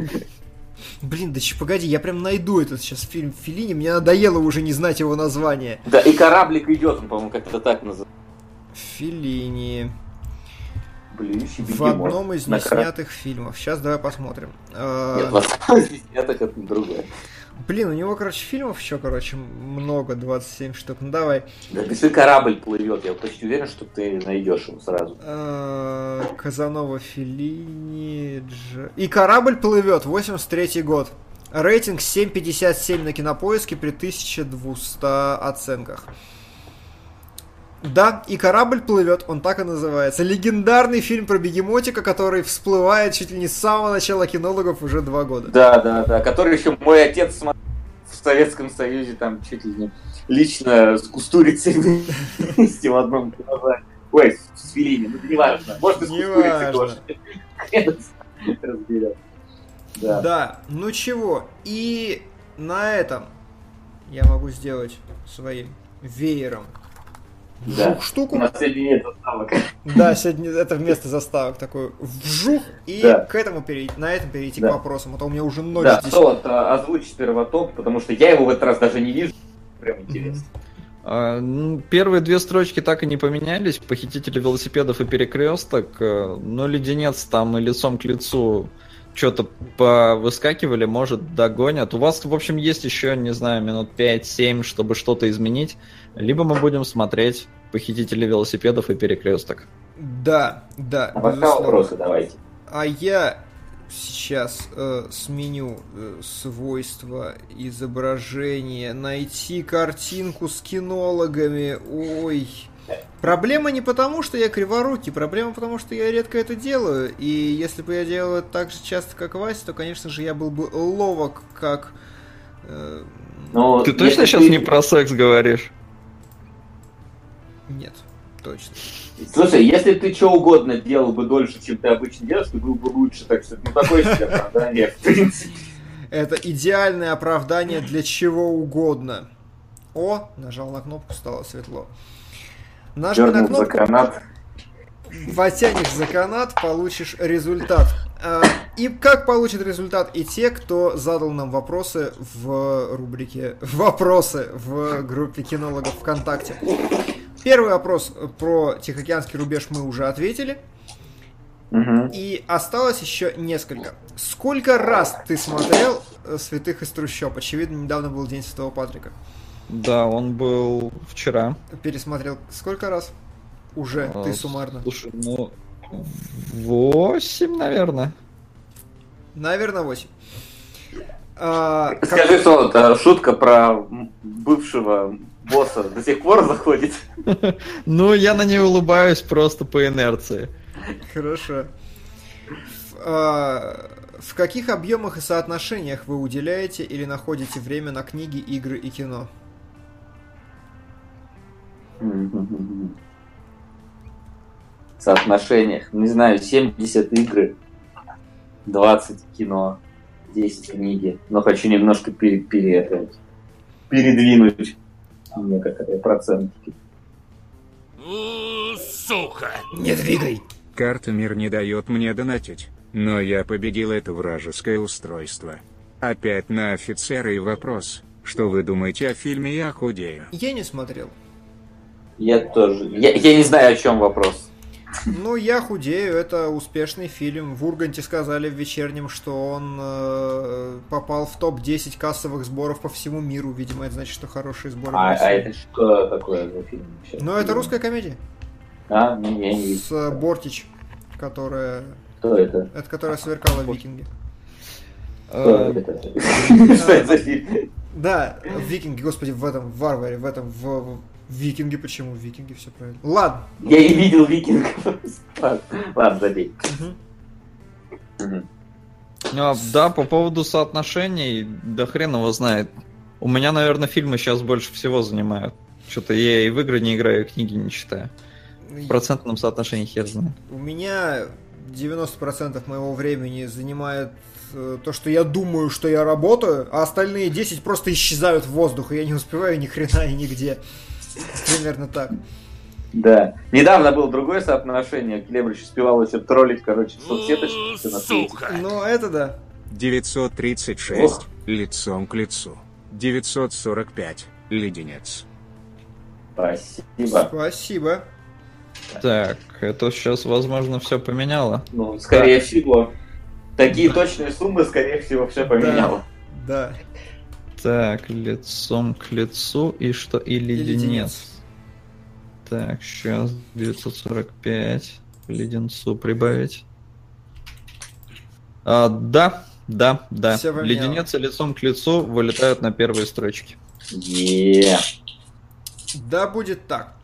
Блин, да че, погоди, я прям найду этот сейчас фильм Феллини, мне надоело уже не знать его название. Да, и кораблик идет, он, по-моему, как-то так называется. Феллини. Блин, в одном из неснятых фильмов. Сейчас давай посмотрим. Нет, в одном из неснятых это другое. Блин, у него, короче, фильмов еще, короче, много, двадцать семь штук. Ну давай. Да если корабль плывет, я почти уверен, что ты найдешь его сразу. Казанова, Феллини, Дж... И корабль плывет, восемьдесят третий год. Рейтинг семь пятьдесят семь на Кинопоиске при тысяча двести оценках. Да, и корабль плывет, он так и называется. Легендарный фильм про бегемотика, который всплывает чуть ли не с самого начала кинологов уже два года. Да, да, да, который еще мой отец смотрел в Советском Союзе, там чуть ли не лично с Кустурицей вместе в одном кинозале. Ой, с Феллини, ну не важно. Может и с Кустурицей тоже. Разберем. Да. Да, ну чего, и на этом я могу сделать своим веером Да. вжух штуку. У нас сегодня нет заставок. Да, сегодня это вместо заставок такой вжух, и Да. к этому перейти, на этом перейти Да. к вопросам, а то у меня уже ночь Да, здесь. Солод, а, озвучь сперва топ, потому что я его в этот раз даже не вижу. Прям интересно. А, ну, первые две строчки так и не поменялись. Похитители велосипедов и перекресток. э, Но леденец там и лицом к лицу что-то повыскакивали, может, догонят. У вас, в общем, есть еще, не знаю, минут пять-семь, чтобы что-то изменить. Либо мы будем смотреть похитители велосипедов и перекресток. Да, да, А пока безусловно. вопросы давайте. А я сейчас э, сменю э, свойства изображения, найти картинку с кинологами. Ой. Проблема не потому, что я криворукий, проблема потому, что я редко это делаю. И если бы я делал это так же часто, как Вася, то, конечно же, я был бы ловок, как... э, Ну, Ты точно если сейчас ты- не про секс говоришь? Нет, точно. Слушай, если ты что угодно делал бы дольше, чем ты обычно делаешь, ты был бы лучше, так что ну такое себе оправдание, в принципе. Это идеальное оправдание для чего угодно. О, нажал на кнопку, стало светло. Нажми на Дернул за кнопку, канат. потянешь за канат, получишь результат. А, И как получат результат и те, кто задал нам вопросы в рубрике «Вопросы» в группе кинологов ВКонтакте. Первый вопрос про Тихоокеанский рубеж мы уже ответили. Мгм. И осталось еще несколько. Сколько раз ты смотрел э, «Святых из трущоб»? Очевидно, недавно был День Святого Патрика. Да, он был вчера. Пересмотрел сколько раз? Уже, А, ты суммарно. Слушай, ну, восемь, наверное. Наверное, восемь. А, как- Скажи, Солод, а шутка про м, бывшего босса до сих пор заходит? Ну, я на нее улыбаюсь просто по инерции. Хорошо. В, а, в каких объемах и соотношениях вы уделяете или находите время на книги, игры и кино? В соотношениях, не знаю, семьдесят игры, двадцать кино, десять книги. Но хочу немножко пере, пере- это, передвинуть некоторые процентики. Сука! Не двигай! Карта мир не дает мне донатить, но я победил это вражеское устройство. Опять на офицера и вопрос, что вы думаете о фильме «Я худею»? Я не смотрел. Я тоже. Я, я не знаю, о чем вопрос. Ну, «Я худею» — это успешный фильм. В Урганте сказали в вечернем, что он э, попал в топ десять кассовых сборов по всему миру. Видимо, это значит, что хорошие сборы. А, в России. а это что такое за фильм? вообще? Ну, это русская комедия. А, не, я не С видел. э, Бортич, которая... Кто это? Это которая сверкала в «Викинге». Кто Э, это? Что это за фильм? Да, в «Викинге», господи, в этом, в «Варваре», в этом, в, в «Викинге», почему в «Викинге», все правильно. Ладно. Я не видел викингов. Ладно, ладно, забей. Мгм. Мгм. а, Да, по поводу соотношений, да хрен его знает. У меня, наверное, фильмы сейчас больше всего занимают. Что-то я и в игры не играю, и книги не читаю. В процентном соотношении хер знает. У меня девяносто процентов моего времени занимает э, то, что я думаю, что я работаю, а остальные десять просто исчезают в воздух, и я не успеваю ни хрена и нигде. Примерно так. Да. Недавно было другое соотношение. Клебрич успевал еще троллить, короче, в соцсеточках. всё на свете. Сука! Ну, это да. девятьсот тридцать шесть лицом к лицу. девятьсот сорок пять леденец. Спасибо. Спасибо. Так, это сейчас, возможно, все поменяло. Ну, скорее всего. Такие точные суммы, скорее всего, все поменяло. Да. Так, лицом к лицу и что? И леденец. леденец. Так, сейчас девятьсот сорок пять леденцу прибавить. А, да, да, да. Всё поменяло. Леденец и лицом к лицу вылетают на первые строчки. Е. Да, будет так.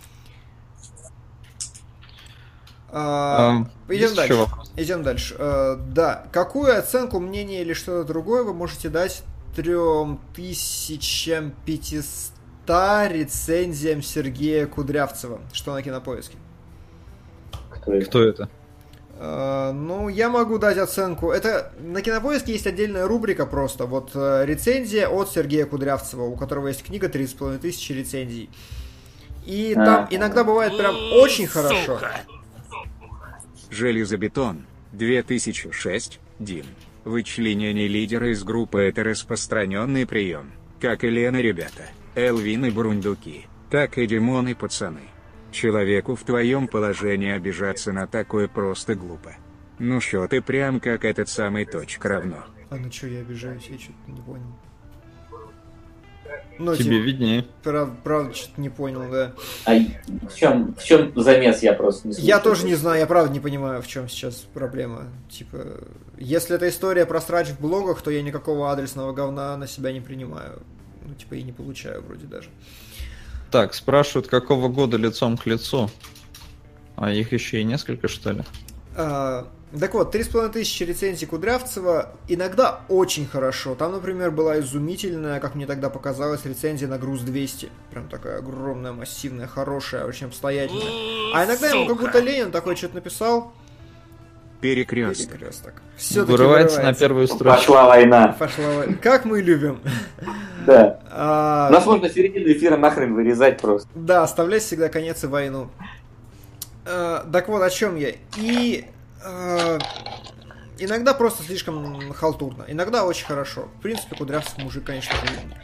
А, А, идем есть дальше. еще вопрос? Идем дальше. Э, да. Какую оценку, мнение или что-то другое вы можете дать трем тысячам пятистам рецензиям Сергея Кудрявцева? Что на Кинопоиске? Кто это? Кто это? Э, ну, я могу дать оценку. Это на Кинопоиске есть отдельная рубрика просто. Вот э, рецензия от Сергея Кудрявцева, у которого есть книга три с половиной тысячи рецензий. И А. там иногда бывает прям очень хорошо. Железобетон, две тысячи шесть, Дим. Вычленение лидера из группы – это распространенный прием. Как и Лена, ребята, Элвин и Бурундуки, так и Димон и пацаны. Человеку в твоем положении обижаться на такое просто глупо. Ну что ты прям как этот самый точка равно. А ну чё, я обижаюсь, я что-то не понял. Ну, Тебе типа, виднее. Правда, правда, что-то не понял, да. А в чем, в чем замес, я просто не слышу. Я тоже не знаю, я правда не понимаю, в чем сейчас проблема. Типа, если это история про срач в блогах, то я никакого адресного говна на себя не принимаю. Ну, типа, и не получаю вроде даже. Так, спрашивают, какого года лицом к лицу. А их еще и несколько, что ли? А, так вот, три с половиной тысячи рецензий Кудрявцева иногда очень хорошо. Там, например, была изумительная, как мне тогда показалось, рецензия на Груз двести. Прям такая огромная, массивная, хорошая, очень обстоятельная. А иногда ему как будто Ленин такой что-то написал. Перекресток. Перекресток. Всё-таки Вырывается вырывается. на первую строчку. Пошла война. Пошла война. Как мы любим. Да. А, Нас можно середину эфира нахрен вырезать просто. Да, оставлять всегда конец и войну. А, так вот, о чем я. И а, иногда просто слишком халтурно, иногда очень хорошо. В принципе, Кудрявцев мужик, конечно, живой.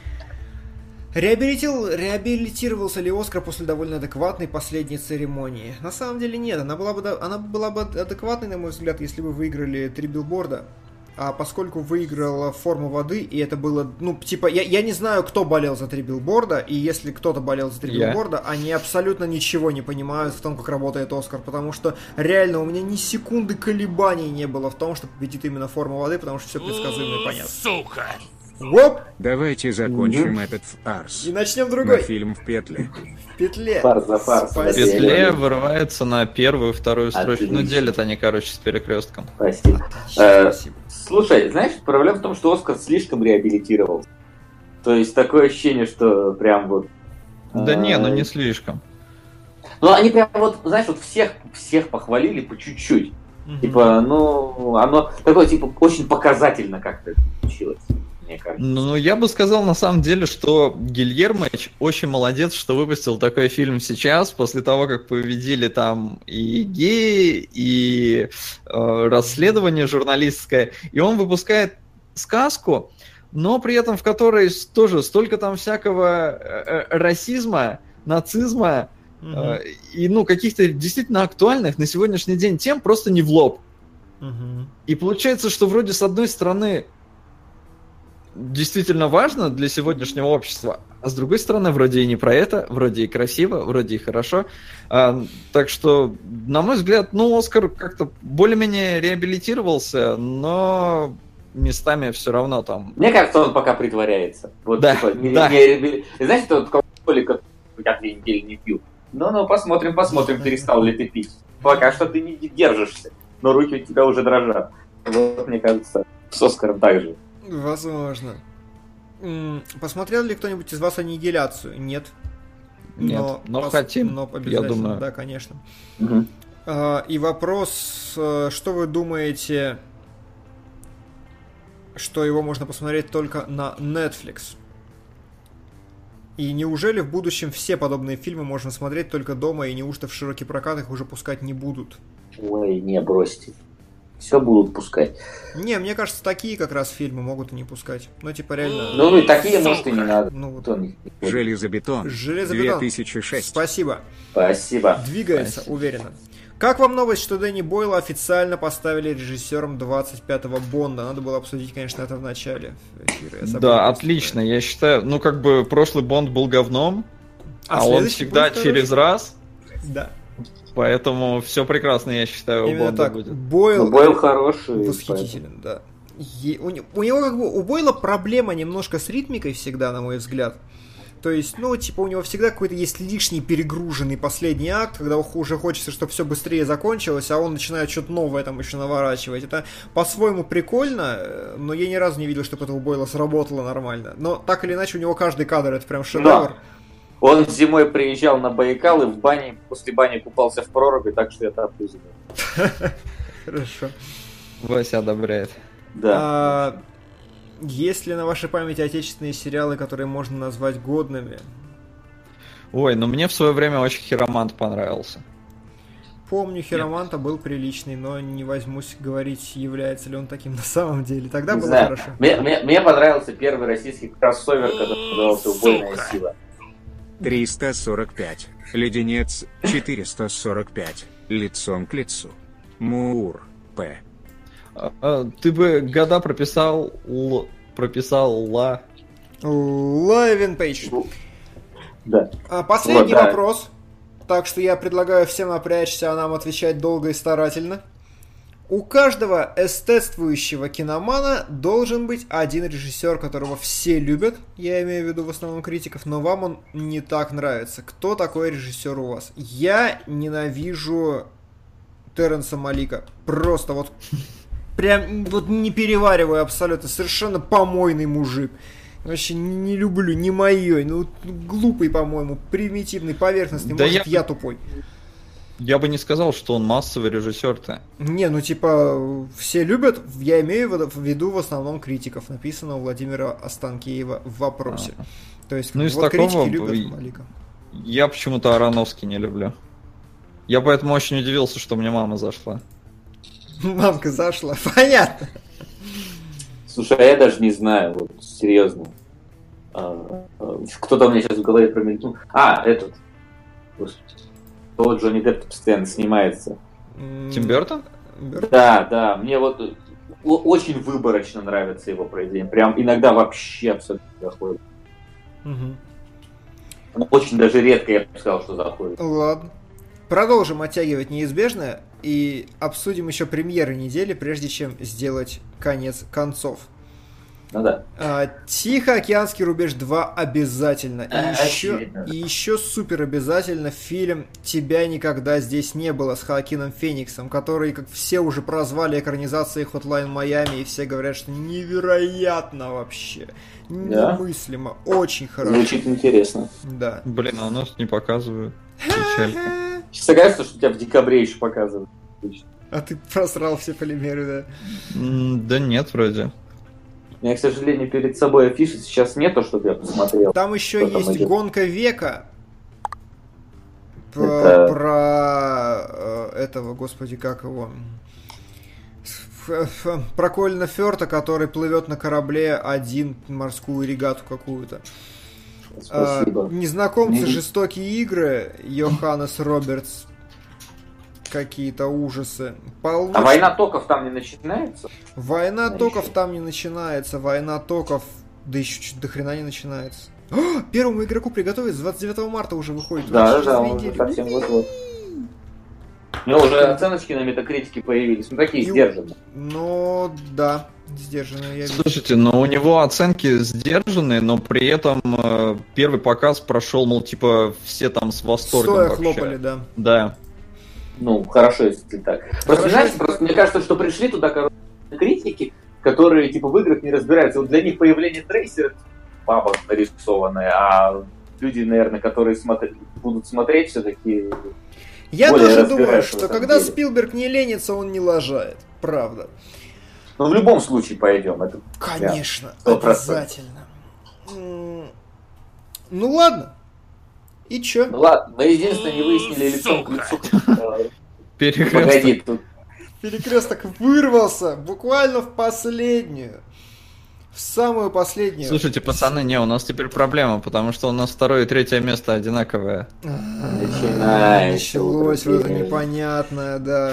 Реабилитил... Реабилитировался ли Оскар после довольно адекватной последней церемонии? На самом деле нет, она была бы, она была бы адекватной, на мой взгляд, если бы выиграли три билборда. А поскольку выиграла «Форма воды», и это было, ну, типа, я, я не знаю, кто болел за три билборда, и если кто-то болел за три Я. билборда, они абсолютно ничего не понимают в том, как работает «Оскар», потому что реально у меня ни секунды колебаний не было в том, что победит именно «Форма воды», потому что все предсказуемо и понятно. Сука! Воп! Давайте закончим этот фарс. И начнем На другой. фильм в петле. В петле. Фарс за фарс. В Спасибо. петле вырывается на первую, вторую строчку. Ну, Отлично. делят они, короче, с перекрестком. Спасибо. Э, Спасибо. Слушай, знаешь, проблема в том, что Оскар слишком реабилитировал. То есть такое ощущение, что прям вот... Да э, не, ну не слишком. Ну, они прям вот, знаешь, вот всех, всех похвалили по чуть-чуть. Мгм. Типа, ну, оно такое, типа, очень показательно как-то получилось, мне кажется. Ну, я бы сказал, на самом деле, что Гильермович очень молодец, что выпустил такой фильм сейчас, после того, как победили там и геи, и э, расследование журналистское. И он выпускает сказку, но при этом в которой с- тоже столько там всякого э, э, расизма, нацизма, Мгм. э, и, ну, каких-то действительно актуальных на сегодняшний день тем просто не в лоб. Мгм. И получается, что вроде с одной стороны действительно важно для сегодняшнего общества, а с другой стороны вроде и не про это, вроде и красиво, вроде и хорошо. А, так что, на мой взгляд, ну, Оскар как-то более-менее реабилитировался, но местами все равно там... Мне кажется, он пока притворяется. Вот, Да, типа, не- да. не- знаешь, это вот алкоголик, который я две недели не пью. Ну-ну, посмотрим, посмотрим, перестал ли ты пить. Пока что ты не держишься, но руки у тебя уже дрожат. Вот, мне кажется, с Оскаром так же. Возможно. М, Посмотрел ли кто-нибудь из вас «Аннигиляцию»? Нет. Нет, но хотим, но я обязательно, думаю. да, конечно. Мгм. А, и вопрос, э, что вы думаете, что его можно посмотреть только на Netflix? И неужели в будущем все подобные фильмы можно смотреть только дома, и неужто в широкий прокат их уже пускать не будут? Ой, не, бросьте. Все будут пускать. Не, мне кажется, такие как раз фильмы могут и не пускать. Ну, типа, реально... Ну, и такие, может, и не надо. Ну, вот. Кто не- Железобетон, Железобетон. две тысячи шесть. Спасибо. Спасибо. Двигается, Спасибо. уверенно. Как вам новость, что Дэнни Бойла официально поставили режиссером двадцать пятого Бонда? Надо было обсудить, конечно, это в начале эфира. Я забыл Да, просто. отлично, я считаю, ну, как бы прошлый Бонд был говном, а, он следующий всегда будет через хороший? раз, Да, поэтому все прекрасно, я считаю, у именно Бонда так. будет. Бойл, Ну, Бойл хороший. восхитителен, да. Е- у, не- у него как бы, у Бойла проблема немножко с ритмикой всегда, на мой взгляд. То есть, ну, типа, у него всегда какой-то есть лишний перегруженный последний акт, когда уже хочется, чтобы все быстрее закончилось, а он начинает что-то новое там еще наворачивать. Это по-своему прикольно, э, но я ни разу не видел, чтобы это у Бойла сработало нормально. Но так или иначе, у него каждый кадр это прям шедевр. Он зимой приезжал на Байкал и в бане, после бани купался в проруби, так что это опустил. Хорошо. Вася одобряет. Да. А, есть ли на вашей памяти отечественные сериалы, которые можно назвать годными? Ой, ну мне в свое время очень Хиромант понравился. Помню, Хироманта был приличный, но не возьмусь говорить, является ли он таким на самом деле. Тогда Не было знаю. хорошо. Мне, мне- мне понравился первый российский кроссовер, который назывался «Убойная сила». триста сорок пять. Леденец четыреста сорок пять. Лицом к лицу. Муур. П. А, а, ты бы года прописал, л, прописал ла. Лайвен Пейдж. Да. А, Последний Вот, да. вопрос. Так что я предлагаю всем напрячься, а нам отвечать долго и старательно. У каждого эстетствующего киномана должен быть один режиссер, которого все любят, я имею в виду в основном критиков, но вам он не так нравится. Кто такой режиссер у вас? Я ненавижу Терренса Малика. Просто вот прям вот не перевариваю абсолютно. Совершенно помойный мужик. Вообще не люблю, не мое. Ну, глупый, по-моему, примитивный, поверхностный. Да Может, я- я тупой. Я бы не сказал, что он массовый режиссер-то. Не, ну типа, все любят, я имею в виду в основном критиков, написано у Владимира Останкеева в вопросе. То есть, Ну, из вот такого критики любят бы- Малика. Я почему-то Аронофски не люблю. Я поэтому очень удивился, что мне мама зашла. Мамка зашла, понятно. Слушай, а я даже не знаю, вот серьезно. А, а, Кто-то у меня сейчас в голове промелькнул. А, этот. Господи. Тот Джонни Депп постоянно снимается. М, Тим Бёртон? Бёртон? Да, да, мне вот о- очень выборочно нравится его произведение. Прям иногда вообще абсолютно заходит. Мгм. Ну, очень даже редко я бы сказал, что заходит. Ладно. Продолжим оттягивать неизбежное и обсудим еще премьеры недели, прежде чем сделать конец концов. Ну да. А, Тихоокеанский рубеж два обязательно. И А, еще, очевидно. и еще супер обязательно фильм «Тебя никогда здесь не было» с Хоакином Фениксом, который, как все уже прозвали экранизацией Hotline Miami, и все говорят, что невероятно вообще. Да? Немыслимо. Очень хорошо. Звучит интересно. Да. Блин, а у нас не показывают. Печалька. Сейчас окажется, что тебя в декабре еще показывают. А ты просрал все полимеры, да? М, Да нет, вроде. У меня, к сожалению, перед собой афиши сейчас нету, чтобы я посмотрел. Там еще Что там есть идет? «Гонка века». П- Это- Про э, этого, господи, как его? Ф- ф- Про Колина Фёрта, который плывет на корабле один, морскую регату какую-то. А, Спасибо. Незнакомцы, Мгм. жестокие игры, Йоханнес Робертс. Какие-то ужасы. Полно- А война токов там не начинается? Война Она токов еще- там не начинается. Война токов, да еще чуть до хрена не начинается. О, первому игроку приготовиться, двадцать девятого марта уже выходит. Да, Через да, две он уже недели. совсем вот-вот. У него уже оценочки на метакритике появились. Ну, такие Ю- сдержанные. Ну, да, сдержанно я вижу. Слушайте, но у него оценки сдержанные, но при этом э, первый показ прошел, мол, типа, все там с восторгом Стоя вообще. хлопали, да. Да. Ну, хорошо, если так. Просто, Хорошо, знаете, если просто так. мне кажется, что пришли туда, короче, критики, которые, типа, в играх не разбираются. Вот для них появление трейсера баба нарисованная, а люди, наверное, которые смотри- будут смотреть, все-таки... Я более тоже думаю, разбираются в что этом когда деле. Спилберг не ленится, он не лажает. Правда. Ну, в любом случае пойдем. Это... Конечно, Сто процентов. обязательно. М, Ну ладно. И чё? Ну ладно, мы единственное не выяснили лицом к лицу. Э, Перекресток. Погоди, тут Перекресток вырвался буквально в последнюю. В самую последнюю. Слушайте, пацаны, не, у нас теперь проблема, потому что у нас второе и третье место одинаковое. начинается. Началось вот это вот это. непонятное, да.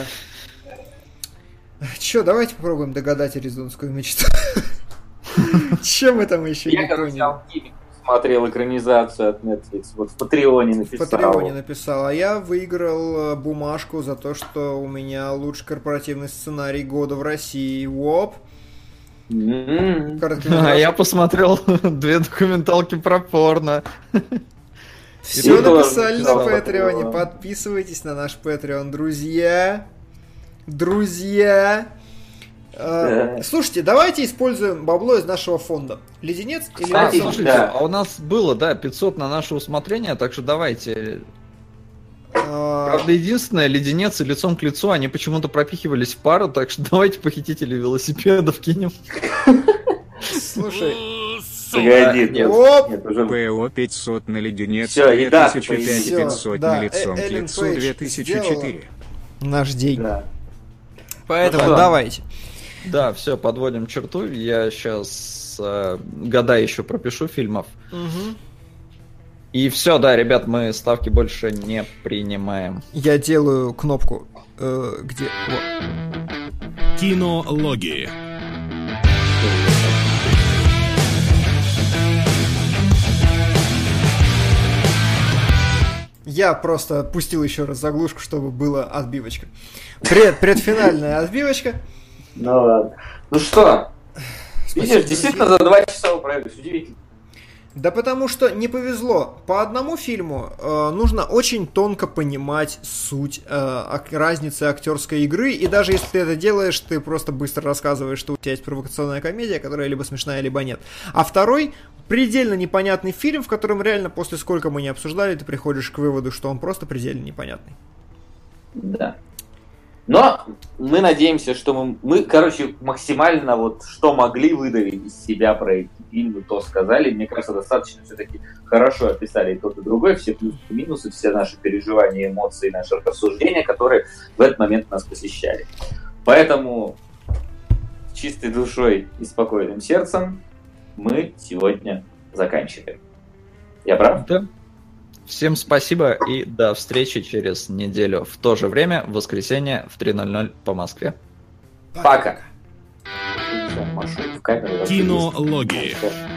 Чё, давайте попробуем догадать аризонскую мечту. Чем мы там еще Я, не короче, поняли? Алхимик смотрел экранизацию от Netflix. Вот в Патреоне В написал. Патреоне написал, а я выиграл э, бумажку за то, что у меня лучший корпоративный сценарий года в России. Воп. М-м. А Короткометражка. я посмотрел две документалки про порно. Все И тоже написали на написал Патреоне. Patreon. Подписывайтесь на наш Патреон, друзья. Друзья. Э, Слушайте, давайте используем бабло из нашего фонда. Леденец или Кстати, А, Леденец? слушайте, да. а у нас было, да, пятьсот на наше усмотрение, так что давайте. А, Правда, единственное, леденец и лицом к лицу, они почему-то пропихивались в пару, так что давайте похитителей велосипедов кинем. Слушай, Погоди, нет, Оп! нет, уже... ПО пятьсот на леденец, Всё, и да, две тысячи пять всё, пятьсот да, на лицом Э- к Эллен лицу Пейдж две тысячи сделала. четыре. наш день. Да. Поэтому Ну что? давайте. Да, все, подводим черту. Я сейчас э, года еще пропишу фильмов. Мгм. И все, да, ребят, мы ставки больше не принимаем. Я делаю кнопку, э, где... вот. Кинологии. Я просто пустил еще раз заглушку, чтобы была отбивочка. Пред, предфинальная отбивочка. Ну ладно. Ну что, видишь, действительно за два часа управились, удивительно. Да потому что не повезло. По одному фильму э, нужно очень тонко понимать суть э, ак- разницы актерской игры, и даже если ты это делаешь, ты просто быстро рассказываешь, что у тебя есть провокационная комедия, которая либо смешная, либо нет. А второй предельно непонятный фильм, в котором реально после сколько мы не обсуждали, ты приходишь к выводу, что он просто предельно непонятный. Да. Но мы надеемся, что мы, мы, короче, максимально вот что могли выдавить из себя про эти фильмы, то сказали. Мне кажется, достаточно все-таки хорошо описали и тот, и другой, все плюсы и минусы, все наши переживания, эмоции, наши рассуждения, которые в этот момент нас посещали. Поэтому с чистой душой и спокойным сердцем мы сегодня заканчиваем. Я прав? Да. Всем спасибо и до встречи через неделю в то же время, в воскресенье в три ноль ноль по Москве. Пока. Машу в камеру. Кинологии. Сейчас.